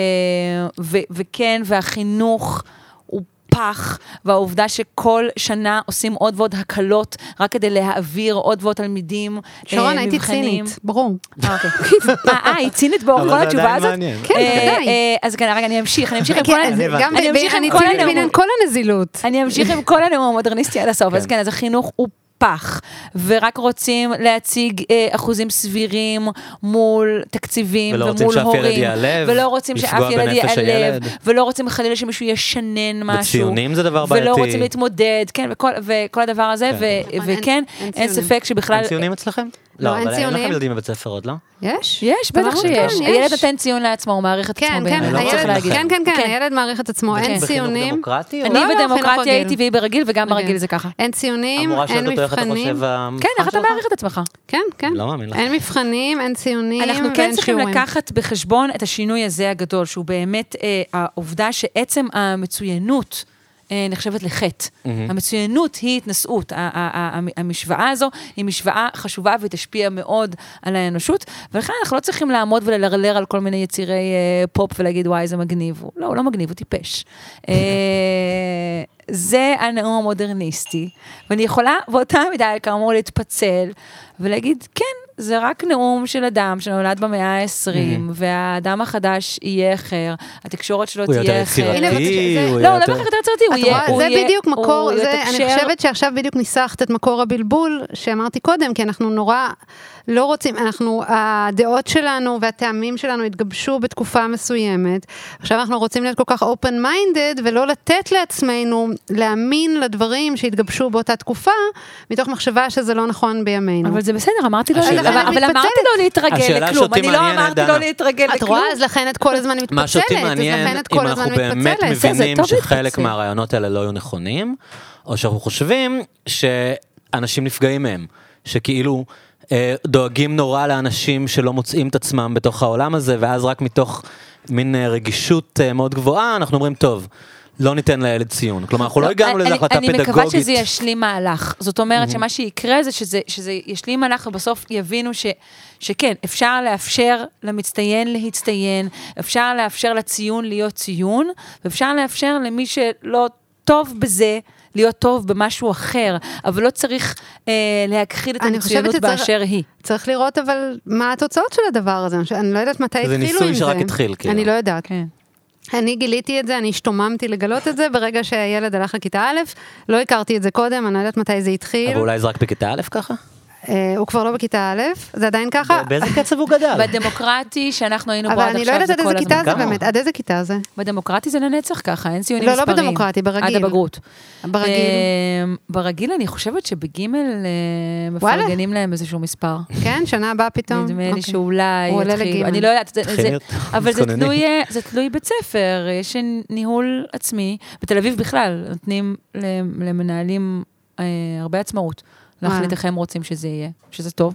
וכן, והחינוך הוא פח, והעובדה שכל שנה עושים עוד ועוד הקלות, רק כדי להעביר עוד ועוד תלמידים. שרון, הייתי צינית, ברור. אה, אוקיי. אה, היא צינית באור כל התשובה הזאת? כן, ודאי. אז רגע, אני אמשיך, אני אמשיך עם כל הנאום. אני צינית בין כל הנזילות. אני אמשיך עם כל הנאום המודרניסטי עד הסוף, אז כן, אז החינוך הוא פח, ורק רוצים להציג אה, אחוזים סבירים מול תקציבים ומול הורים, ולא רוצים שאף ילד ייעלב, ולא רוצים חלילה שמישהו ישנן משהו, בציונים זה דבר בעייתי, ולא רוצים להתמודד, כן, וכל, וכל הדבר הזה, ו, וכן, אין, אין ספק שבכלל... אין ציונים אצלכם? לא, אבל אין לכם ילדים בבית ספר עוד, לא? יש? יש, בטח שיש. הילד נותן ציון לעצמו, הוא מעריך את עצמו. כן, כן, כן, הילד מעריך את עצמו, אין ציונים. אני בדמוקרטיה הייתי והיא ברגיל, וגם ברגיל זה ככה. אין ציונים, אין מבחנים. כן, איך אתה מעריך את עצמך? כן, כן. אין מבחנים, אין ציונים, אנחנו כן צריכים לקחת בחשבון את השינוי הזה הגדול, שהוא באמת העובדה שעצם המצוינות, נחשבת לחטא. המצוינות היא התנסות. המשוואה הזו היא משוואה חשובה ותשפיע מאוד על האנושות, ולכן אנחנו לא צריכים לעמוד וללרלר על כל מיני יצירי פופ ולהגיד וואי זה מגניב. לא, הוא לא מגניב, הוא טיפש. זה הנאום המודרניסטי, ואני יכולה באותה מידה כאמור להתפצל ולהגיד כן, זה רק נאום של אדם שנולד במאה ה-עשרים, והאדם החדש יהיה אחר, התקשורת שלו תהיה אחר. הוא יותר יצירתי, לא, לא בהכרח יותר יצירתי, זה בדיוק מקור, אני חושבת שעכשיו בדיוק ניסחת את מקור הבלבול שאמרתי קודם, כי אנחנו נורא לא רוצים, אנחנו, הדעות שלנו והטעמים שלנו התגבשו בתקופה מסוימת, עכשיו אנחנו רוצים להיות כל כך open-minded, ולא לתת לעצמנו להאמין לדברים שהתגבשו באותה תקופה, מתוך מחשבה שזה לא נכון בימינו. אבל זה בסדר, אמרתי לו, אבל אמרתי לו להתרגל לכלום, אני לא אמרתי לו להתרגל לכלום. את רואה, אז לכן את כל הזמן מתפצלת, מה שאותי מעניין, אם אנחנו באמת מבינים שחלק מהרעיונות האלה לא היו נכונים, או שאנחנו חושבים שאנשים נפגעים מהם, שכאילו דואגים נורא לאנשים שלא מוצאים את עצמם בתוך העולם הזה, ואז רק מתוך מין רגישות מאוד גבוהה, אנחנו אומרים, טוב, לא ניתן לילד ציון. כלומר, אנחנו לא הגענו לאיזו החלטה פדגוגית. אני מקווה שזה ישלים מהלך. זאת אומרת שמה שיקרה זה שזה ישלים מהלך, ובסוף יבינו שכן, אפשר לאפשר למצטיין להצטיין, אפשר לאפשר לציון להיות ציון, ואפשר לאפשר למי שלא טוב בזה, להיות טוב במשהו אחר, אבל לא צריך אה, להכחיד את המצוינות באשר היא. צריך לראות אבל מה התוצאות של הדבר הזה. אני לא יודעת מתי התחילו עם זה. זה ניסוי שרק התחיל. אני לא יודעת. כן. אני גיליתי את זה, אני השתוממתי לגלות את זה, ברגע שהילד הלך לכיתה א', לא הכרתי את זה קודם, אני לא יודעת מתי זה התחיל. אבל אולי זה רק בכיתה א' ככה? הוא כבר לא בכיתה א', זה עדיין ככה. באיזה קצב הוא גדל? בדמוקרטי, שאנחנו היינו בו עד עכשיו, אבל אני לא יודעת עד איזה כיתה זה באמת, עד איזה כיתה זה? בדמוקרטי זה לנצח ככה, אין ציונים מספרים. לא, לא בדמוקרטי, ברגיל. עד הבגרות. ברגיל. ברגיל אני חושבת שבגימל מפרגנים להם איזשהו מספר. כן, שנה הבאה פתאום. נדמה לי שאולי יתחיל, אני לא יודעת, אבל זה תלוי בית ספר, יש ניהול עצמי, בתל אביב בכלל, נותנים למנהלים הרבה עצמאות. להחליט איך הם רוצים שזה יהיה, שזה טוב.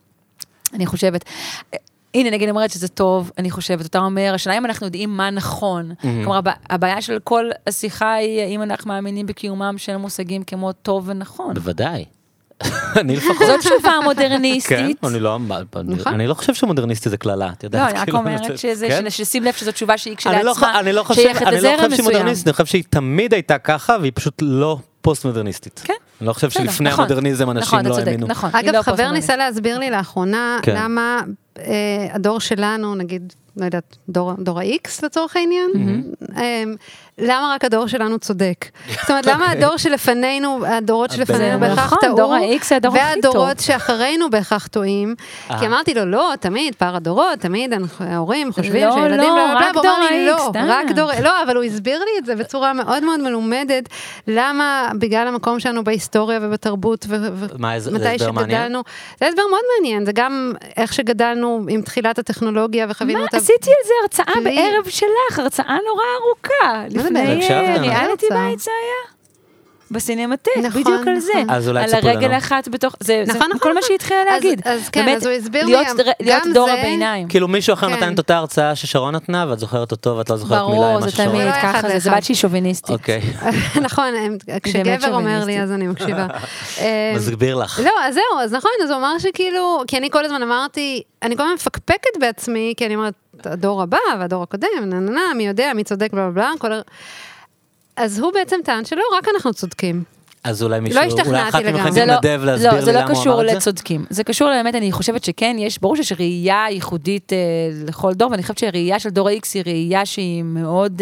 אני חושבת, הנה נגיד אומרת שזה טוב, אני חושבת, אתה אומר, השאלה אם אנחנו יודעים מה נכון, כלומר, הבעיה של כל השיחה היא, האם אנחנו מאמינים בקיומם של מושגים כמו טוב ונכון. בוודאי. אני לפחות... זאת תשובה מודרניסטית. כן, אני לא חושב שמודרניסטי זה כללה, את יודעת. לא, אני רק אומרת ששים לב שזאת תשובה שהיא כשלעצמה, שייכת לזרם מסוים. אני לא חושב שהיא מודרניסטית, אני חושב שהיא תמיד הייתה ככה, והיא פשוט לא פוסט-מודרניסטית. כן. אני לא חושב שלפני המודרניזם אנשים לא האמינו. אגב, חבר ניסה להסביר לי לאחרונה, למה הדור שלנו, נגיד, לא יודעת, דור ה-X לצורך העניין, למה רק הדור שלנו צודק? זאת אומרת, למה הדור שלפנינו, הדורות שלפנינו בהכרח טעו, והדורות שאחרינו בהכרח טועים, כי אמרתי לו, לא, תמיד, פער הדורות, תמיד ההורים חושבים שילדים, לא, רק דור ה-X, רק דור, לא, אבל הוא הסביר לי את זה בצורה מאוד מאוד מלומדת, למה בגלל המקום שלנו בהיסטוריה ובתרבות, ומתי שגדלנו, זה הסבר מאוד מעניין, זה גם איך שגדלנו עם תחילת הטכנולוגיה וחווינו את מה, עשיתי על זה הרצאה בערב שלך, הרצאה נורא ארוכה, לפני ריאליטי בית זה היה. בסינמטק, בדיוק על זה. על הרגל האחת בתוך, זה כל מה שהתחילה להגיד. אז כן, אז הוא הסביר לי, להיות דור הביניים. כאילו מישהו אחר נתן את אותה הרצאה ששרון נתנה, ואת זוכרת אותו, ואת לא זוכרת מילה ברור, זה תמיד ככה, זה בת שהיא שוביניסטית. אוקיי. נכון, כשגבר אומר לי, אז אני מקשיבה. מסביר לך. לא, אז זהו, אז נכון, אז הוא אמר שכאילו, כי אני כל הזמן אמרתי, אני כל הזמן מפקפקת בעצמי, כי אני אומרת, הדור הבא והדור הקודם, נננה, מי יודע, מי צודק, בלה בלה, כל אז הוא בעצם טען שלא, רק אנחנו צודקים. אז אולי מישהו, אולי אחת מכם תתנדב להסביר לי למה הוא אמר את זה? לא, זה לא קשור לצודקים. זה קשור באמת, אני חושבת שכן, יש, ברור שיש ראייה ייחודית לכל דור, ואני חושבת שהראייה של דור ה-X היא ראייה שהיא מאוד...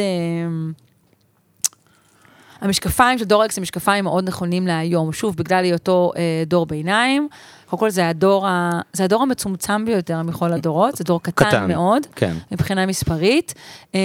המשקפיים של דור ה-X הם משקפיים מאוד נכונים להיום, שוב, בגלל היותו דור ביניים, קודם כל זה הדור, זה הדור המצומצם ביותר מכל הדורות, זה דור קטן, קטן מאוד, כן. מבחינה מספרית,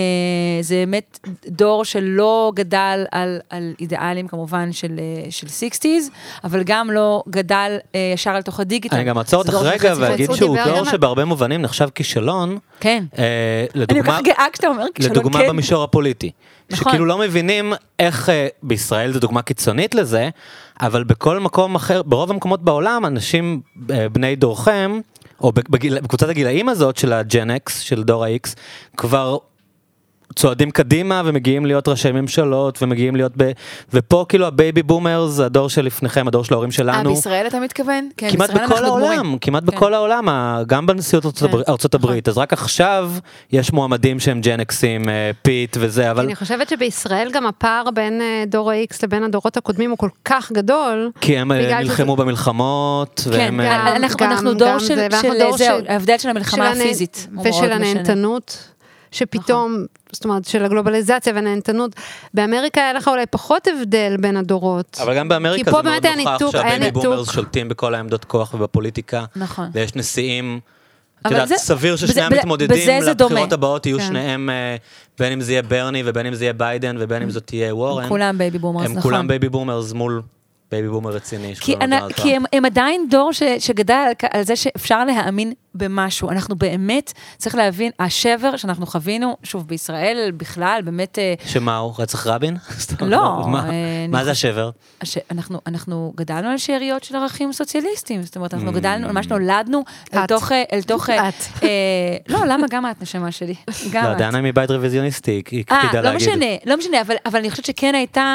זה באמת דור שלא גדל על, על אידיאלים כמובן של, של סיקסטיז, אבל גם לא גדל ישר על תוך הדיגיטל. אני גם אעצור אותך רגע ואגיד שהוא דור שבהרבה מובנים נחשב כישלון, כן. לדוגמה, אני כל כך גאה כשאתה אומר כישלון, לדוגמה כן. במישור הפוליטי. נכון. שכאילו לא מבינים איך, בישראל זו דוגמה קיצונית לזה, אבל בכל מקום אחר, ברוב המקומות בעולם, אנשים בני דורכם, או בגיל, בקבוצת הגילאים הזאת של הג'ן-אקס, של דור ה-X, כבר צועדים קדימה ומגיעים להיות ראשי ממשלות, ומגיעים להיות ב... ופה כאילו הבייבי בומרס, זה הדור שלפניכם, הדור של ההורים שלנו. אה, בישראל אתה מתכוון? כן, כמעט בכל העולם, כמעט בכל העולם, גם בנשיאות ארצות הברית, אז רק עכשיו יש מועמדים שהם ג'ן-אקסים, פיט וזה, אבל... אני חושבת שבישראל גם הפער בין דור ה-X לבין הדורות הקודמים הוא כל כך גדול. כי הם נלחמו במלחמות, כן, אנחנו דור של... ההבדל של המלחמה הפיזית. ושל הנהנתנות. שפתאום, זאת אומרת, של הגלובליזציה והנהנתנות, באמריקה היה לך אולי פחות הבדל בין הדורות. אבל גם באמריקה זה מאוד נוכח שהבייבי בומרס שולטים בכל העמדות כוח ובפוליטיקה, נכון. ויש נשיאים, את יודעת, סביר ששניהם מתמודדים לבחירות הבאות, יהיו שניהם, בין אם זה יהיה ברני, ובין אם זה יהיה ביידן, ובין אם זאת תהיה וורן. כולם בייבי בומרס, נכון. הם כולם בייבי בומרס מול... בייבי בומר רציני. כי, אנ... כי הם, הם עדיין דור ש, שגדל על, על זה שאפשר להאמין במשהו. אנחנו באמת, צריך להבין, השבר שאנחנו חווינו, שוב, בישראל בכלל, באמת... שמה הוא? רצח רבין? לא. מה, מה זה השבר? הש... אנחנו, אנחנו גדלנו על שאריות של ערכים סוציאליסטיים, זאת אומרת, אנחנו גדלנו, ממש נולדנו אל תוך... אל תוך את. לא, למה גם את נשמה שלי? גם את. לא, דענה מבית רוויזיוניסטי, היא קפידה להגיד. לא משנה, לא משנה, אבל, אבל אני חושבת שכן הייתה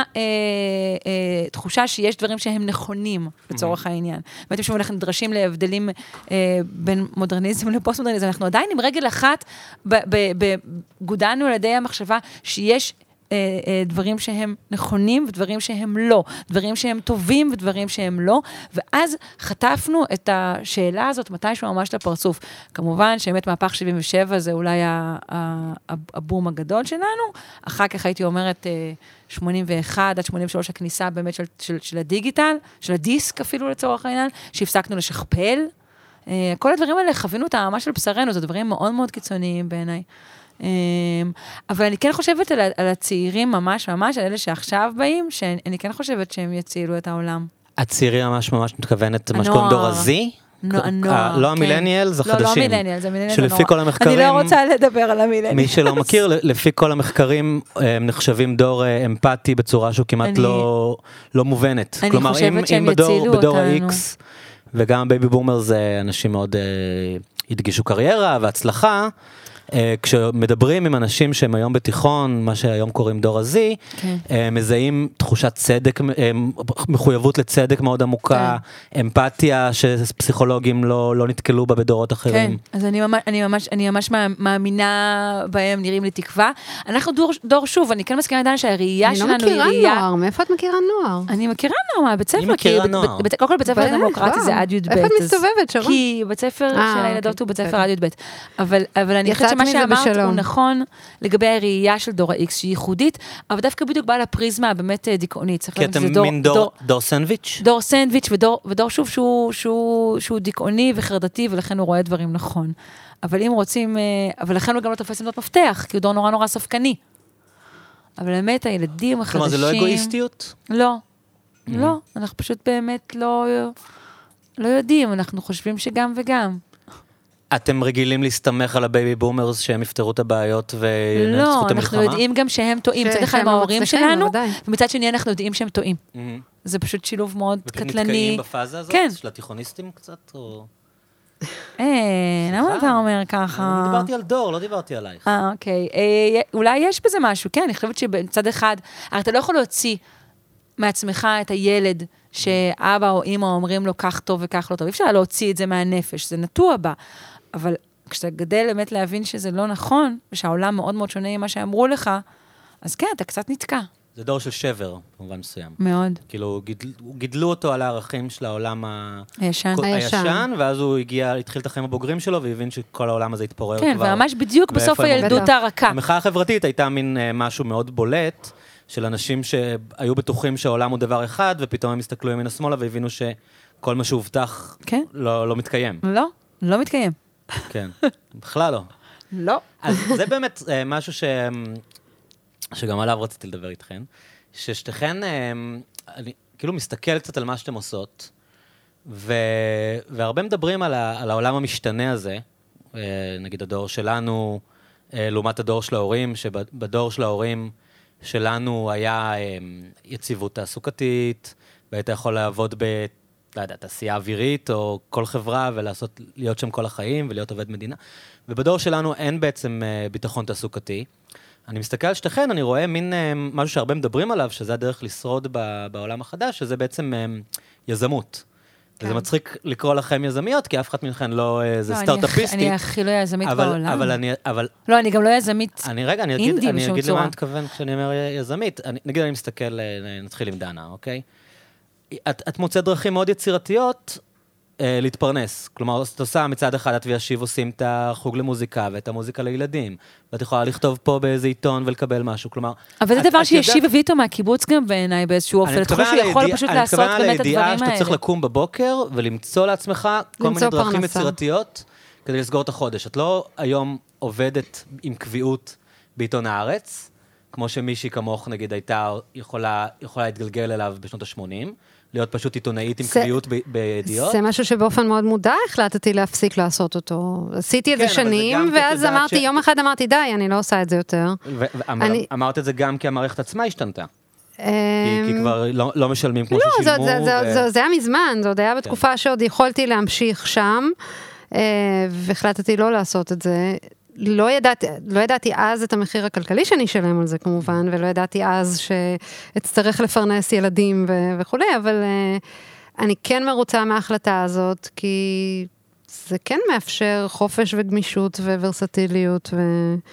תחושה שיש דברים שהם נכונים, לצורך העניין. ואתם שוב, אנחנו נדרשים להבדלים בין מודרניזם לפוסט-מודרניזם. אנחנו עדיין עם רגל אחת, גודענו על ידי המחשבה שיש דברים שהם נכונים ודברים שהם לא, דברים שהם טובים ודברים שהם לא, ואז חטפנו את השאלה הזאת מתישהו ממש לפרצוף. כמובן שבאמת מהפך שבעים ושבע זה אולי הבום הגדול שלנו, אחר כך הייתי אומרת שמונים ואחת עד שמונים ושלוש הכניסה באמת של, של, של הדיגיטל, של הדיסק אפילו לצורך העניין, שהפסקנו לשכפל. כל הדברים האלה חווינו אותם ממש על בשרנו, זה דברים מאוד מאוד קיצוניים בעיניי. אבל אני כן חושבת על, על הצעירים ממש ממש, על אלה שעכשיו באים, שאני כן חושבת שהם יצילו את העולם. הצעירים ממש ממש מתכוונת, מה שקוראים דור הזי? לא המילניאל, זה חדשים. לא, לא המילניאל, זה המילניאל. שלפי כל המחקרים... אני לא רוצה לדבר על המילניאל. מי שלא מכיר, לפי כל המחקרים, הם נחשבים דור אמפתי בצורה שהוא כמעט לא מובנת. אני חושבת שהם יצילו אותנו. ה-X, וגם בייבי בומר זה אנשים מאוד הדגישו קריירה והצלחה, כשמדברים עם אנשים שהם היום בתיכון, מה שהיום קוראים דור הזי, מזהים תחושת צדק, מחויבות לצדק מאוד עמוקה, אמפתיה שפסיכולוגים לא נתקלו בה בדורות אחרים. כן, אז אני ממש מאמינה בהם, נראים לתקווה. אנחנו דור שוב, אני כן מסכימה עדיין שהראייה שלנו היא ראייה... אני לא מכירה נוער, מאיפה את מכירה נוער? אני מכירה נוער מהבית ספר. אני מכירה נוער. קודם כל בית ספר דמוקרטי זה עד י"ב. איפה את מסתובבת, שרון? כי בית ספר של הילדות הוא בית ספר עד י"ב. אבל אני חושבת שמה שאמרת הוא נכון לגבי הראייה של דור ה-X, שהיא ייחודית, אבל דווקא בדיוק באה לפריזמה הבאמת דיכאונית. כי אתם מין דור סנדוויץ'? דור סנדוויץ', ודור שוב שהוא דיכאוני וחרדתי, ולכן הוא רואה דברים נכון. אבל אם רוצים, אבל לכן הוא גם לא תופס עמדות מפתח, כי הוא דור נורא נורא ספקני. אבל באמת הילדים החדשים... כלומר, זה לא אגואיסטיות? לא. לא. אנחנו פשוט באמת לא, לא יודעים, אנחנו חושבים שגם וגם. אתם רגילים להסתמך על הבייבי בומרס שהם יפתרו את הבעיות וינצחו את המלחמה? לא, אנחנו יודעים גם שהם טועים. מצד אחד עם ההורים שלנו, ומצד שני אנחנו יודעים שהם טועים. זה פשוט שילוב מאוד קטלני. ונתקעים בפאזה הזאת של התיכוניסטים קצת? אה, למה אתה אומר ככה? אני דיברתי על דור, לא דיברתי עלייך. אה, אוקיי. אולי יש בזה משהו, כן, אני חושבת שבצד אחד, הרי אתה לא יכול להוציא מעצמך את הילד שאבא או אמא אומרים לו כך טוב וכך לא טוב. אי אפשר להוציא את זה מהנפש, זה נטוע בה. אבל כשאתה גדל באמת להבין שזה לא נכון, ושהעולם מאוד מאוד שונה ממה שאמרו לך, אז כן, אתה קצת נתקע. זה דור של שבר, במובן מסוים. מאוד. כאילו, גידל, גידלו אותו על הערכים של העולם הישן. הישן, ואז הוא הגיע, התחיל את החיים הבוגרים שלו, והבין שכל העולם הזה התפורר כן, כבר. כן, וממש בדיוק בסוף הילדות הרכה. המחאה החברתית הייתה מין משהו מאוד בולט, של אנשים שהיו בטוחים שהעולם הוא דבר אחד, ופתאום הם הסתכלו ימין השמאלה, והבינו שכל מה שהובטח כן? לא, לא מתקיים. לא, לא מתקיים. כן, בכלל לא. לא. אז זה באמת משהו ש... שגם עליו רציתי לדבר איתכן, ששתיכן, אני כאילו מסתכל קצת על מה שאתם עושות, ו... והרבה מדברים על, ה... על העולם המשתנה הזה, נגיד הדור שלנו, לעומת הדור של ההורים, שבדור של ההורים שלנו היה יציבות תעסוקתית, והיית יכול לעבוד ב... לא יודע, תעשייה אווירית, או כל חברה, ולעשות, להיות שם כל החיים, ולהיות עובד מדינה. ובדור שלנו אין בעצם ביטחון תעסוקתי. אני מסתכל על שתיכן, אני רואה מין משהו שהרבה מדברים עליו, שזה הדרך לשרוד בעולם החדש, שזה בעצם יזמות. וזה מצחיק לקרוא לכם יזמיות, כי אף אחד מכן לא איזה סטארט-אפיסטית. אני הכי לא יזמית בעולם. אבל אני... לא, אני גם לא יזמית אינדי בשום צורה. רגע, אני אגיד למה אני מתכוון כשאני אומר יזמית. נגיד, אני מסתכל, נתחיל עם דנה, אוקיי? את מוצאת דרכים מאוד יצירתיות להתפרנס. כלומר, את עושה מצד אחד, את וישיב עושים את החוג למוזיקה, ואת המוזיקה לילדים, ואת יכולה לכתוב פה באיזה עיתון ולקבל משהו. כלומר... אבל זה דבר שישיב הביא איתו מהקיבוץ גם בעיניי באיזשהו אופן. לתחוש שהוא יכול פשוט לעשות באמת את הדברים האלה. אני מתכוון לידיעה שאתה צריך לקום בבוקר, ולמצוא לעצמך כל מיני דרכים יצירתיות, כדי לסגור את החודש. את לא היום עובדת עם קביעות בעיתון הארץ, כמו שמישהי כמוך, נגיד, הייתה יכולה להתגלגל אליו בשנות ה-שמונים, להיות פשוט עיתונאית עם קביעות בידיעות. זה משהו שבאופן מאוד מודע החלטתי להפסיק לעשות אותו. עשיתי את זה שנים, ואז אמרתי, יום אחד אמרתי, די, אני לא עושה את זה יותר. אמרת את זה גם כי המערכת עצמה השתנתה. כי כבר לא משלמים כמו ששילמו. לא, זה היה מזמן, זה עוד היה בתקופה שעוד יכולתי להמשיך שם, והחלטתי לא לעשות את זה. לא ידעתי, לא ידעתי אז את המחיר הכלכלי שאני אשלם על זה כמובן, ולא ידעתי אז שאצטרך לפרנס ילדים ו- וכו', אבל uh, אני כן מרוצה מההחלטה הזאת, כי זה כן מאפשר חופש וגמישות וורסטיליות ו...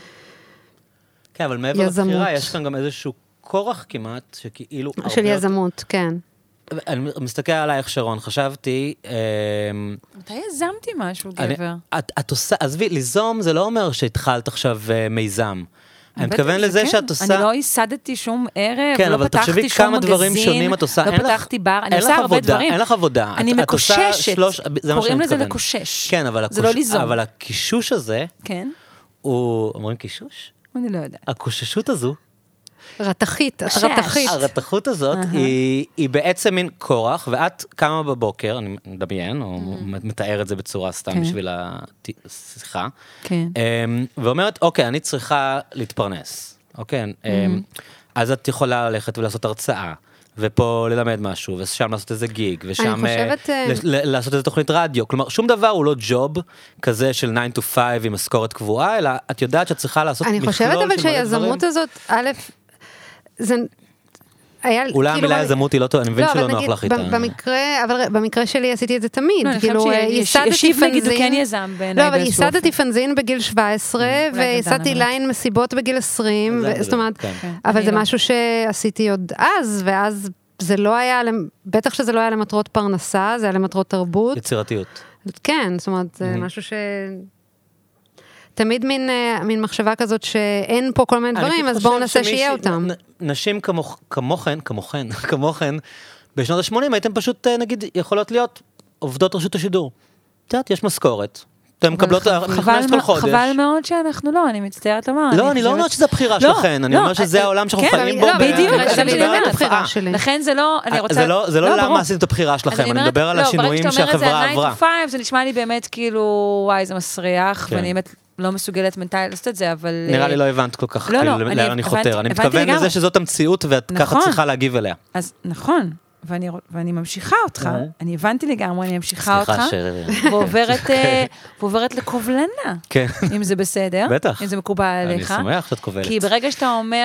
כן, אבל מעבר לבחירה, יש כאן גם איזשהו כורח כמעט, שכאילו... של יזמות, כן. אני מסתכל עלייך, שרון, חשבתי... מתי יזמתי משהו, גבר? את עושה, עזבי, ליזום זה לא אומר שהתחלת עכשיו מיזם. אני מתכוון לזה שאת עושה... אני לא ייסדתי שום ערב, כן, אבל תחשבי כמה דברים שונים את עושה. לא פתחתי בר, אני עושה הרבה דברים. אין לך עבודה. אני מקוששת, קוראים לזה לקושש. כן, זה לא ליזום. אבל הקישוש הזה, הוא... אומרים קישוש? אני לא יודעת. הקוששות הזו, רתחית, הרתחית. הרתחות הזאת היא, היא בעצם מין כורח, ואת קמה בבוקר, אני מדמיין, או מתאר את זה בצורה סתם בשביל השיחה, ואומרת, אוקיי, אני צריכה להתפרנס, אוקיי? אז את יכולה ללכת ולעשות הרצאה, ופה ללמד משהו, ושם לעשות איזה גיג, ושם לעשות איזה תוכנית רדיו, כלומר, שום דבר הוא לא ג'וב כזה של nine to five עם משכורת קבועה, אלא את יודעת שאת צריכה לעשות מכלול של מלא דברים. אני חושבת אבל שהיזמות הזאת, א', זה... אולי המילה יזמות היא לא טוב, אני מבין שלא נוח לך איתה. במקרה, אבל במקרה שלי עשיתי את זה תמיד. כאילו, ישיב נגיד הוא כן יזם בעיניי. לא, אבל ייסדתי פנזין בגיל שבע עשרה, וייסדתי ליין מסיבות בגיל עשרים, זאת אומרת, אבל זה משהו שעשיתי עוד אז, ואז זה לא היה, בטח שזה לא היה למטרות פרנסה, זה היה למטרות תרבות. יצירתיות. כן, זאת אומרת, זה משהו ש... תמיד מין, מין מחשבה כזאת שאין פה כל מיני דברים, אז בואו נעשה שיהיה אותם. נשים כמוכן, כמוכן, כמוכן, בשנות ה-שמונים הייתם פשוט, נגיד, יכולות להיות עובדות רשות השידור. את יודעת, יש משכורת. אתם מקבלות חמש כל חודש. חבל מאוד שאנחנו לא, אני מצטערת לומר. לא, אני לא אומרת שזה הבחירה שלכן, אני אומרת שזה העולם שאנחנו חיים בו. בדיוק, לכן זה לא, אני רוצה... זה לא למה עשיתם את הבחירה שלכם, אני מדבר על השינויים שהחברה עברה. ניין טו פייב, זה נשמע לי באמת כאילו, וואי, זה מסריח, ואני באמת לא מסוגלת מנטלית לעשות את זה, אבל... נראה לי לא הבנת כל כך לאן אני חותר. אני מתכוון לזה שזאת המציאות, ואת ככה צריכה להגיב אליה. אז נכון. ואני, ואני ממשיכה אותך, אני הבנתי לגמרי, אני ממשיכה אותך, ועוברת, ועוברת לקובלנה, אם זה בסדר, אם זה מקובל עליך. אני שמח שאת קובלת. כי ברגע שאתה אומר,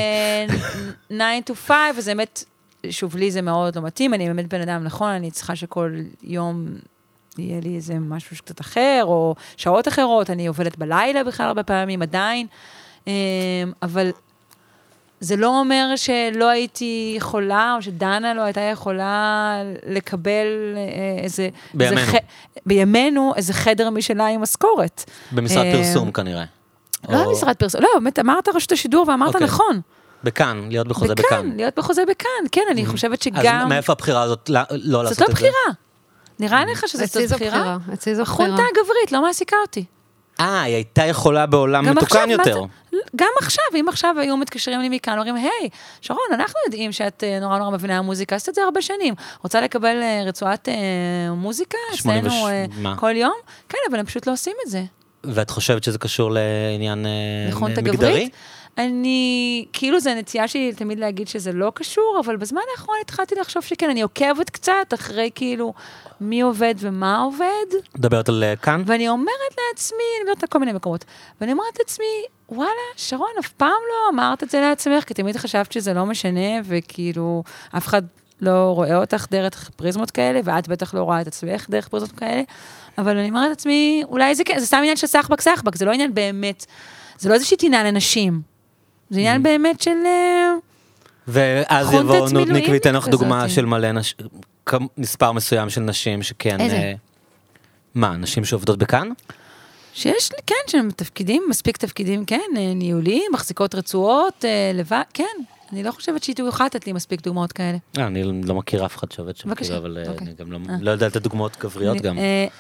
ניין טו פייב, וזה באמת, שוב, לי זה מאוד לא מתאים, אני באמת בן אדם נכון, אני צריכה שכל יום יהיה לי איזה משהו שקצת אחר, או שעות אחרות, אני עובדת בלילה בכלל הרבה פעמים, עדיין, אבל... זה לא אומר שלא הייתי יכולה, או שדנה לא הייתה יכולה לקבל איזה... בימינו. איזה ח... בימינו איזה חדר משלה עם משכורת. במשרד פרסום כנראה. לא או... במשרד פרסום, לא, באמת אמרת רשות השידור ואמרת okay. נכון. בכאן, להיות בחוזה בכאן. בכאן, להיות בחוזה בכאן, כן, אני חושבת שגם... אז מאיפה הבחירה הזאת לא, לא לעשות את זה? זאת לא בחירה. נראה לך שזאת בחירה? החונטה הגברית לא מעסיקה אותי. אה, היא הייתה יכולה בעולם מתוקן יותר. גם עכשיו, אם עכשיו היו מתקשרים לי מכאן, אומרים, היי, שרון, אנחנו יודעים שאת נורא נורא מבינה המוזיקה, עשית את זה הרבה שנים. רוצה לקבל רצועת מוזיקה? אצלנו כל יום? כן, אבל הם פשוט לא עושים את זה. ואת חושבת שזה קשור לעניין מגדרי? אני, כאילו זה הנטייה שלי תמיד להגיד שזה לא קשור, אבל בזמן האחרון התחלתי לחשוב שכן, אני עוקבת קצת אחרי כאילו מי עובד ומה עובד. מדברת על כאן? ואני אומרת לעצמי, אני אומרת על כל מיני מקומות, ואני אומרת לעצמי, וואלה, שרון, אף פעם לא אמרת את זה לעצמך, כי תמיד חשבת שזה לא משנה, וכאילו אף אחד לא רואה אותך דרך פריזמות כאלה, ואת בטח לא רואה את עצמך דרך פריזמות כאלה, אבל אני אומרת לעצמי, אולי זה כן, זה סתם עניין של סחבק סחבק, זה לא עניין באמת, זה לא איזושהי טינה לנשים. זה עניין באמת של... ואז יבוא נודניק ויתן לך דוגמה של מלא מספר מסוים של נשים שכן... איזה? מה, נשים שעובדות בכאן? שיש, כן, שהם תפקידים, מספיק תפקידים, כן, ניהולים, מחזיקות רצועות, לבד, כן. אני לא חושבת שהיא תוכל לתת לי מספיק דוגמאות כאלה. אני לא מכיר אף אחד שעובד שם, אבל אני גם לא יודע את הדוגמאות גבריות גם.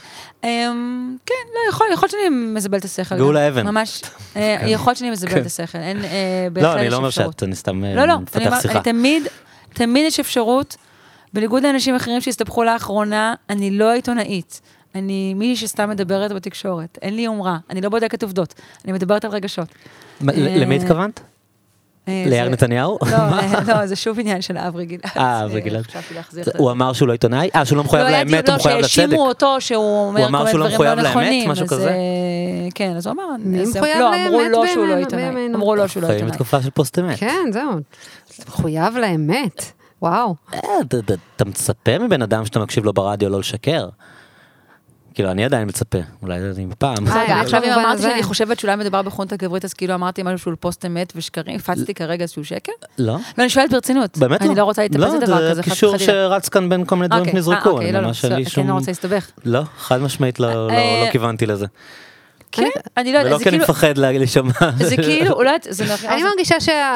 כן, לא, יכול, יכול שאני מזבל את השכל. גאולה אבן. ממש, יכול שאני מזבל את השכל. לא, אני לא אומר שאת, אני סתם מפתח שיחה. אני תמיד, תמיד יש אפשרות, בניגוד לאנשים אחרים שהסתבכו לאחרונה, אני לא עיתונאית. אני מישהי שסתם מדברת בתקשורת. אין לי יומרה, אני לא בודקת עובדות. אני מדברת על רגשות. למי התכוונת? ליאיר נתניהו? לא, זה שוב עניין של אברי גלעד. אה, אברי גלעד. הוא אמר שהוא לא עיתונאי? אה, שהוא לא מחויב לאמת, הוא מחויב לצדק. שהאשימו אותו, שהוא אומר כל מיני דברים לא נכונים. משהו כזה? כן, אז הוא אמר, לא, אמרו לו שהוא לא עיתונאי. אמרו לו שהוא לא עיתונאי. חיים בתקופה של פוסט אמת. כן, זהו. מחויב לאמת. וואו. אתה מצפה מבן אדם שאתה מקשיב לו ברדיו לא לשקר. כאילו, אני עדיין מצפה, אולי אני בפעם. עכשיו אם אמרתי שאני חושבת שאולי מדובר בחונטה גברית, אז כאילו אמרתי משהו שהוא פוסט אמת ושקרים, הפצתי כרגע איזשהו שקר? לא. לא, אני שואלת ברצינות. באמת לא? אני לא רוצה להתאפס לדבר כזה. לא, זה קישור שרץ כאן בין כל מיני דברים שנזרקו. אוקיי, לא, לא, כן, לא רוצה להסתבך. לא, חד משמעית לא כיוונתי לזה. כן, אני לא יודעת, ולא כי אני מפחד לשמוע. זה כאילו, אולי, זה נורא... אני מרגישה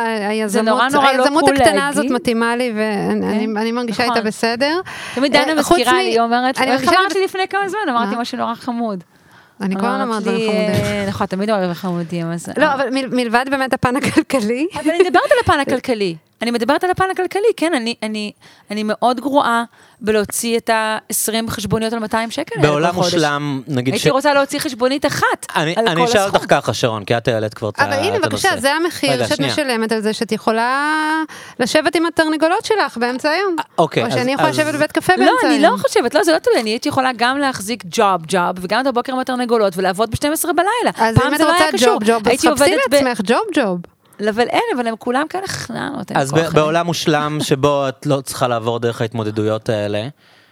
שהיזמות הקטנה הזאת מתאימה לי, ואני מרגישה איתה בסדר. תמיד דנה מזכירה לי, היא אומרת, איך אמרת לי לפני כמה זמן? אמרתי משהו נורא חמוד. אני כל הזמן אמרת דברים חמודים. נכון, תמיד אוהב חמודים. לא, אבל מלבד באמת הפן הכלכלי. אבל אני מדברת על הפן הכלכלי. אני מדברת על הפן הכלכלי, כן, אני, אני, אני מאוד גרועה בלהוציא את ה-עשרים חשבוניות על מאתיים שקל. בעולם מושלם, נגיד הייתי רוצה להוציא חשבונית אחת אני, על אני כל הסכום. אני אשאל אותך ככה, שרון, כי את העלית כבר את הנושא. אבל הנה, בבקשה, זה המחיר שאת משלמת על זה, שאת יכולה לשבת עם התרנגולות שלך באמצע היום. אוקיי. או שאני יכולה לשבת בבית קפה באמצע היום. לא, אני לא חושבת, לא, זה לא תלוי, אני הייתי יכולה גם להחזיק ג'וב, ג'וב, וגם את הבוקר עם התרנגולות, ולעבוד ב-שתים עשרה בלילה. אז אם את רוצה ג'וב, ג'וב, אז חפשי לעצמך ג'וב, ג'וב. אבל אין, אבל הם כולם כאלה חננות. אז בעולם מושלם שבו את לא צריכה לעבור דרך ההתמודדויות האלה,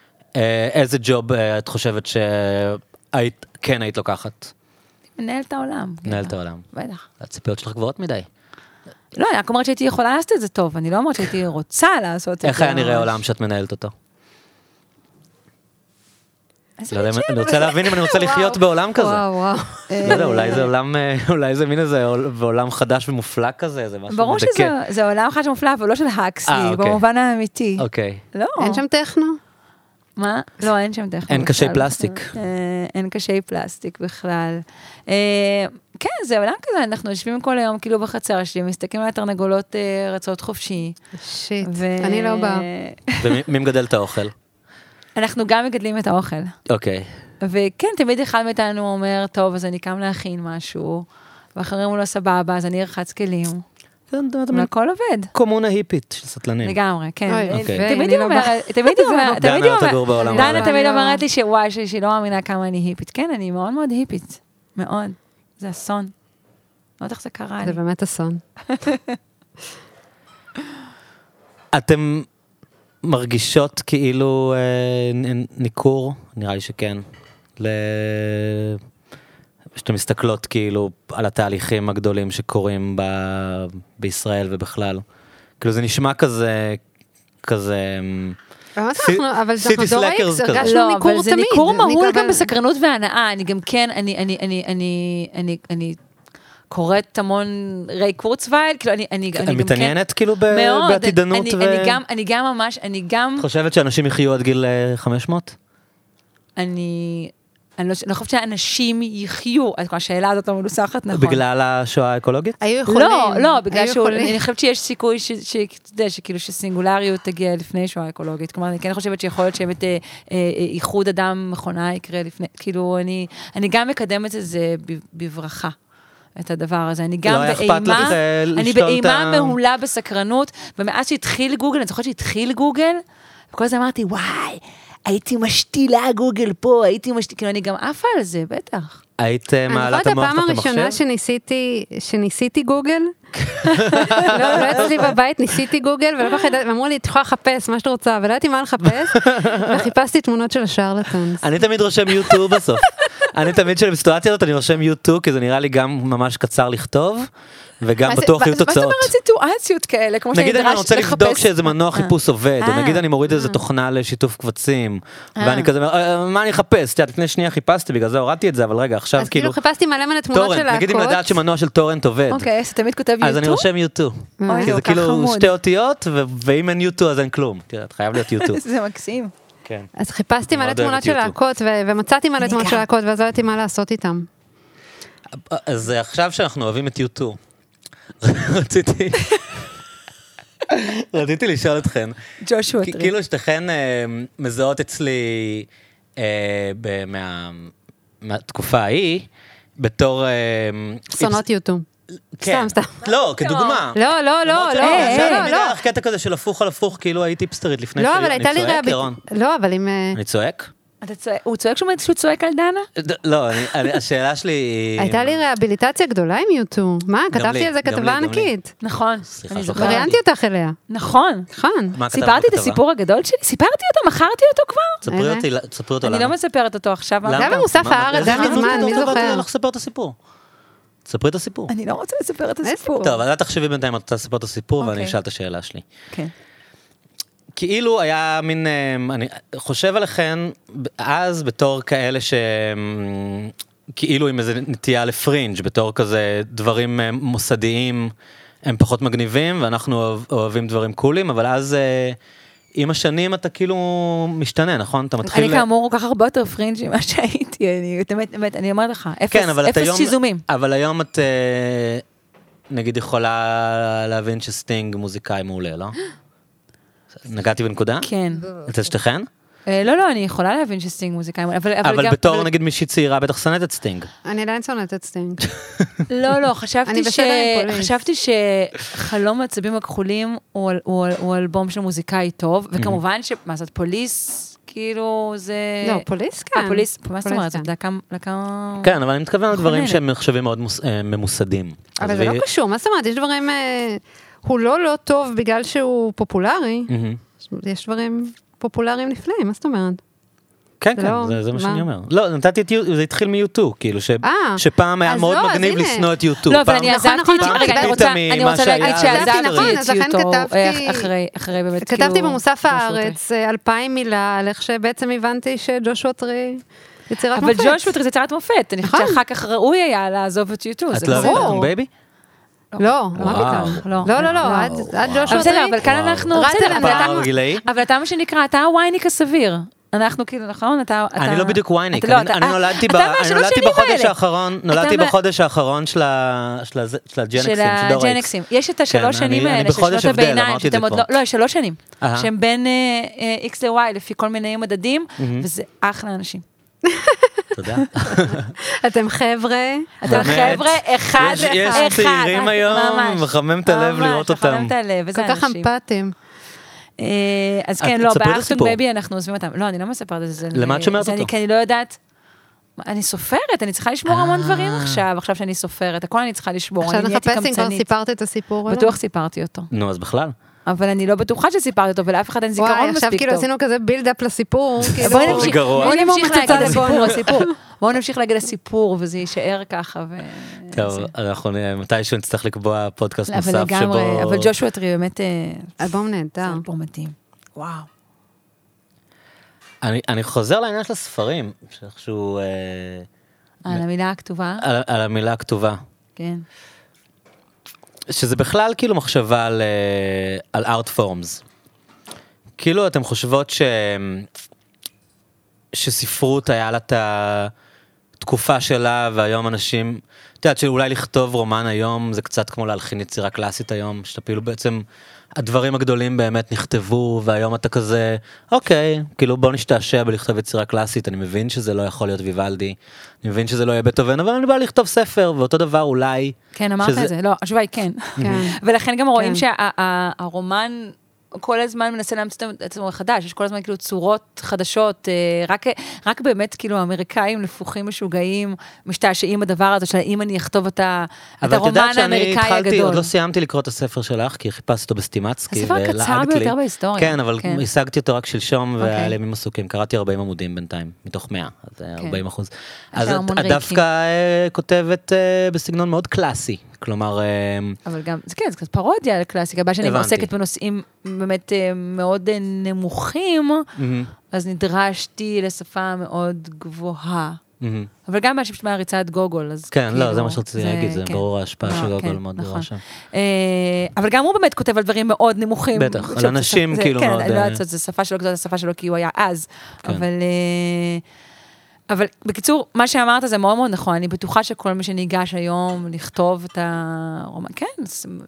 איזה ג'וב את חושבת שהיית, כן היית לוקחת? מנהלת העולם. מנהלת העולם. בטח. הציפיות שלך גבוהות מדי. לא, אני רק אומרת שהייתי יכולה לעשות את זה טוב, אני לא אומרת שהייתי רוצה לעשות את זה. איך היה נראה העולם שאת מנהלת אותו? אני רוצה להבין אם אני רוצה לחיות בעולם כזה. וואו, וואו. לא יודע, אולי זה עולם, אולי זה מין איזה עולם חדש ומופלא כזה, זה משהו מדכא. ברור שזה עולם חדש ומופלא, אבל לא של הקסלי, במובן האמיתי. אוקיי. לא. אין שם טכנו? מה? לא, אין שם טכנו. אין קשי פלסטיק. אין קשי פלסטיק בכלל. כן, זה עולם כזה, אנחנו יושבים כל היום כאילו בחצר שלי, מסתכלים על התרנגולות רצות חופשי. שיט, אני לא באה. ומי מגדל את האוכל? אנחנו גם מגדלים את האוכל. אוקיי. וכן, תמיד אחד מאיתנו אומר, טוב, אז אני קם להכין משהו, ואחרים הוא לא סבבה, אז אני ארחץ כלים. הכל עובד. קומונה היפית של סטלנים. לגמרי, כן. תמיד היא אומרת, תמיד היא אומרת, דנה תמיד אומרת לי שוואי, שהיא לא מאמינה כמה אני היפית. כן, אני מאוד מאוד היפית. מאוד. זה אסון. לא יודעת איך זה קרה לי. זה באמת אסון. אתם מרגישות כאילו ניכור? נראה לי שכן. שאתם מסתכלות כאילו על התהליכים הגדולים שקורים בישראל ובכלל. כאילו זה נשמע כזה, כזה... אבל אנחנו דור איקס, הרגשנו ניכור תמיד. אבל זה ניכור מהול גם בסקרנות והנאה. אני גם כן, אני, אני, אני, אני, אני, אני קוראת המון ריי קורצווייל, כאילו אני, אני, אני גם כן... מתעניינת כאילו בעתידנות ו... אני גם, אני גם ממש, אני גם... חושבת שאנשים יחיו עד גיל חמש מאות? אני... אני לא חושבת שאנשים יחיו, השאלה הזאת לא מנוסחת, נכון. בגלל השואה האקולוגית? היו יכולים. לא, לא, בגלל שאני חושבת שיש סיכוי שכאילו שסינגולריות תגיע לפני שואה האקולוגית, כלומר, אני כן חושבת שיכול להיות שבאמת איחוד אדם מכונה יקרה לפני, כאילו, אני גם מקדמת את זה בברכה, את הדבר הזה, אני גם באימה, אני באימה מהולה בסקרנות, ומאז שהתחיל גוגל, אני זוכרת שהתחיל גוגל, וכל זה אמרתי, וואי, הייתי משתילה גוגל פה, הייתי משתילה, כאילו אני גם עפה על זה, בטח. היית מעלה את המוח את המחשב? הפעם הראשונה שניסיתי, שניסיתי גוגל, לא אצלי בבית, ניסיתי גוגל, ולא כך ידעתי, ואמרו לי, את יכולה לחפש מה שאת רוצה, ולא ידעתי מה לחפש, וחיפשתי תמונות של השרלטנס. אני תמיד רושם יוטיוב בסוף. אני תמיד שבסיטואציה הזאת, אני רושם יוטיוב, כי זה נראה לי גם ממש קצר לכתוב, וגם בטוח יהיו תוצאות. מה זאת אומרת סיטואציות כאלה, כמו שאני נגיד אני רוצה לחפש... לבדוק שאיזה מנוע חיפוש עובד, או נגיד אני מוריד איזה תוכנה לשיתוף קבצים, ואני כזה, מה אני אחפש? לפני שנייה חיפשתי, בגלל זה הורדתי את זה, אבל רגע, עכשיו כאילו... אז כאילו חיפשתי מלא מלא תמונות של להקות. נגיד אם לדעת שמנוע של טורנט עובד. אוקיי, אז תמיד כותב יוטיוב? אז אני רושם יוטיוב. כי זה כאילו שתי אותיות, ואם אין יוטיוב אז אין כלום. תראה, חייב להיות יוטיוב. זה מקסים. אז חיפשתי מלא תמונות של להקות, ומצאתי מלא תמונות של להקות, ואז לא ידעתי מה לעשות איתם. אז עכשיו שאנחנו אוהבים את יוטיוב, רציתי רציתי לשאול אתכן, ג'ושוע טרי, כאילו שתכן מזהות אצלי מהתקופה ההיא, בתור... סונות יוטיוב. סתם, סתם. לא, כדוגמה. לא, לא, לא, לא. תמיד היה לך קטע כזה של הפוך על הפוך, כאילו הייתי טיפסטרית לפני לא, אבל הייתה לי רעבית. לא, אבל אם... אני צועק? הוא צועק שהוא צועק על דנה? לא, השאלה שלי היא... הייתה לי רהביליטציה גדולה עם יוטיוב. מה? כתבתי על זה כתבה ענקית. נכון. ראיינתי אותך אליה. נכון. נכון. סיפרתי את הסיפור הגדול שלי? סיפרתי אותו? מכרתי אותו כבר? ספרי אותו למה. אני לא מספרת אותו עכשיו. למה מוסף הארץ? זה מזמן, מי זוכר? לך לספר את הסיפור. ספרי את הסיפור. אני לא רוצה לספר את הסיפור. טוב, אז את תחשבי בינתיים, אתה תספר את הסיפור ואני אשאל את השאלה שלי. כן. כאילו היה מין, אני חושב עליכן, אז בתור כאלה ש... כאילו עם איזה נטייה לפרינג', בתור כזה דברים מוסדיים, הם פחות מגניבים, ואנחנו אוהבים דברים קולים, אבל אז עם השנים אתה כאילו משתנה, נכון? אתה מתחיל... אני כאמור כל כך הרבה יותר פרינג' ממה שהייתי, אני באמת, אני אומרת לך, אפס שיזומים. אבל היום את נגיד יכולה להבין שסטינג מוזיקאי מעולה, לא? נגעתי בנקודה? כן. אצל שתיכן? לא, לא, אני יכולה להבין שסטינג מוזיקאי, אבל בתור נגיד מישהי צעירה בטח שונאת את סטינג. אני עדיין שונאת את סטינג. לא, לא, חשבתי שחלום העצבים הכחולים הוא אלבום של מוזיקאי טוב, וכמובן שמה זאת פוליס, כאילו זה... לא, פוליס כן. פוליס, מה זאת אומרת? זה דקה... כן, אבל אני מתכוון על דברים שהם מחשבים מאוד ממוסדים. אבל זה לא קשור, מה זאת אומרת? יש דברים... הוא לא לא טוב בגלל שהוא פופולרי, יש דברים פופולריים נפלאים, מה זאת אומרת? כן, כן, זה מה שאני אומר. לא, נתתי את יוטיוב, זה התחיל מיוטיוב, כאילו, שפעם היה מאוד מגניב לשנוא את יוטיוב. לא, אבל אני עזבתי, רגע, אני רוצה להגיד שעזבתי את יוטיוב, אחרי באמת, כאילו... כתבתי במוסף הארץ אלפיים מילה, על איך שבעצם הבנתי שג'ושוע טרי יצירת מופת. אבל ג'ושוע טרי זה יצירת מופת, אני חושבת שאחר כך ראוי היה לעזוב את יוטיוב, זה ברור. את לא אוהבת בייבי? לא, לא, לא, לא, עד ג'ושוע טרי. אבל כאן אנחנו... אבל אתה מה שנקרא, אתה הווייניק הסביר. אנחנו כאילו, נכון? אתה... אני לא בדיוק ווייניק, אני נולדתי בחודש האחרון, נולדתי בחודש האחרון של הג'נקסים, של הג'נקסים. יש את השלוש שנים האלה, של שנות הביניים, לא, יש שלוש שנים, שהם בין X ל-Y, לפי כל מיני מדדים, וזה אחלה אנשים. תודה. אתם חבר'ה, אתם חבר'ה, אחד, אחד. יש צעירים היום, מחמם את הלב לראות אותם. מחמם את הלב, איזה אנשים. כל כך אמפתיים. אז כן, לא, באחסון בייבי אנחנו עוזבים אותם. לא, אני לא מספרת את זה. למה את שומרת אותו? כי אני לא יודעת, אני סופרת, אני צריכה לשמור המון דברים עכשיו, עכשיו שאני סופרת, הכל אני צריכה לשמור, עכשיו נחפש אם כבר סיפרת את הסיפור. בטוח סיפרתי אותו. נו, אז בכלל. אבל אני לא בטוחה שסיפרתי אותו, ולאף אחד אין זיכרון מספיק טוב. וואי, עכשיו כאילו עשינו כזה בילד-אפ לסיפור. בואי נמשיך להגיד לסיפור, הסיפור. בואו נמשיך להגיד לסיפור, וזה יישאר ככה. טוב, אנחנו מתישהו נצטרך לקבוע פודקאסט נוסף שבו... אבל ג'ושוע טרי באמת... אלבום נהדר. אלבום מדהים. וואו. אני חוזר לעניין של הספרים, שאיכשהו... על המילה הכתובה? על המילה הכתובה. כן. שזה בכלל כאילו מחשבה על, על art forms. כאילו אתם חושבות ש... שספרות היה לה את התקופה שלה, והיום אנשים... את יודעת שאולי לכתוב רומן היום, זה קצת כמו להלחין יצירה קלאסית היום, שאתה כאילו בעצם... הדברים הגדולים באמת נכתבו, והיום אתה כזה, אוקיי, כאילו בוא נשתעשע בלכתוב יצירה קלאסית, אני מבין שזה לא יכול להיות ויוולדי, אני מבין שזה לא יהיה בטהובן, אבל אני בא לכתוב ספר, ואותו דבר אולי... כן, אמרת את זה, לא, התשובה היא כן. ולכן גם רואים שהרומן... כל הזמן מנסה להמציא את עצמו חדש, יש כל הזמן כאילו צורות חדשות, רק, רק באמת כאילו האמריקאים לפוחים משוגעים, משתעשעים בדבר הזה, של אם אני אכתוב את, את הרומן האמריקאי הגדול. התחלתי, עוד לא סיימתי לקרוא את הספר שלך, כי חיפשתי אותו בסטימצקי, הספר הקצר ביותר בהיסטוריה. כן, אבל כן. השגתי אותו רק שלשום, והיה לי ימים עסוקים, קראתי ארבעים עמודים בינתיים, מתוך מאה, אז כן. ארבעים אחוז. אז את דווקא כותבת בסגנון מאוד קלאסי, כלומר... אבל גם, זה כן, זה קצת פרודיה על קלאסיקה, הבא שאני עוסקת בנושאים באמת מאוד נמוכים, אז נדרשתי לשפה מאוד גבוהה. אבל גם מה שפשוט מעריצה את גוגול, אז כן, לא, זה מה שרציתי להגיד, זה ברור ההשפעה של גוגול מאוד גבוהה שם. אבל גם הוא באמת כותב על דברים מאוד נמוכים. בטח, על אנשים כאילו מאוד... כן, אני לא יודעת, זו שפה שלו, זו שפה שלו כי הוא היה אז, אבל... אבל בקיצור, מה שאמרת זה מאוד מאוד נכון, אני בטוחה שכל מי שניגש היום לכתוב את הרומן, כן,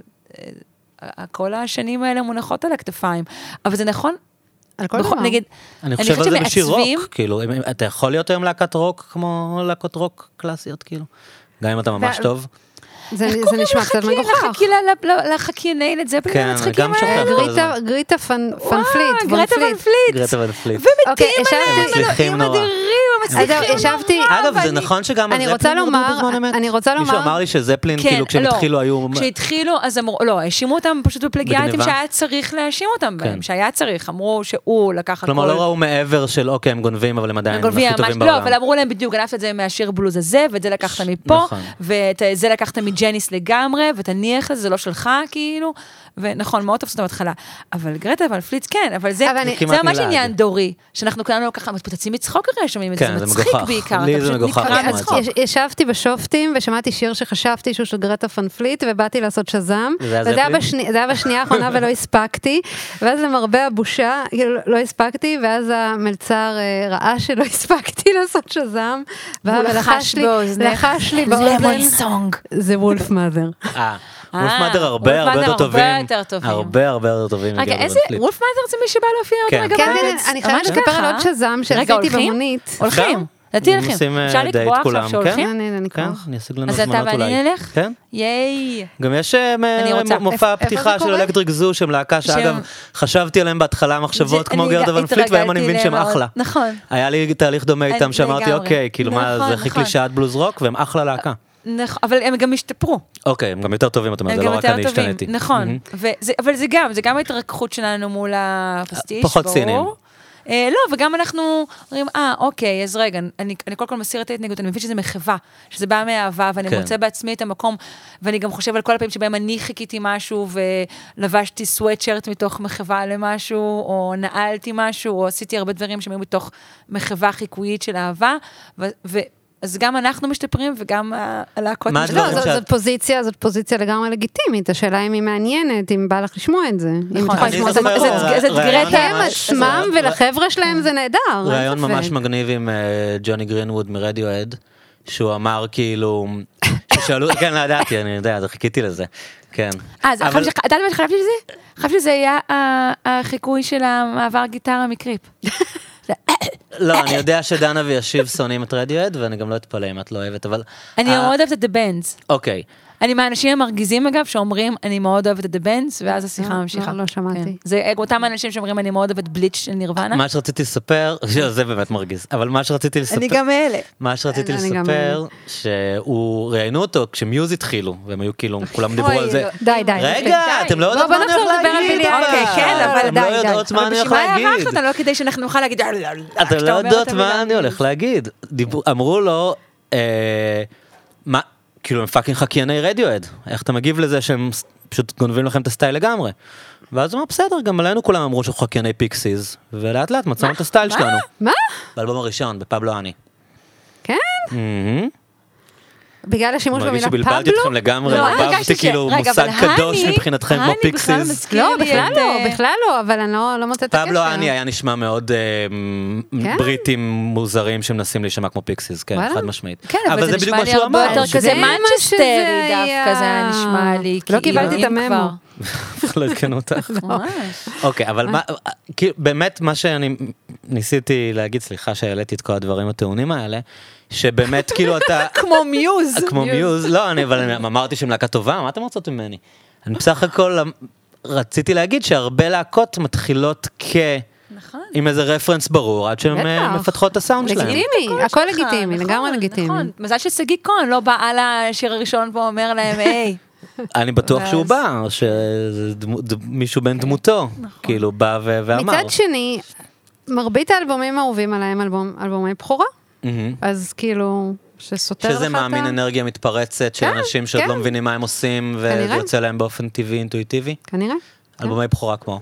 כל השנים האלה מונחות על הכתפיים, אבל זה נכון, על כל דבר. נגיד, אני חושב על זה בשיר רוק, כאילו, אתה יכול להיות היום להקת רוק כמו להקות רוק קלאסיות, כאילו, גם אם אתה ממש טוב. זה נשמע קצת מגוחך. לחכייני לד זפלין כן, גם שוכח. גריטה פנפליט. גריטה פנפליט. גריטה פנפליט. ומתים עליהם אלוהים אדירים. ישבתי, אגב, זה נכון שגם אני רוצה לומר, אני רוצה לומר, מישהו אמר לי שזפלין, כאילו, כשהם התחילו היו... כשהתחילו, אז אמרו, לא, האשימו אותם פשוט בפלגיאטים שהיה צריך להאשים אותם בהם, שהיה צריך, אמרו שהוא לקח הכל. כלומר, לא ראו מעבר של, אוקיי, הם גונבים, אבל הם עדיין הכי טובים בעולם. לא, אבל אמרו להם בדיוק, גנבת את זה מהשיר בלוז הזה, ואת זה לקחת מפה, ואת זה לקחת מג'ניס לגמרי, ותניח לזה, זה לא שלך, כאילו, ונכון, מאוד תפסות בהתחלה. אבל גרטה פנפליט, כן, אבל זה ממש עניין דורי, שאנחנו כולנו ככה מתפוצצים מצחוק הרי, שומעים את זה, זה מצחיק בעיקר, אתה פשוט נקרא מצחוק. ישבתי בשופטים, ושמעתי שיר שחשבתי שהוא של גרטה פנפליט, ובאתי לעשות שזם, וזה היה בשנייה האחרונה ולא הספקתי, ואז למרבה הבושה, לא הספקתי, ואז המלצר ראה שלא הספקתי לעשות שזם, ולחש לי באוזן, זה וולף מאדר. וולף מאדר הרבה הרבה יותר טובים. הרבה הרבה יותר טובים. רגע, איזה, וולף מאדר זה מי שבא להופיע אותו רגע בארץ? אני חייבת לספר על עוד שזם שעשיתי במונית. הולכים? לדעתי הולכים. אפשר לקבוע עכשיו שהולכים? כן, אני אשיג לנו זמנות אולי. אז אתה ואני נלך? כן. ייי. גם יש מופע פתיחה של אלקטריק זו, שהם להקה שאגב, חשבתי עליהם בהתחלה מחשבות כמו גרטה ונפליט, והיום אני מבין שהם אחלה. נכון. היה לי תהליך דומה איתם שאמרתי, אוקיי, כאילו מה, זה חיק לי שעת בלוז רוק, והם אחלה להקה. אבל הם גם השתפרו. אוקיי, הם גם יותר טובים, אתה אומר, זה לא רק אני השתניתי. נכון, אבל זה גם, זה גם ההתרככות שלנו מול הפסטיש. פחות ציניים. לא, וגם אנחנו אומרים, אה, אוקיי, אז רגע, אני כל כך מסיר את ההתנגדות, אני מבין שזה מחווה, שזה בא מאהבה, ואני מוצא בעצמי את המקום, ואני גם חושב על כל הפעמים שבהם אני חיכיתי משהו, ולבשתי סוואטשרט מתוך מחווה למשהו, או נעלתי משהו, או עשיתי הרבה דברים שהיו מתוך מחווה חיקויית של אהבה, ו... אז גם אנחנו משתפרים, וגם הלהקות משתפרים. לא, זאת פוזיציה, זאת פוזיציה לגמרי לגיטימית, השאלה אם היא מעניינת, אם בא לך לשמוע את זה. נכון, זה דגרית הם עצמם, ולחבר'ה שלהם זה נהדר. רעיון ממש מגניב עם ג'וני גרינווד מרדיואד, שהוא אמר כאילו, ששאלו, כן, לא ידעתי, אני יודע, אז חיכיתי לזה, כן. אז אתה יודע מה שחשבתי שזה? חשבתי שזה היה החיקוי של המעבר גיטרה מקריפ. לא, אני יודע שדנה וישיב שונאים את רדיואד, ואני גם לא אתפלא אם את לא אוהבת, אבל... אני מאוד אוהבת את The Bands. אוקיי. אני מהאנשים המרגיזים אגב, שאומרים, אני מאוד אוהבת את The Bands, ואז השיחה ממשיכה. לא שמעתי. זה אותם אנשים שאומרים, אני מאוד אוהבת בליץ' של נירוונה. מה שרציתי לספר, זה באמת מרגיז, אבל מה שרציתי לספר... אני גם אלה. מה שרציתי לספר, שהוא ראיינו אותו כשמיוז התחילו, והם היו כאילו, כולם דיברו על זה. די, די. רגע, אתם לא יודעות מה אני הולך להגיד. אוקיי, כן, אבל די, די. אתם לא יודעות מה אני הולך להגיד. לא כדי שאנחנו נוכל להגיד... אתם לא יודעות מה אני הולך להגיד. אמרו לו, מה, כאילו הם פאקינג חקייני רדיואד, איך אתה מגיב לזה שהם פשוט גונבים לכם את הסטייל לגמרי? ואז הוא אמר, בסדר, גם עלינו כולם אמרו שאנחנו חקייני פיקסיז, ולאט לאט מצאנו את הסטייל שלנו. מה? באלבום הראשון, בפבלו אני. כן? בגלל השימוש במילה פבלו? מרגיש שבלבלתי אתכם לגמרי, עברתי כאילו מושג קדוש מבחינתכם כמו פיקסיס. לא, בכלל לא, בכלל לא, אבל אני לא מוצאת את הקשר. פבלו אני היה נשמע מאוד בריטים מוזרים שמנסים להישמע כמו פיקסיס, כן, חד משמעית. כן, אבל זה נשמע לי הרבה יותר כזה מנצ'סטרי דווקא, זה היה נשמע לי. לא קיבלתי את הממו. לא התקנו אותך. אוקיי, אבל באמת מה שאני ניסיתי להגיד, סליחה שהעליתי את כל הדברים הטעונים האלה, שבאמת כאילו אתה... כמו מיוז. כמו מיוז, לא, אבל אמרתי שהם להקה טובה, מה אתם רוצות ממני? אני בסך הכל רציתי להגיד שהרבה להקות מתחילות כ... עם איזה רפרנס ברור, עד שהן מפתחות את הסאונד שלהם. לגיטימי, הכל לגיטימי, לגמרי לגיטימי. נכון, מזל שסגי קון לא בא על השיר הראשון פה אומר להם, היי. אני בטוח שהוא בא, שמישהו בן דמותו, כאילו בא ואמר. מצד שני, מרבית האלבומים האהובים עליהם אלבומי בכורה, אז כאילו, שסותר לך את ה... שזה מאמין אנרגיה מתפרצת, של אנשים שעוד לא מבינים מה הם עושים, וזה יוצא להם באופן טבעי, אינטואיטיבי. כנראה. אלבומי בכורה כמו.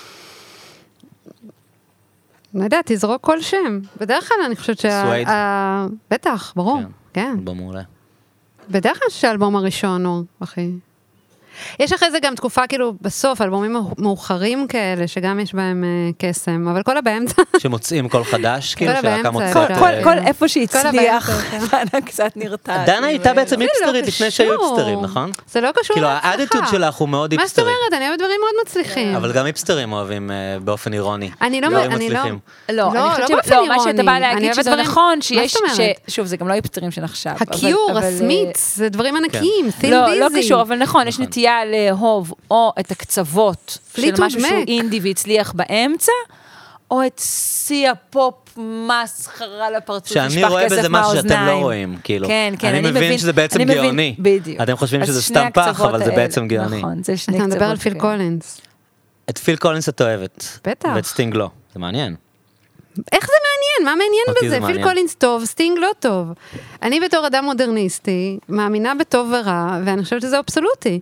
לא יודע, תזרוק כל שם. בדרך כלל אני חושבת שה... סווייד. בטח, ברור. כן. אלבום מעולה. בדרך כלל שהאלבום הראשון הוא, אחי. יש אחרי זה גם תקופה כאילו בסוף, אלבומים מאוחרים כאלה, שגם יש בהם קסם, אבל כל הבאמצע. שמוצאים כל חדש, כאילו שהלהקה מוצאת. כל איפה שהצליח, דנה קצת נרתעת. דנה הייתה בעצם איפסטרית לפני שהיו איפסטרים, נכון? זה לא קשור כאילו האדיטוד שלך הוא מאוד איפסטרי. מה זאת אומרת? אני אוהבת דברים מאוד מצליחים. אבל גם איפסטרים אוהבים באופן אירוני. אני לא, אני לא. לא, לא, מה שאתה בא להגיד שזה נכון, שיש, שוב, זה גם לא איפסטרים של עכשיו. הקיור, הסמיץ, זה דברים ענקיים, לא, לא קשור, אבל נכון, יש נטייה לאהוב או את הקצוות של משהו שהוא אינדי והצליח באמצע, או את שיא הפופ מסחרה לפרצוף, שאני רואה בזה משהו שאתם לא רואים, כאילו. כן, כן, אני מבין שזה בעצם גאוני. בדיוק. אתם חושבים שזה סתם פח, אבל זה בעצם גאוני. נכון, זה שני קצוות. אתה מדבר על פיל קולינס. את פיל קולינס את אוהבת. בטח. ואת סטינג לא. זה מעניין. איך זה מעניין? מה מעניין בזה? פיל קולינס טוב, סטינג לא טוב. אני בתור אדם מודרניסטי, מאמינה בטוב ורע, ואני חושבת שזה אבסולוטי.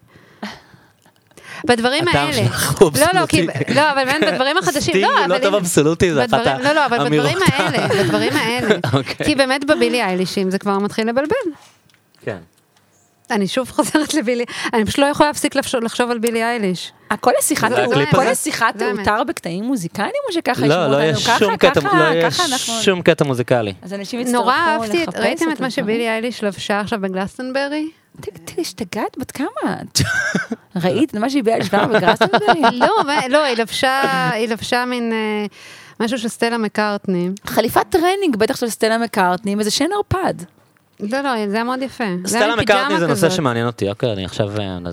בדברים האלה. לא, לא, כי, לא, אבל באמת בדברים החדשים, סטינג לא טוב אבסולוטי, זה אחת האמירות. לא, לא, אבל בדברים האלה, בדברים האלה. כי באמת בבילי איילישים זה כבר מתחיל לבלבל. כן. אני שוב חוזרת לבילי, אני פשוט לא יכולה להפסיק לחשוב על בילי אייליש. כל השיחה תאותר בקטעים מוזיקליים, או שככה ישמעו אותנו ככה? לא, יש שום קטע מוזיקלי. אז אנשים יצטרכו נורא אהבתי, ראיתם את מה שבילי אייליש לבשה עכשיו בגלסטנברי? תראי, השתגעת, בת כמה את? ראית מה שהיא בילה שברה בגלסטנברי? לא, לא, היא לבשה מין משהו של סטלה מקארטני. חליפת טרנינג, בטח של סטלה מקארטני, עם איזה שן ערפד. לא, לא, זה היה מאוד יפה. סטלה מקארטני זה נושא שמעניין אותי, אוקיי, אני עכשיו...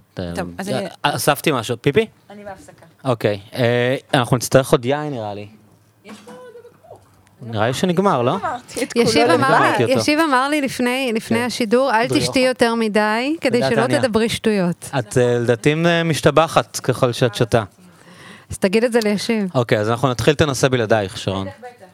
אספתי משהו, פיפי? אני בהפסקה. אוקיי, אנחנו נצטרך עוד יין נראה לי. נראה לי שנגמר, לא? ישיב אמר לי לפני השידור, אל תשתי יותר מדי, כדי שלא תדברי שטויות. את לדעתי משתבחת ככל שאת שותה. אז תגיד את זה לישיב. אוקיי, אז אנחנו נתחיל את הנושא בלעדייך, שרון.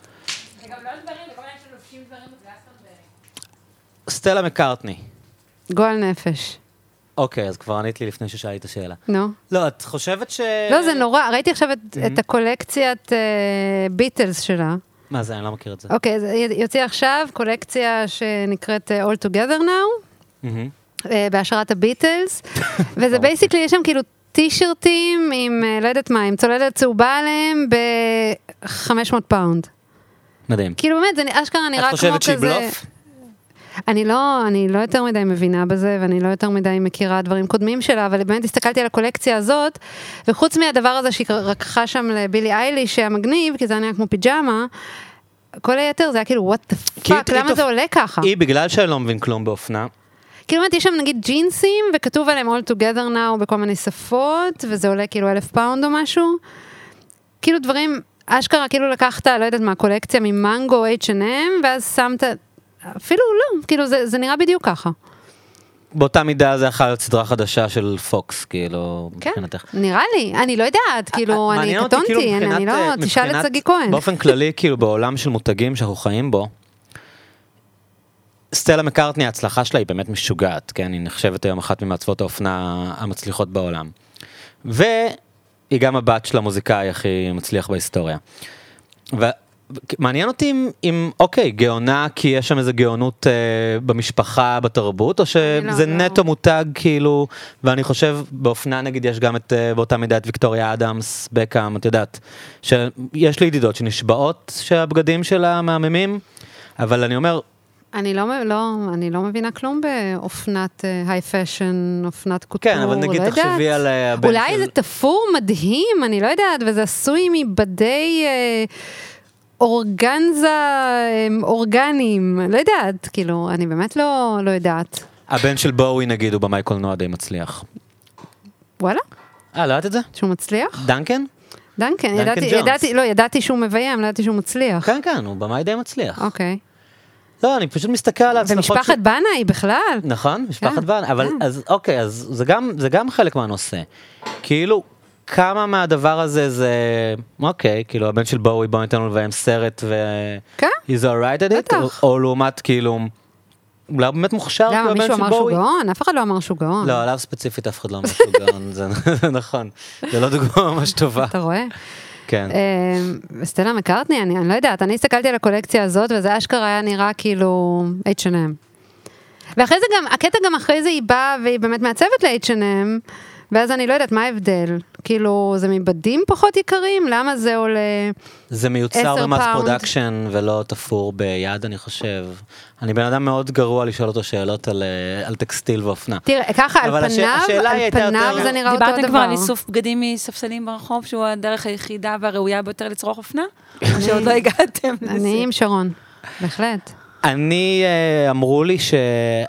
סטלה מקארטני. גועל נפש. אוקיי, אז כבר ענית לי לפני ששאלי את השאלה. נו. לא, את חושבת ש... לא, זה נורא. ראיתי עכשיו את הקולקציית ביטלס שלה. מה זה? אני לא מכיר את זה. אוקיי, אז יוצא עכשיו קולקציה שנקראת All Together Now, בהשראת הביטלס, וזה בייסיקלי, יש שם כאילו טישרטים עם, לא יודעת מה, עם צוללת צהובה עליהם ב-חמש מאות פאונד. מדהים. כאילו באמת, זה אשכרה נראה כמו כזה... את חושבת שהיא בלוף? אני לא, אני לא יותר מדי מבינה בזה, ואני לא יותר מדי מכירה דברים קודמים שלה, אבל באמת הסתכלתי על הקולקציה הזאת, וחוץ מהדבר הזה שהיא רקחה שם לבילי איילי, שהמגניב, כי זה היה כמו פיג'מה, כל היתר זה היה כאילו, what the fuck, למה זה עולה ככה? היא, בגלל שאני לא מבין כלום באופנה. כאילו, יש שם נגיד ג'ינסים, וכתוב עליהם all together now בכל מיני שפות, וזה עולה כאילו אלף פאונד או משהו. כאילו דברים, אשכרה, כאילו לקחת, לא יודעת מה, קולקציה ממנגו, אייץ' אנד אם, ואז שמת, אפילו לא, כאילו זה, זה נראה בדיוק ככה. באותה מידה זה יכול להיות סדרה חדשה של פוקס, כאילו, כן, מבחינתך. נראה לי, אני לא יודעת, כאילו, אני קטונתי, אני לא, תשאל את סגי כהן. באופן כללי, כאילו, בעולם של מותגים שאנחנו חיים בו, סטלה מקארטני, ההצלחה שלה היא באמת משוגעת, כן? היא נחשבת היום אחת ממעצבות האופנה המצליחות בעולם. והיא גם הבת של המוזיקאי הכי מצליח בהיסטוריה. ומעניין אותי אם, אם אוקיי, גאונה, כי יש שם איזו גאונות אה, במשפחה, בתרבות, או שזה לא, נטו לא. מותג, כאילו, ואני חושב, באופנה נגיד, יש גם את, אה, באותה מידה את ויקטוריה אדמס, בקאם, את יודעת, שיש לי ידידות שנשבעות שהבגדים שלה מהממים, אבל אני אומר, אני לא, לא, אני לא מבינה כלום באופנת היי פשן, אופנת קוטור, כן, אבל נגיד לא תחשבי על הבן אולי של... זה תפור מדהים, אני לא יודעת, וזה עשוי מבדי אה, אורגנזה, אה, אורגנים, לא יודעת, כאילו, אני באמת לא, לא יודעת. הבן של בואי נגיד, הוא במאי קולנוע די מצליח. וואלה? אה, לא יודעת את זה? שהוא מצליח? דנקן? דנקן, ידעתי, ידעתי, לא, ידעתי שהוא מביים, לא ידעתי שהוא מצליח. כן, כן, הוא במאי די מצליח. אוקיי. לא, אני פשוט מסתכל על ההצלחות... ומשפחת בנאי בכלל. נכון, משפחת בנאי, אבל אז אוקיי, אז זה גם, זה גם חלק מהנושא. כאילו, כמה מהדבר הזה זה, אוקיי, כאילו, הבן של בואי, בוא ניתן לו לביים סרט ו... כן? He's alright at it? או לעומת, כאילו, אולי הוא באמת מוכשר, למה, מישהו אמר שהוא גאון? אף אחד לא אמר שהוא גאון. לא, עליו ספציפית אף אחד לא אמר שהוא גאון, זה נכון. זה לא דוגמה ממש טובה. אתה רואה? כן. סטלה מקארטני, אני לא יודעת, אני הסתכלתי על הקולקציה הזאת, וזה אשכרה היה נראה כאילו אייץ' אנד אם. ואחרי זה גם, הקטע גם אחרי זה היא באה, והיא באמת מעצבת ל-אייץ' אנד אם, ואז אני לא יודעת מה ההבדל. כאילו, זה מבדים פחות יקרים? למה זה עולה זה מיוצר במאס פרודקשן ולא תפור ביד, אני חושב. אני בן אדם מאוד גרוע לשאול אותו שאלות על, על טקסטיל ואופנה. תראה, ככה, על פניו, על פניו זה נראה אותו הדבר. דיברתם כבר על איסוף בגדים מספסלים ברחוב, שהוא הדרך היחידה והראויה ביותר לצרוך אופנה? שעוד לא הגעתם לזה. אני עם שרון, בהחלט. אני, אמרו לי ש...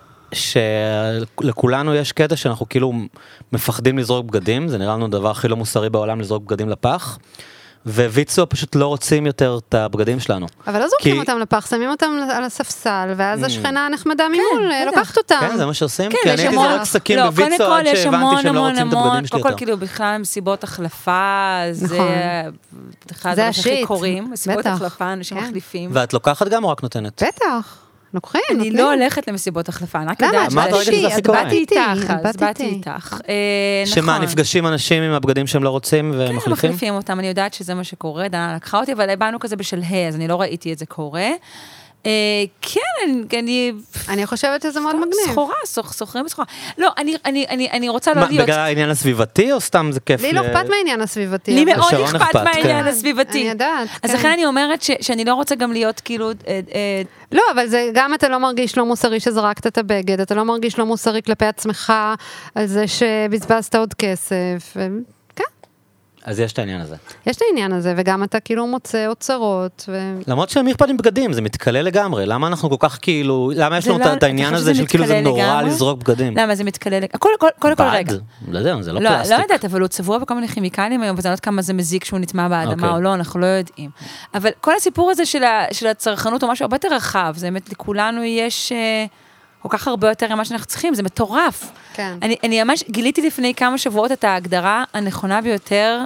שלכולנו יש קטע שאנחנו כאילו מפחדים לזרוק בגדים, זה נראה לנו הדבר הכי לא מוסרי בעולם לזרוק בגדים לפח, וויצו פשוט לא רוצים יותר את הבגדים שלנו. אבל לא זורקים אותם לפח, שמים אותם על הספסל, ואז השכנה הנחמדה ממול, לוקחת אותם. כן, זה מה שעושים, כי אני הייתי זורק שקים בוויצו עד שהבנתי שלא רוצים את הבגדים שלי יותר. קודם כל כאילו בכלל מסיבות החלפה, זה אחד הדברים הכי קוראים, מסיבות החלפה, אנשים מחליפים. ואת לוקחת גם או רק נותנת? בטח. לוקחים, אני לא הולכת למסיבות החלפה, אני רק יודעת את באתי איתך, אז באתי איתך. שמה, נפגשים אנשים עם הבגדים שהם לא רוצים ומחליפים? כן, מחליפים אותם, אני יודעת שזה מה שקורה, דנה לקחה אותי, אבל הבנו כזה בשל ה', אז אני לא ראיתי את זה קורה. כן, אני... אני חושבת שזה מאוד מגניב. סחורה, סוחרים בסחורה. לא, אני רוצה לא להיות... בגלל העניין הסביבתי או סתם זה כיף? לי לא אכפת מהעניין הסביבתי. לי מאוד אכפת מהעניין הסביבתי. אני יודעת. אז לכן אני אומרת שאני לא רוצה גם להיות כאילו... לא, אבל זה גם אתה לא מרגיש לא מוסרי שזרקת את הבגד, אתה לא מרגיש לא מוסרי כלפי עצמך, על זה שבזבזת עוד כסף. אז יש את העניין הזה. יש את העניין הזה, וגם אתה כאילו מוצא אוצרות. ו... למרות שמי אכפת עם בגדים, זה מתקלה לגמרי. למה אנחנו כל כך כאילו, למה יש לנו לא, את העניין הזה של כאילו זה נורא לגמרי? לזרוק בגדים? למה זה מתקלה לגמרי? כל, כל, כל, כל רגע. לא יודע, זה לא, לא פלסטיק. לא יודעת, אבל הוא צבוע בכל מיני כימיקלים היום, וזה לא יודעת כמה זה מזיק שהוא נטמע באדמה okay. או לא, אנחנו לא יודעים. אבל כל הסיפור הזה של, ה, של הצרכנות הוא משהו הרבה יותר רחב, זה באמת לכולנו יש... כל כך הרבה יותר ממה שאנחנו צריכים, זה מטורף. כן. אני, אני ממש גיליתי לפני כמה שבועות את ההגדרה הנכונה ביותר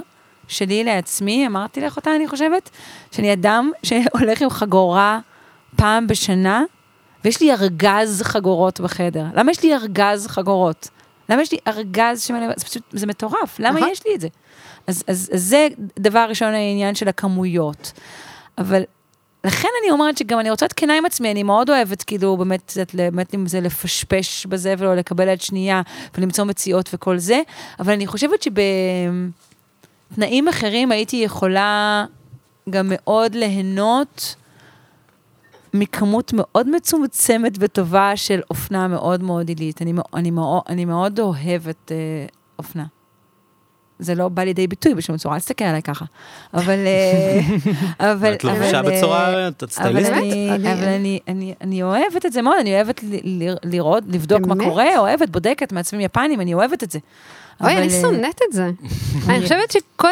שלי לעצמי, אמרתי לך אותה, אני חושבת, שאני אדם שהולך עם חגורה פעם בשנה, ויש לי ארגז חגורות בחדר. למה יש לי ארגז חגורות? למה יש לי ארגז שמלא, זה פשוט, זה מטורף, למה יש לי את זה? אז, אז, אז זה דבר ראשון העניין של הכמויות. אבל לכן אני אומרת שגם אני רוצה להיות כנה עם עצמי, אני מאוד אוהבת, כאילו, באמת, באמת אם זה לפשפש בזה, ולא לקבל עד שנייה, ולמצוא מציאות וכל זה, אבל אני חושבת שבתנאים אחרים הייתי יכולה גם מאוד ליהנות מכמות מאוד מצומצמת וטובה של אופנה מאוד מאוד עילית. אני, אני, מאוד, אני מאוד אוהבת אה, אופנה. זה לא בא לידי ביטוי בשום צורה, תסתכל עליי ככה. אבל... אבל... את לבשה בצורה, את סטייליסטית. אבל אני אוהבת את זה מאוד, אני אוהבת לראות, לבדוק מה קורה, אוהבת, בודקת מעצבים יפנים, אני אוהבת את זה. אוי, אני שונאת את זה. אני חושבת שכל...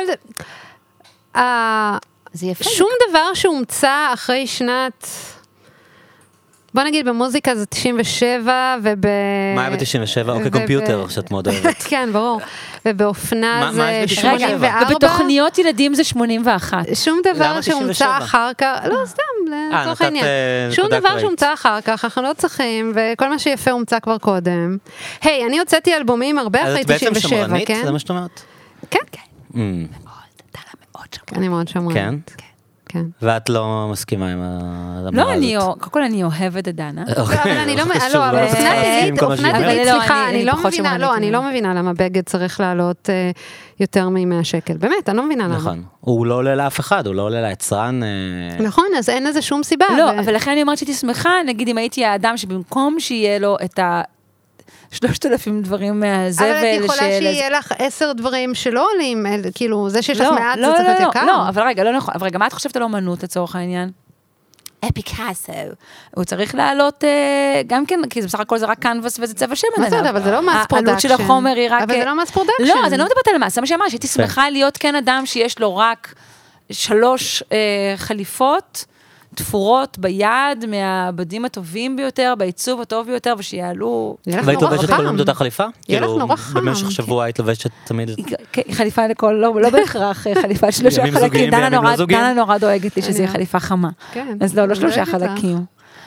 שום דבר שהומצא אחרי שנת... בוא נגיד, במוזיקה זה תשעים ושבע, וב... מה היה ב-תשעים ושבע? אוקיי, קומפיוטר, שאת מאוד אוהבת. כן, ברור. ובאופנה זה שמונים וארבע. ובתוכניות ילדים זה שמונים ואחת. שום דבר שהומצא אחר כך, לא, סתם, לצורך העניין. שום דבר שהומצא אחר כך, אנחנו לא צריכים, וכל מה שיפה הומצא כבר קודם. היי, אני הוצאתי אלבומים הרבה אחרי תשעים ושבע, כן? את בעצם שמרנית? זה מה שאת אומרת? כן, כן. אני מאוד שמרנית. כן? כן. ואת לא מסכימה עם האמירה הזאת. לא, אני, קודם כל אני אוהבת את דנה. אבל אני לא, לא, אבל אופנת עילית, אופנת עילית, סליחה, אני לא מבינה, לא, אני לא מבינה למה בגד צריך לעלות יותר מ-מאה שקל. באמת, אני לא מבינה למה. נכון. הוא לא עולה לאף אחד, הוא לא עולה ליצרן. נכון, אז אין לזה שום סיבה. לא, אבל לכן אני אומרת שהייתי שמחה, נגיד אם הייתי האדם שבמקום שיהיה לו את ה... שלושת אלפים דברים מהזבל. אבל את יכולה שיהיה לך עשר דברים שלא עולים, כאילו, זה שיש לך מעט זה צריך להיות יקר. לא, אבל רגע, לא נכון, אבל רגע, מה את חושבת על אומנות לצורך העניין? אפיקאסו. הוא צריך לעלות, גם כן, כי בסך הכל זה רק קנבס וזה צבע שמן. מה זה, אבל זה לא מס פרודקשן. העלות של החומר היא רק... אבל זה לא מס פרודקשן. לא, אז אני לא מדברת על מס, זה מה שאמרה, שהייתי שמחה להיות כן אדם שיש לו רק שלוש חליפות, תפורות ביד, מהבדים הטובים ביותר, בעיצוב הטוב ביותר, ושיעלו... והיית לובשת כל יום אותה חליפה? יהיה לך נורא חם. במשך שבוע היית לובשת תמיד... חליפה לכל, לא בהכרח, חליפה שלושה חלקים. דנה נורא דואגת לי שזה יהיה חליפה חמה. אז לא, לא שלושה חלקים.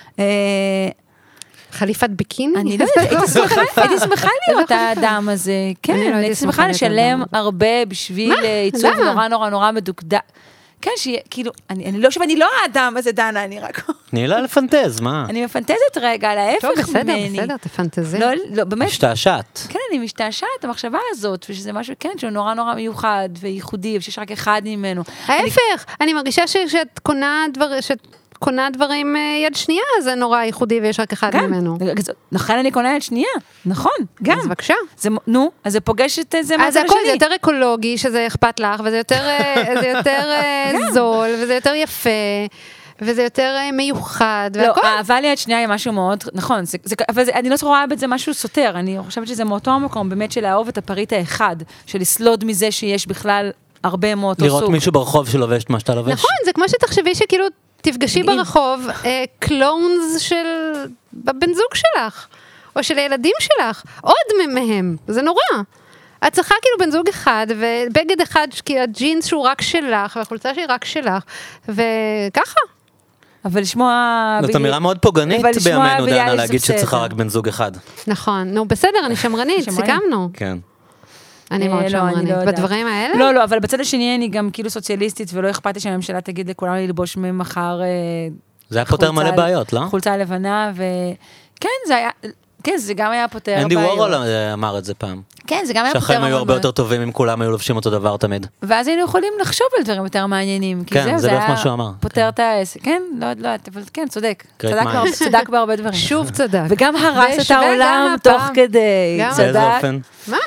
חליפת ביקיני? אני לא יודעת, הייתי שמחה להיות האדם הזה. כן, הייתי שמחה לשלם הרבה בשביל עיצוב נורא נורא נורא מדוקדק. כן, שכאילו, אני לא חושב, אני לא האדם הזה, דנה, אני רק... אני לא לפנטז, מה? אני מפנטזת רגע, להפך ממני. טוב, בסדר, בסדר, תפנטזי. לא, לא, באמת. משתעשעת. כן, אני משתעשעת, המחשבה הזאת, ושזה משהו, כן, שהוא נורא נורא מיוחד וייחודי, ושיש רק אחד ממנו. ההפך, אני מרגישה שאת קונה דבר, שאת קונה דברים יד שנייה, זה נורא ייחודי ויש רק אחד ממנו. לכן אני קונה יד שנייה, נכון, גם. אז בבקשה. נו, אז זה פוגש את זה מהצד השני. אז הכל זה יותר אקולוגי, שזה אכפת לך, וזה יותר זול, וזה יותר יפה, וזה יותר מיוחד, והכל. לא, אהבה ליד שנייה היא משהו מאוד, נכון, אבל אני לא רואה בזה משהו סותר, אני חושבת שזה מאותו המקום, באמת של לאהוב את הפריט האחד, של לסלוד מזה שיש בכלל הרבה מאותו סוג. לראות מישהו ברחוב שלובש מה שאתה לובש. נכון, זה כמו שתחשבי שכאילו תפגשי ברחוב קלונס של בן זוג שלך, או של הילדים שלך, עוד מהם, זה נורא. את צריכה כאילו בן זוג אחד, ובגד אחד, כי הג'ינס שהוא רק שלך, והחולצה שהיא רק שלך, וככה. אבל לשמוע... זאת אמירה מאוד פוגענית בימינו, דנה, להגיד שצריכה רק בן זוג אחד. נכון, נו בסדר, אני שמרנית, סיכמנו. כן. אני מאוד שמרנית. בדברים האלה? לא, לא, אבל בצד השני אני גם כאילו סוציאליסטית, ולא אכפת לי שהממשלה תגיד לכולם ללבוש ממחר... זה היה פותר מלא בעיות, לא? חולצה לבנה, וכן, זה היה... כן, זה גם היה פותר בעיות. אנדי וורול אמר את זה פעם. כן, זה גם היה פותר... שהחיים היו הרבה יותר טובים אם כולם היו לובשים אותו דבר תמיד. ואז היינו יכולים לחשוב על דברים יותר מעניינים. כן, זה בערך מה שהוא אמר. פותר את העסק. כן, לא, לא, אבל כן, צודק. צדק בהרבה דברים. שוב צדק. וגם הרס את העולם תוך כדי. באיזה אופן? מה?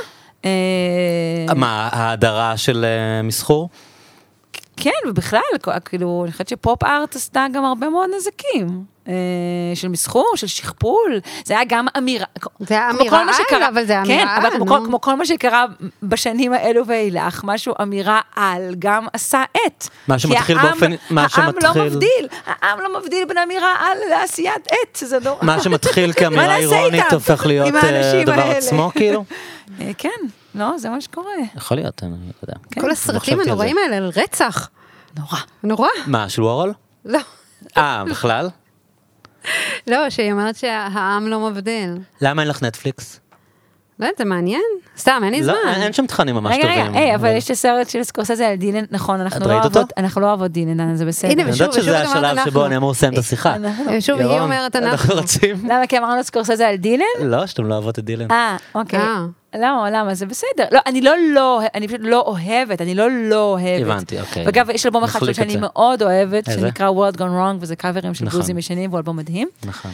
מה, ההדרה של מסחור? כן, ובכלל, כאילו, אני חושבת שפופ ארט עשתה גם הרבה מאוד נזקים. של מסחור, של שכפול, זה היה גם אמירה. זה היה אמירה על, אבל זה אמירה על. כן, אבל כמו כל מה שקרה בשנים האלו ואילך, משהו אמירה על, גם עשה את. מה שמתחיל באופן, מה שמתחיל... העם לא מבדיל, העם לא מבדיל בין אמירה על לעשיית את, זה נורא. מה שמתחיל כאמירה אירונית, הופך להיות דבר עצמו, כאילו? כן. לא, זה מה שקורה. יכול להיות, אני לא יודע. כל הסרטים הנוראים האלה על רצח. נורא. נורא. מה, של וורול? לא. אה, בכלל? לא, שהיא אומרת שהעם לא מבדיל. למה אין לך נטפליקס? לא, זה מעניין. סתם, אין לי זמן. לא, אין שם תכנים ממש טובים. רגע, רגע, אבל יש סרט של סקורסזה על דילן, נכון, אנחנו לא אוהבות דילן, זה בסדר. הנה, אני יודעת שזה השלב שבו אני אמור לסיים את השיחה. שוב, היא אומרת אנחנו. אנחנו רוצים. למה, כי אמרנו סקורסזה על דילן? לא, שאתם לא אוהבות את דילן. אה, אוקיי. למה, למה, זה בסדר. לא, אני לא לא, אני פשוט לא אוהבת, אני לא לא אוהבת. הבנתי, אוקיי. ואגב, יש אלבום אחד שאני מאוד אוהבת, שנקרא World Gone Wrong, וזה קאברים של בלוזים ישנים, והוא אלבום מדהים. נכון.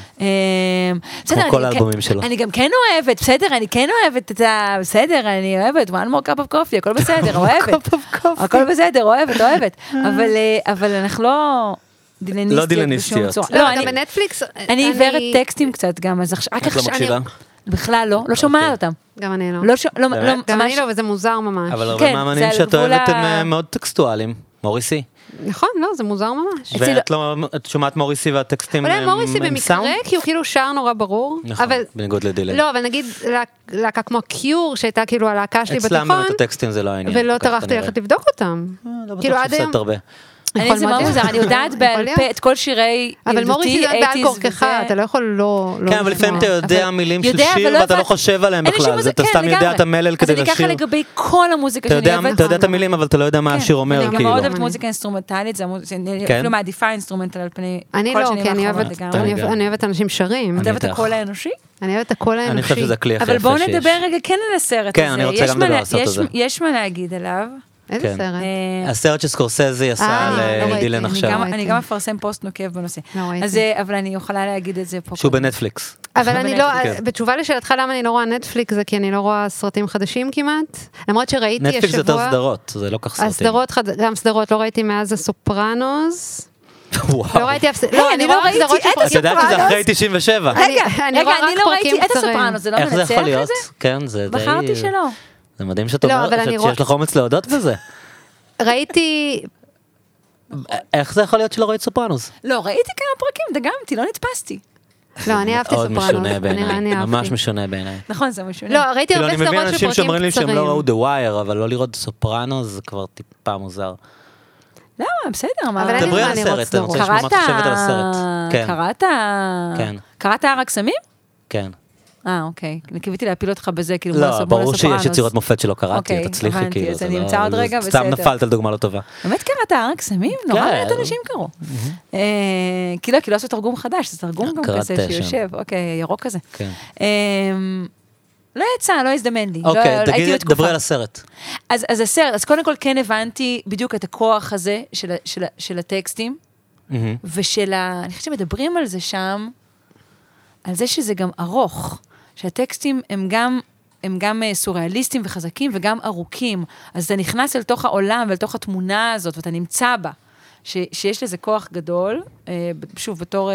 כמו כל האלבומים שלו. אני גם כן אוהבת, בסדר, אני כן אוהבת את ה... בסדר, אני אוהבת, one more cup of coffee, הכל בסדר, אוהבת. הכל בסדר, אוהבת, אוהבת. אבל אנחנו לא... דילניסטיות. לא דילניסטיות. לא, גם בנטפליקס... אני עיוורת טקסטים קצת גם, אז עכשיו... את לא מקשיבה? בכלל לא, לא שומעת אותם. גם אני לא. גם אני לא, וזה מוזר ממש. אבל הרבה מאמנים שאת אוהבת הם מאוד טקסטואליים. מוריסי. נכון, לא, זה מוזר ממש. ואת לא, את שומעת מוריסי והטקסטים הם סאונד? אולי מוריסי במקרה, כי הוא כאילו שר נורא ברור. נכון, בניגוד לדילן. לא, אבל נגיד להקה כמו קיור, שהייתה כאילו הלהקה שלי בתיכון. אצלם באמת הטקסטים זה לא העניין. ולא טרחתי ללכת לבדוק אותם. לא בטוח שפסדת הרבה. אני זה מה מוזר, אני יודעת בעל פה את כל שירי ילדותי, אבל מוריסי זה בעל כורכך, אתה לא יכול לא... כן, אבל לפעמים אתה יודע מילים של שיר ואתה לא חושב עליהם בכלל, אתה סתם יודע את המלל כדי לשיר. אז אני ככה לגבי כל המוזיקה שאני אוהבת. אתה יודע את המילים, אבל אתה לא יודע מה השיר אומר, כאילו. אני גם מאוד אוהבת מוזיקה אינסטרומנטלית, אני אפילו מעדיפה אינסטרומנטל על פני כל שנים האחרונות לגמרי. אני אוהבת אנשים שרים. את אוהבת הקול האנושי? אני אוהבת הקול האנושי. אני חושב שזה הכלי הכי יפה שיש. אבל בואו נדבר רגע כן על הסרט הזה. כן, אני רוצה גם לדבר על הסרט הזה. יש מה להגיד עליו. איזה סרט? הסרט שסקורסזי עשה לדילן עכשיו. אני גם אפרסם פוסט נוקב בנושא. אבל אני יכולה להגיד את זה פה. שהוא בנטפליקס. אבל אני לא, בתשובה לשאלתך למה אני לא רואה נטפליקס, זה כי אני לא רואה סרטים חדשים כמעט. למרות שראיתי השבוע... נטפליקס זה יותר סדרות, זה לא כך סרטים. הסדרות, גם סדרות, לא ראיתי מאז הסופרנוס. וואו. לא ראיתי אף... לא, אני לא ראיתי את הסופרנוס. את יודעת שזה אחרי תשעים ושבע. רגע, אני לא ראיתי את הסופרנוס, זה לא מנצח את זה? איך זה יכול להיות? כן, זה די... בחרתי שלא. זה מדהים שאת אומרת שיש לך אומץ להודות בזה. ראיתי... איך זה יכול להיות שלא ראית סופרנוס? לא, ראיתי כמה פרקים, דגמתי, לא נתפסתי. לא, אני אהבתי סופרנוס. מאוד משונה בעיניי, ממש משונה בעיניי. נכון, זה משונה. לא, ראיתי הרבה סדרות של פרקים קצרים. אני מבין אנשים שאומרים לי שהם לא ראו The Wire, אבל לא לראות סופרנוס זה כבר טיפה מוזר. לא, בסדר, מה? דברי על הסרט, אני רוצה לשמוע מה את חושבת על הסרט. קראת? כן. קראת הרג סמים? כן. אה, אוקיי. אני קיוויתי להפיל אותך בזה, כאילו, לא, ברור שיש יצירות מופת שלא קראתי, תצליחי, כאילו. אז אני אמצא עוד רגע, בסדר. סתם נפלת על דוגמה לא טובה. באמת קראת הרג סמים? נורא מעט אנשים קראו. כי לא, כי לא עשו תרגום חדש, זה תרגום גם כזה שיושב, אוקיי, ירוק כזה. לא יצא, לא הזדמן לי. אוקיי, תגידי, דברי על הסרט. אז הסרט, אז קודם כל כן הבנתי בדיוק את הכוח הזה של הטקסטים, ושל ה... אני חושבת שמדברים על זה שם, על זה שזה גם ארוך, שהטקסטים הם גם, הם גם סוריאליסטים וחזקים וגם ארוכים, אז אתה נכנס אל תוך העולם ולתוך התמונה הזאת, ואתה נמצא בה, ש, שיש לזה כוח גדול, שוב, בתור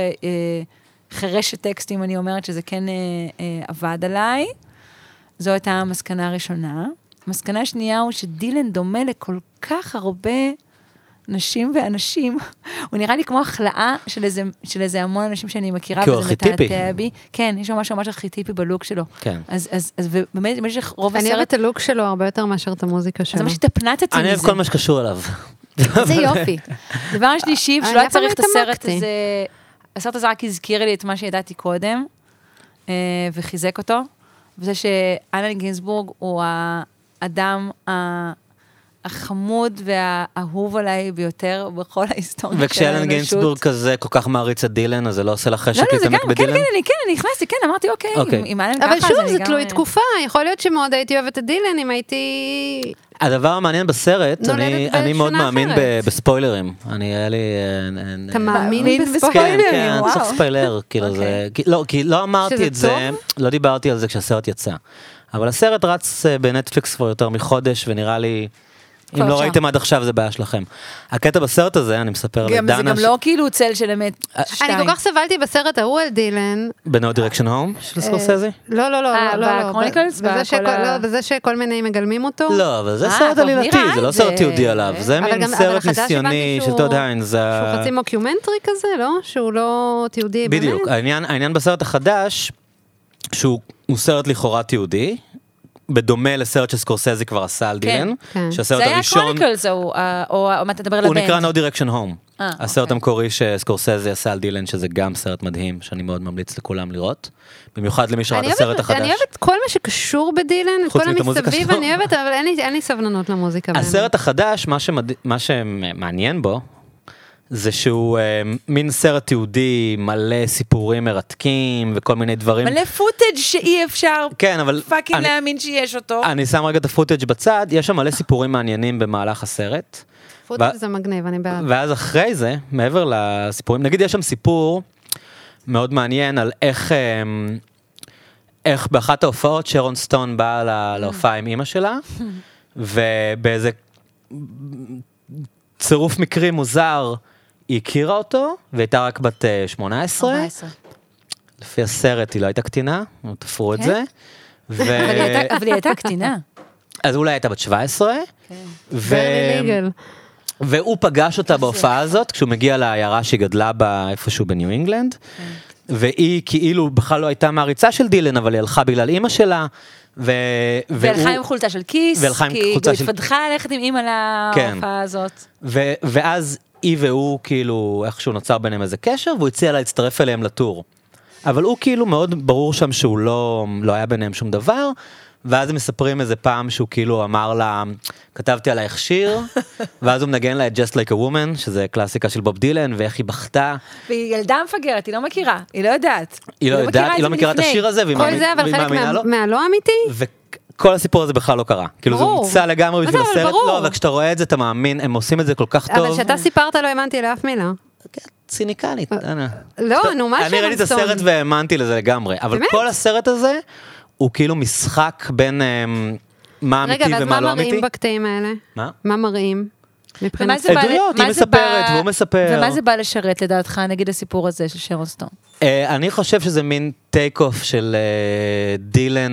חרשת טקסטים אני אומרת שזה כן עבד עליי, זו הייתה המסקנה הראשונה. המסקנה השנייה הוא שדילן דומה לכל כך הרבה נשים ואנשים, הוא נראה לי כמו החלאה של איזה, של איזה המון אנשים שאני מכירה, כי הוא ארכיטיפי. כן, יש לו משהו ממש ארכיטיפי בלוק שלו. כן. אז, אז, אז ובאמת, במשך רוב הסרט... אני אוהבת את הלוק שלו הרבה יותר מאשר את המוזיקה שלו. אז ממש התפנתתי מזה. אני אוהב כל מה שקשור אליו. זה יופי. דבר השלישי, שלא צריך את הסרט הזה, הסרט הזה רק הזכיר לי את מה שידעתי קודם, וחיזק אותו, וזה שאלן גינסבורג הוא האדם ה... החמוד והאהוב עליי ביותר בכל ההיסטוריה של האנושות. וכשאלן גינסבורג כזה כל כך מעריץ את דילן, אז זה לא עושה לך חשק להתעמק בדילן? כן, כן, כן, אני נכנסתי, כן, אמרתי, אוקיי, עם אלן ככה, אבל שוב, זה תלוי תקופה, יכול להיות שמאוד הייתי אוהבת את דילן, אם הייתי... הדבר המעניין בסרט, אני מאוד מאמין בספוילרים. אני, היה לי... אתה מאמין בספוילרים? כן, כן, צריך ספיילר, כאילו זה... לא, כי לא אמרתי את זה, לא דיברתי על זה כשהסרט יצא. אבל הסרט רץ בנטפליקס כבר יותר מחודש, ונראה לי... אם לא ראיתם עד עכשיו, זה בעיה שלכם. הקטע בסרט הזה, אני מספר לדנה... זה גם לא כאילו צל של אמת שתיים. אני כל כך סבלתי בסרט ההוא על דילן. ב-No Direction Home של סקורסזה? לא, לא, לא. בקרוניקלס? בזה שכל מיני מגלמים אותו? לא, אבל זה סרט עלילתי, זה לא סרט יהודי עליו. זה מין סרט ניסיוני של טוד היינס. שהוא חצי מוקיומנטרי כזה, לא? שהוא לא תיעודי באמת? בדיוק. העניין בסרט החדש, שהוא סרט לכאורה תיעודי, בדומה לסרט שסקורסזי כבר עשה על דילן, שהסרט הראשון... זה היה קרוניקלס, או מה אתה תדבר על הבנד? הוא נקרא No Direction Home. הסרט המקורי שסקורסזי עשה על דילן, שזה גם סרט מדהים, שאני מאוד ממליץ לכולם לראות. במיוחד למי שראה את הסרט החדש. אני אוהבת כל מה שקשור בדילן, כל המסביב אני אוהבת, אבל אין לי סבלנות למוזיקה. הסרט החדש, מה שמעניין בו, זה שהוא מין סרט תיעודי מלא סיפורים מרתקים וכל מיני דברים. מלא פוטאג' שאי אפשר כן, אבל פאקינג להאמין שיש אותו. אני שם רגע את הפוטאג' בצד, יש שם מלא סיפורים מעניינים במהלך הסרט. פוטאג' זה מגניב, אני בעד. ואז אחרי זה, מעבר לסיפורים, נגיד יש שם סיפור מאוד מעניין על איך, איך באחת ההופעות שרון סטון באה להופעה עם אמא שלה, ובאיזה צירוף מקרי מוזר, היא הכירה אותו, והייתה רק בת שמונה עשרה. ארבע עשרה. לפי הסרט היא לא הייתה קטינה, תפרו את זה. אבל היא הייתה קטינה. אז אולי הייתה בת שבע עשרה. very legal. והוא פגש אותה בהופעה הזאת, כשהוא מגיע לעיירה שהיא גדלה בה איפשהו בניו אינגלנד, והיא כאילו בכלל לא הייתה מעריצה של דילן, אבל היא הלכה בגלל אמא שלה, והלכה עם חולצה של כיס, כי היא התפתחה ללכת עם אמא להופעה הזאת. ואז היא והוא כאילו איכשהו נוצר ביניהם איזה קשר, והוא הציע לה להצטרף אליהם לטור. אבל הוא כאילו מאוד ברור שם שהוא לא, לא היה ביניהם שום דבר, ואז הם מספרים איזה פעם שהוא כאילו אמר לה, כתבתי עלייך שיר, ואז הוא מנגן לה את Just Like a Woman, שזה קלאסיקה של בוב דילן, ואיך היא בכתה. והיא ילדה מפגרת, היא לא מכירה, היא לא יודעת. היא לא יודעת, היא לא מכירה את השיר הזה, והיא מאמינה לו. כל זה אבל חלק מהלא אמיתי? וכל הסיפור הזה בכלל לא קרה. כאילו זה מוצא לגמרי בשביל הסרט, לא, אבל כשאתה רואה את זה, אתה מאמין, הם עושים את זה כל כך טוב. אבל כשאתה סיפרת לא האמנתי לאף מילה. ציניקנית. לא, נו, מה אני ראיתי את הסרט והאמנתי לזה לגמרי, אבל כל הסרט הזה הוא כאילו משחק בין מה אמיתי ומה לא אמיתי. רגע, ואז מה מראים בקטעים האלה? מה? מה מראים? עדויות, היא מספרת והוא מספר. ומה זה בא לשרת לדעתך, נגיד הסיפור הזה של שרון סטון? אני חושב שזה מין טייק אוף של דילן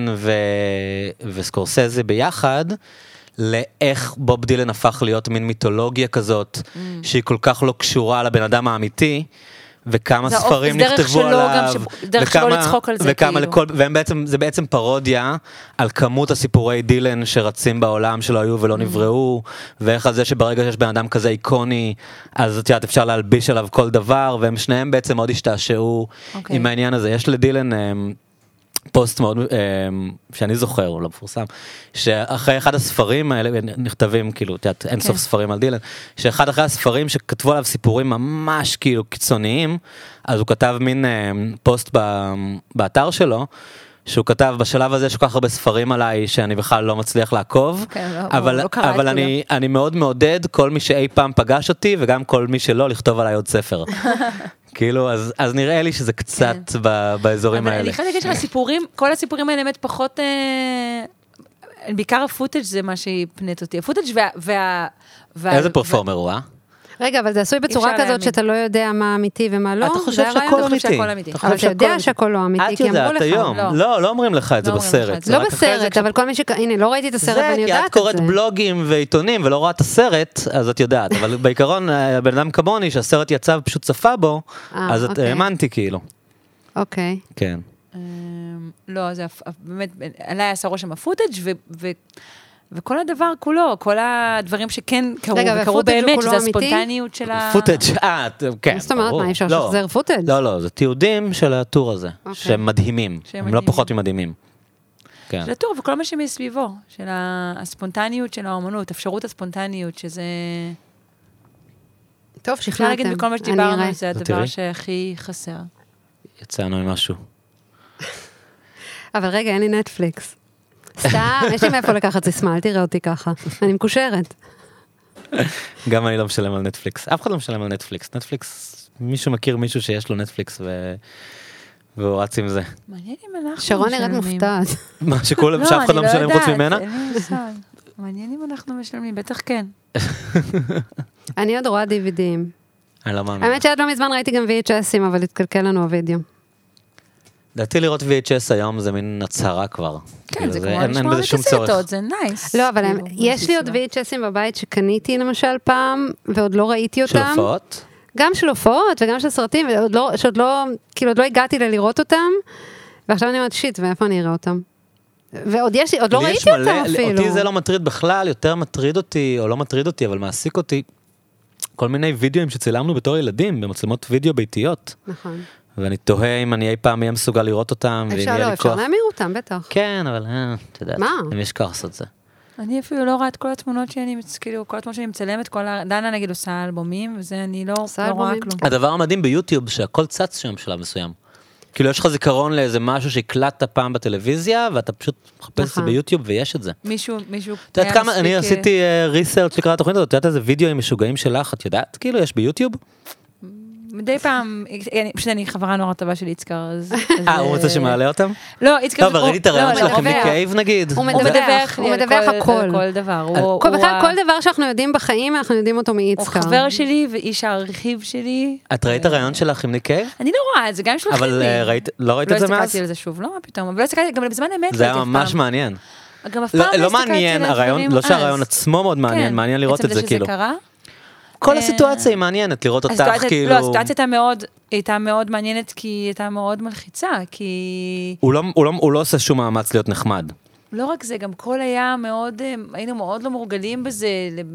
וסקורסזי ביחד, לאיך בוב דילן הפך להיות מין מיתולוגיה כזאת, שהיא כל כך לא קשורה לבן אדם האמיתי, וכמה ספרים נכתבו עליו, דרך שלו לצחוק על זה כאילו. וזה בעצם פרודיה על כמות הסיפורי דילן שרצים בעולם שלא היו ולא נבראו, ואיך על זה שברגע שיש בן אדם כזה איקוני, אז את יודעת אפשר להלביש עליו כל דבר, והם שניהם בעצם מאוד השתעשעו עם העניין הזה. יש לדילן פוסט מאוד, שאני זוכר, הוא לא מפורסם, שאחרי אחד הספרים האלה, נכתבים כאילו, את יודעת, אין סוף ספרים על דילן, שאחד אחרי הספרים שכתבו עליו סיפורים ממש כאילו קיצוניים, אז הוא כתב מין פוסט באתר שלו, שהוא כתב בשלב הזה שכל כך הרבה ספרים עליי, שאני בכלל לא מצליח לעקוב, אבל אני מאוד מעודד כל מי שאי פעם פגש אותי, וגם כל מי שלא, לכתוב עליי עוד ספר. כאילו, אז, אז נראה לי שזה קצת כן. באזורים האלה. אבל אני חייבת להגיד שהסיפורים, כל הסיפורים האלה באמת פחות, אה, בעיקר הפוטאג' זה מה שיפנית אותי. הפוטאג' וה... וה, וה איזה פרפורמר הוא, אה? רגע, אבל זה עשוי בצורה כזאת שאתה לא יודע מה אמיתי ומה לא. אתה חושב שהכל אמיתי. אבל אתה יודע שהכל לא אמיתי, כי אמרו לך. את יודעת היום. לא, לא אומרים לך את זה בסרט. לא בסרט, אבל כל מי ש... הנה, לא ראיתי את הסרט ואני יודעת את זה. זה, כי את קוראת בלוגים ועיתונים ולא רואה את הסרט, אז את יודעת. אבל בעיקרון, הבן אדם כמוני, שהסרט יצא ופשוט צפה בו, אז את האמנתי כאילו. אוקיי. כן. לא, זה באמת, עליי עשה רושם הפוטאג' וכל הדבר כולו, כל הדברים שכן קרו, וקרו באמת, שזה הספונטניות של ה... פוטאג', אה, כן, זאת אומרת, מה, אפשר לשחזר פוטאג'? לא, לא, זה תיעודים של הטור הזה, שהם מדהימים, הם לא פחות ממדהימים. של הטור וכל מה שמסביבו, של הספונטניות של האומנות, אפשרות הספונטניות, שזה... טוב, שכנעתם. אפשר להגיד בכל מה שדיברנו, זה הדבר שהכי חסר. יצאנו עם משהו. אבל רגע, אין לי נטפליקס. סתם, יש לי מאיפה לקחת סיסמה, אל תראה אותי ככה. אני מקושרת. גם אני לא משלם על נטפליקס. אף אחד לא משלם על נטפליקס. נטפליקס, מישהו מכיר מישהו שיש לו נטפליקס והוא רץ עם זה. מעניין אם אנחנו משלמים. שרון נראית מופתעת. מה, שכולם, שאף אחד לא משלם חוץ ממנה? מעניין אם אנחנו משלמים, בטח כן. אני עוד רואה די וי די'ים. אני לא מאמין. האמת שעד לא מזמן ראיתי גם וי אייץ' אס'ים, אבל התקלקל לנו הווידאו. דעתי לראות וי אייץ' אס היום זה מין הצהרה כבר. כן, זה כמו לשמוע לקסטות, זה נייס. לא, אבל יש לי עוד וי אייץ' אס'ים בבית שקניתי למשל פעם, ועוד לא ראיתי אותם. של הופעות? גם של הופעות וגם של סרטים, שעוד לא, כאילו עוד לא הגעתי ללראות אותם, ועכשיו אני אומרת שיט, ואיפה אני אראה אותם? ועוד יש, עוד לא ראיתי אותם אפילו. אותי זה לא מטריד בכלל, יותר מטריד אותי, או לא מטריד אותי, אבל מעסיק אותי, כל מיני וידאוים שצילמנו בתור ילדים, במצלמות וידאו ביתיות. נכון. ואני תוהה אם אני אי פעם אהיה מסוגל לראות אותם, אפשר לא, אפשר להמיר אותם, בטח. כן, אבל אתה יודעת, אם יש כוח לעשות זה. אני אפילו לא רואה את כל התמונות שאני, כאילו, כל התמונות שאני מצלמת, כל ה... דנה נגיד עושה אלבומים, וזה אני לא רואה כלום. הדבר המדהים ביוטיוב, שהכל צץ שם בשלב מסוים. כאילו, יש לך זיכרון לאיזה משהו שהקלטת פעם בטלוויזיה, ואתה פשוט מחפש את זה ביוטיוב, ויש את זה. מישהו, מישהו... את יודעת כמה, אני עשיתי ריסרצ' לקראת התוכנית הזאת, את יודעת איזה וידאוים משוגעים שלך, את יודעת? כאילו, יש ביוטיוב? מדי פעם, פשוט אני חברה נורא טובה של איצקר, אז... אה, הוא רוצה שמעלה אותם? לא, איצקר... טוב, ראיתי את הרעיון שלך עם ניק קייב נגיד. הוא מדווח, הוא מדווח הכל. כל דבר. בכלל, כל דבר שאנחנו יודעים בחיים, אנחנו יודעים אותו מאיצקר. הוא חבר שלי ואיש הרכיב שלי. את ראית הרעיון שלך עם ניק קייב? אני לא רואה את זה, גם שלכם לי. אבל לא ראית את זה מאז? לא הסתכלתי על זה שוב, לא, פתאום. אבל לא הסתכלתי, גם בזמן אמת. זה היה ממש מעניין. גם אף פעם לא מעניין, הרעיון, לא שהרעיון עצמו מאוד מעניין, מעניין לראות את זה כאילו. כל הסיטואציה היא מעניינת, לראות אותך כאילו... לא, הסיטואציה הייתה מאוד מעניינת, כי היא הייתה מאוד מלחיצה, כי... הוא לא עושה שום מאמץ להיות נחמד. לא רק זה, גם כל היה מאוד, היינו מאוד לא מורגלים בזה,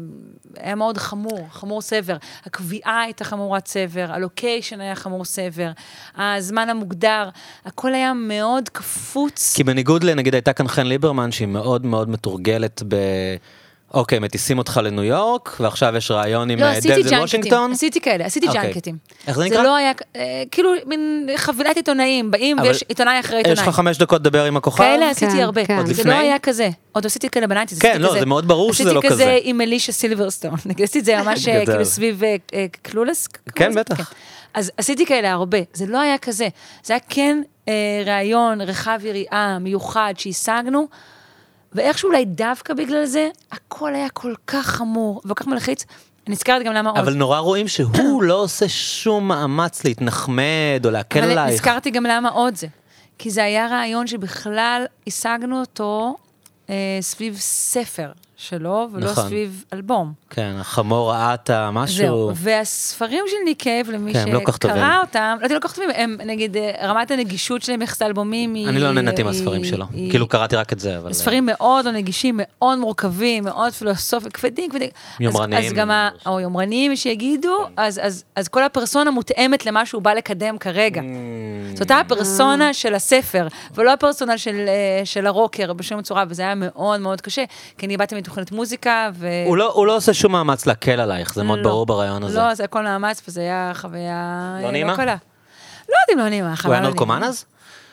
היה מאוד חמור, חמור סבר. הקביעה הייתה חמורת סבר, הלוקיישן היה חמור סבר, הזמן המוגדר, הכל היה מאוד קפוץ. כי בניגוד לנגיד הייתה כאן חן ליברמן, שהיא מאוד מאוד מתורגלת ב... אוקיי, מטיסים אותך לניו יורק, ועכשיו יש רעיון עם דנזל וושינגטון. עשיתי כאלה, עשיתי ג'אנקטים. איך זה נקרא? זה לא היה, כאילו, מין חבילת עיתונאים, באים ויש עיתונאי אחרי עיתונאי. יש לך חמש דקות לדבר עם הכוכב? כאלה עשיתי הרבה. זה לא היה כזה. עוד עשיתי כאלה בניינטיז. כן, לא, זה מאוד ברור שזה לא כזה. עשיתי כזה עם אלישה סילברסטון. עשיתי את זה ממש כאילו סביב קלולס. כן, בטח. אז עשיתי כאלה הרבה. זה לא היה כזה. זה היה כן רעיון, רחב יריעה, מיוחד, שהשגנו, ואיכשהו אולי דווקא בגלל זה, הכל היה כל כך חמור, וכל כך מלחיץ, אני נזכרת גם למה עוד. אבל נורא רואים שהוא לא עושה שום מאמץ להתנחמד, או להקל עלייך. אבל נזכרתי גם למה עוד זה. כי זה היה רעיון שבכלל השגנו אותו אה, סביב ספר שלו, ולא נכון. סביב אלבום. כן, החמור רעת משהו. זהו, והספרים של ניק קייב, למי כן, שקרא לא אותם, לא, לא כל כך טובים, הם נגיד, רמת הנגישות שלהם יחס האלבומים היא... אני לא נהנתי מהספרים שלו, היא, כאילו קראתי רק את זה, אבל... ספרים מאוד לא נגישים, מאוד מורכבים, מאוד פילוסופיים, כבדים, כבדים. יומרניים. אז, אז גם, ה, או יומרניים שיגידו, אז, אז, אז כל הפרסונה מותאמת למה שהוא בא לקדם כרגע. זאת אותה הפרסונה של הספר, ולא הפרסונה של, של הרוקר, בשום צורה, וזה היה מאוד מאוד קשה, כי אני באתי מתוכנית מוזיקה, ו... הוא לא, הוא לא עושה שום מאמץ להקל עלייך, זה מאוד לא, ברור ברעיון הזה. לא, זה הכל מאמץ, וזה היה חוויה... לא נעימה? לא קלה. לא יודעים לא נעימה. הוא היה נרקומן אז?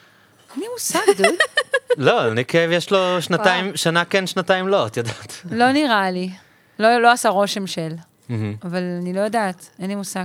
אני מושג, דוד. לא, ניק קייב יש לו שנתיים, שנה כן, שנתיים לא, את יודעת. לא נראה לי. לא, לא עשה רושם של. אבל אני לא יודעת, אין לי מושג.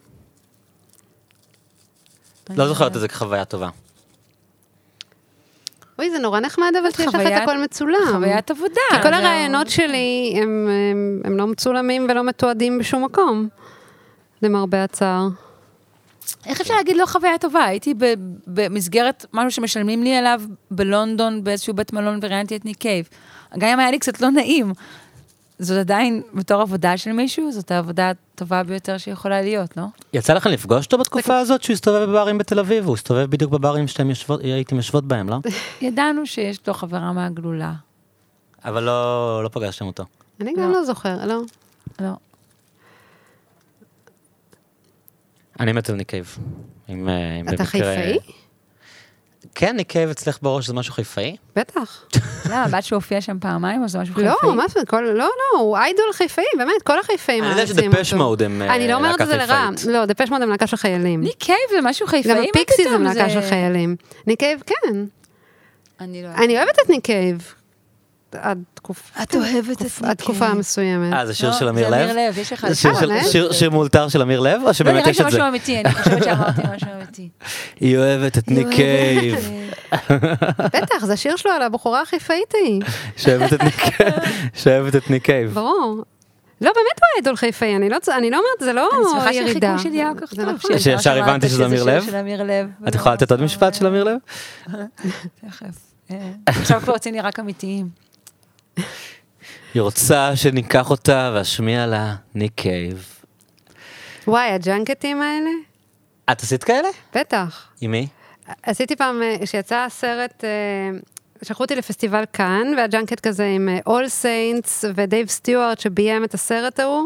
לא זוכרת את זה כחוויה טובה. אוי, זה נורא נחמד, אבל שיש לך את הכל מצולם. חוויית עבודה. כי כל הרעיונות שלי, הם, הם, הם לא מצולמים ולא מתועדים בשום מקום. למרבה הצער. איך אפשר להגיד לא חוויה טובה? הייתי במסגרת משהו שמשלמים לי עליו בלונדון, באיזשהו בית מלון, וראיינתי את ניק קייב. גם אם היה לי קצת לא נעים. זאת עדיין, בתור עבודה של מישהו, זאת העבודה הטובה ביותר שיכולה להיות, לא? יצא לכם לפגוש אותו בתקופה הזאת, שהוא הסתובב בברים בתל אביב, הוא הסתובב בדיוק בברים שאתם הייתם יושבות בהם, לא? ידענו שיש לו חברה מהגלולה. אבל לא פגשתם אותו. אני גם לא זוכר, לא? לא. אני מת על ניק קייב. אתה חיפאי? כן, ניק קייב אצלך בראש, זה משהו חיפאי? בטח. למה, בת שהופיע שם פעמיים, או זה משהו חיפאי? לא, מה זה, לא, לא, הוא איידול חיפאי, באמת, כל החיפאים. אני יודעת שדפש מוד הם להקה חיפאית. אני לא אומרת את זה לרע, לא, דפש מוד הם להקה של חיילים. ניק קייב זה משהו חיפאי? גם פיקסיס הם להקה של חיילים. ניק קייב, כן. אני לא... אני אוהבת את ניק קייב. עד תקופה. את אוהבת את ניק עד תקופה מסוימת. אה, זה שיר של אמיר לב? זה אמיר לב, יש אחד. שיר מאולתר של אמיר לב, או שבאמת יש את זה? לא, נראה משהו אמיתי, אני חושבת שאמרתי משהו אמיתי. היא אוהבת את ניק קייב. בטח, זה השיר שלו על הבחורה החיפאית היא. שאוהבת את ניק קייב. ברור. לא, באמת הוא איידול חיפאי, אני לא אומרת, זה לא ירידה. אני שמחה שהחיקוי שלי היה כל כך טוב. שישר הבנתי שזה אמיר לב? את יכולה לתת עוד משפט של אמיר לב? תכף. עכשיו כבר רציני רק אמיתיים. היא רוצה שניקח אותה ואשמיע לה ניק קייב. וואי, הג'אנקטים האלה? את עשית כאלה? בטח. עם מי? עשיתי פעם, שיצא סרט, שלחו אותי לפסטיבל כאן, והג'אנקט כזה עם All Saints ודייב סטיוארט, שביים את הסרט ההוא,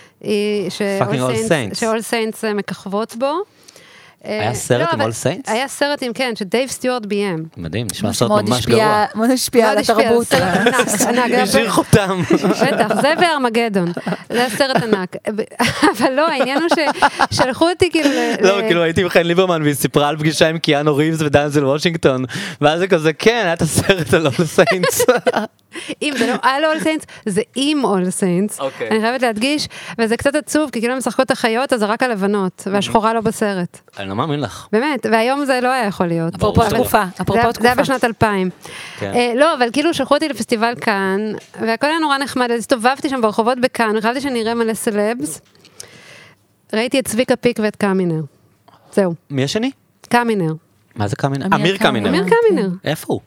ש-All Saints מככבות בו. היה סרט עם All Saints? היה סרט עם, כן, שדייב סטיוארט ביים. מדהים, נשמע סרט ממש גרוע. מאוד השפיע על התרבות. השאיר חותם. בטח, זה וארמגדון. זה סרט ענק. אבל לא, העניין הוא ששלחו אותי כאילו... לא, כאילו הייתי עם חן ליברמן והיא סיפרה על פגישה עם קיאנו ריבס ודנזל וושינגטון, ואז זה כזה, כן, היה את הסרט על All Saints. אם זה לא על All Saints, זה עם All Saints. אני חייבת להדגיש, וזה קצת עצוב, כי כאילו משחקות החיות, אז זה רק הלבנות, והשחורה לא בסרט. אני לא מאמין לך. באמת, והיום זה לא היה יכול להיות. אפרופו תקופה, אפרופו תקופה. זה היה בשנת אלפיים. לא, אבל כאילו שלחו אותי לפסטיבל כאן, והכל היה נורא נחמד, אז הסתובבתי שם ברחובות בכאן, וחשבתי שאני אראה מלא סלבס. ראיתי את צביקה פיק ואת קמינר. זהו. מי השני? קמינר. מה זה קמינר? אמיר קמינר. אמיר קמינר. איפה הוא?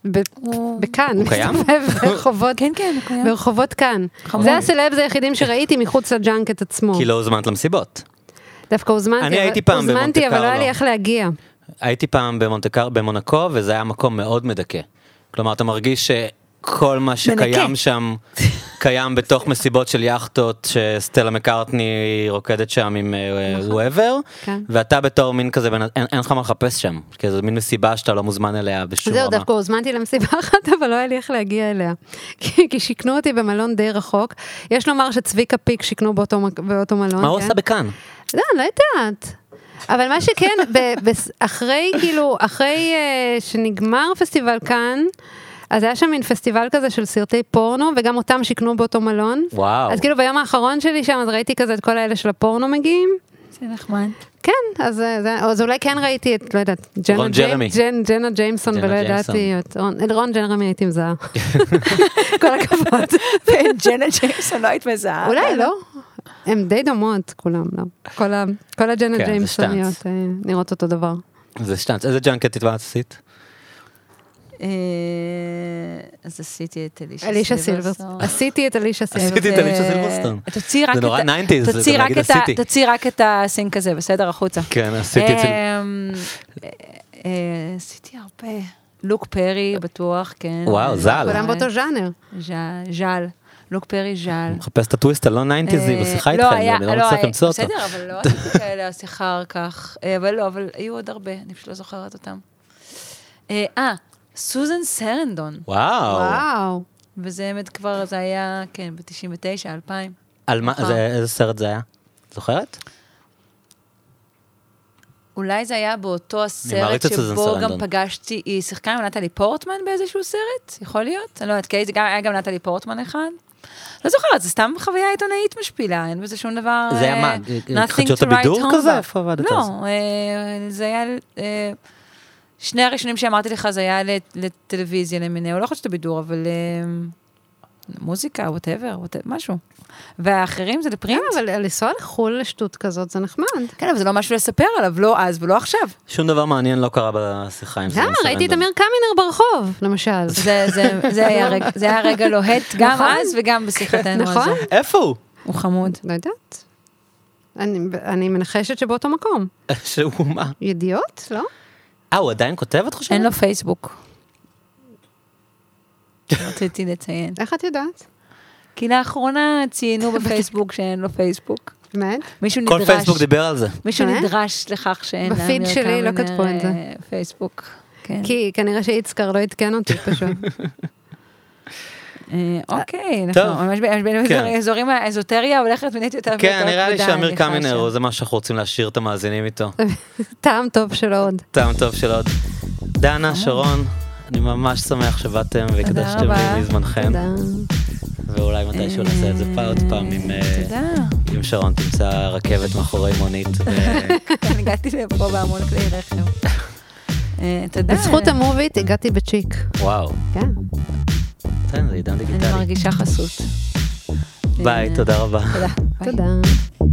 בכאן. הוא קיים? ברחובות, כן, כן, הוא קיים. ברחובות כאן. זה הסלבס היחידים שראיתי מחוץ לג'אנקט עצמו. כי לא הוזמנת למסיבות. דווקא הוזמנתי, אני הייתי פעם במונטה הוזמנתי, אבל לא היה לי איך להגיע. הייתי פעם במונקו, וזה היה מקום מאוד מדכא. כלומר, אתה מרגיש שכל מה שקיים שם, קיים בתוך מסיבות של יאכטות, שסטלה מקארטני רוקדת שם עם וואבר, ואתה בתור מין כזה, אין לך מה לחפש שם, כי זו מין מסיבה שאתה לא מוזמן אליה בשום רמה. זהו, דווקא הוזמנתי למסיבה אחת, אבל לא היה לי איך להגיע אליה. כי שיקנו אותי במלון די רחוק. יש לומר שצביקה פיק שיקנו באותו מלון. מה הוא עושה בכאן? לא, אני לא יודעת. אבל מה שכן, אחרי, כאילו, אחרי שנגמר פסטיבל כאן, אז היה שם מין פסטיבל כזה של סרטי פורנו, וגם אותם שיקנו באותו מלון. וואו. אז כאילו ביום האחרון שלי שם, אז ראיתי כזה את כל האלה של הפורנו מגיעים. זה נחמד. כן, אז, אז אולי כן ראיתי את, לא יודעת, רון ג'רמי. ג'ן, ג'נה ג'יימסון, ולא ידעתי, את רון ג'רמי הייתי מזהה. כל הכבוד. ג'נה ג'יימסון לא היית מזהה. אולי לא. הם די דומות, כולם, לא. כל, ה, כל הג'נה כן, ג'יימסוניות נראות אותו דבר. זה שטנץ. איזה ג'אנקט התבעת עשית? אז עשיתי את אלישה סילברסטון. עשיתי את אלישה סילברסטון. עשיתי את אלישה סילברסטון. זה נורא ניינטיז, זה להגיד עשיתי. תוציא רק את הסינק הזה, בסדר, החוצה. כן, עשיתי את זה. עשיתי הרבה. לוק פרי, בטוח, כן. וואו, זל. כולם באותו ז'אנר. ז'ל. לוק פרי ז'ל. מחפש את הטוויסט הלא ניינטיזי בשיחה איתכם, אני לא מצליח למצוא אותו. בסדר, אבל לא עשיתי כאלה השיחה כך. אבל לא, אבל היו עוד הרבה, אני פשוט לא זוכרת אותם. אה, סוזן סרנדון. וואו. וואו. וזה באמת כבר, זה היה, כן, ב-תשעים ותשע, אלפיים. על מה, איזה סרט זה היה? זוכרת? אולי זה היה באותו הסרט שבו גם פגשתי, היא שיחקה עם נטלי פורטמן באיזשהו סרט? יכול להיות? אני לא יודעת, כי היה גם נטלי פורטמן אחד. לא זוכרת, זה סתם חוויה עיתונאית משפילה, אין בזה שום דבר... זה היה מה? חדשות הבידור כזה? איפה עבדת? לא, זה היה... שני הראשונים שאמרתי לך, זה היה לטלוויזיה למיני, או לא חדשות הבידור, אבל מוזיקה, whatever, משהו. והאחרים זה לפרינט. אבל לנסוע לחול לשטות כזאת, זה נחמד. כן, אבל זה לא משהו לספר עליו, לא אז ולא עכשיו. שום דבר מעניין לא קרה בשיחה עם סרנדון. למה? ראיתי את אמיר קמינר ברחוב, למשל. זה היה רגע לוהט, גם אז וגם בשיחתנו הזו. נכון? איפה הוא? הוא חמוד. לא יודעת. אני מנחשת שבאותו מקום. שהוא מה? ידיעות, לא? אה, הוא עדיין כותב את חושבת? אין לו פייסבוק. רציתי לציין. איך את יודעת? כי לאחרונה ציינו בפייסבוק שאין לו פייסבוק. באמת? כל פייסבוק דיבר על זה. מישהו נדרש לכך שאין בפיד שלי לא כתבו את זה. פייסבוק. כי כנראה שאיצקר לא התקן אותי פשוט. אוקיי, אנחנו ממש באזורים האזוטריה הולכת ונהיית יותר ויותר כבדה. כן, נראה לי שאמיר קמינר זה מה שאנחנו רוצים להשאיר את המאזינים איתו. טעם טוב של עוד. טעם טוב של עוד. דנה, שרון, אני ממש שמח שבאתם והקדשתם לי מזמנכם. תודה. ואולי מתישהו נעשה את זה פעם עוד פעם עם שרון תמצא רכבת מאחורי מונית. הגעתי לפה בהמון כלי רכב. תודה. בזכות המובית הגעתי בצ'יק. וואו. כן. זה עידן דיגיטלי. אני מרגישה חסות. ביי, תודה רבה. תודה. תודה.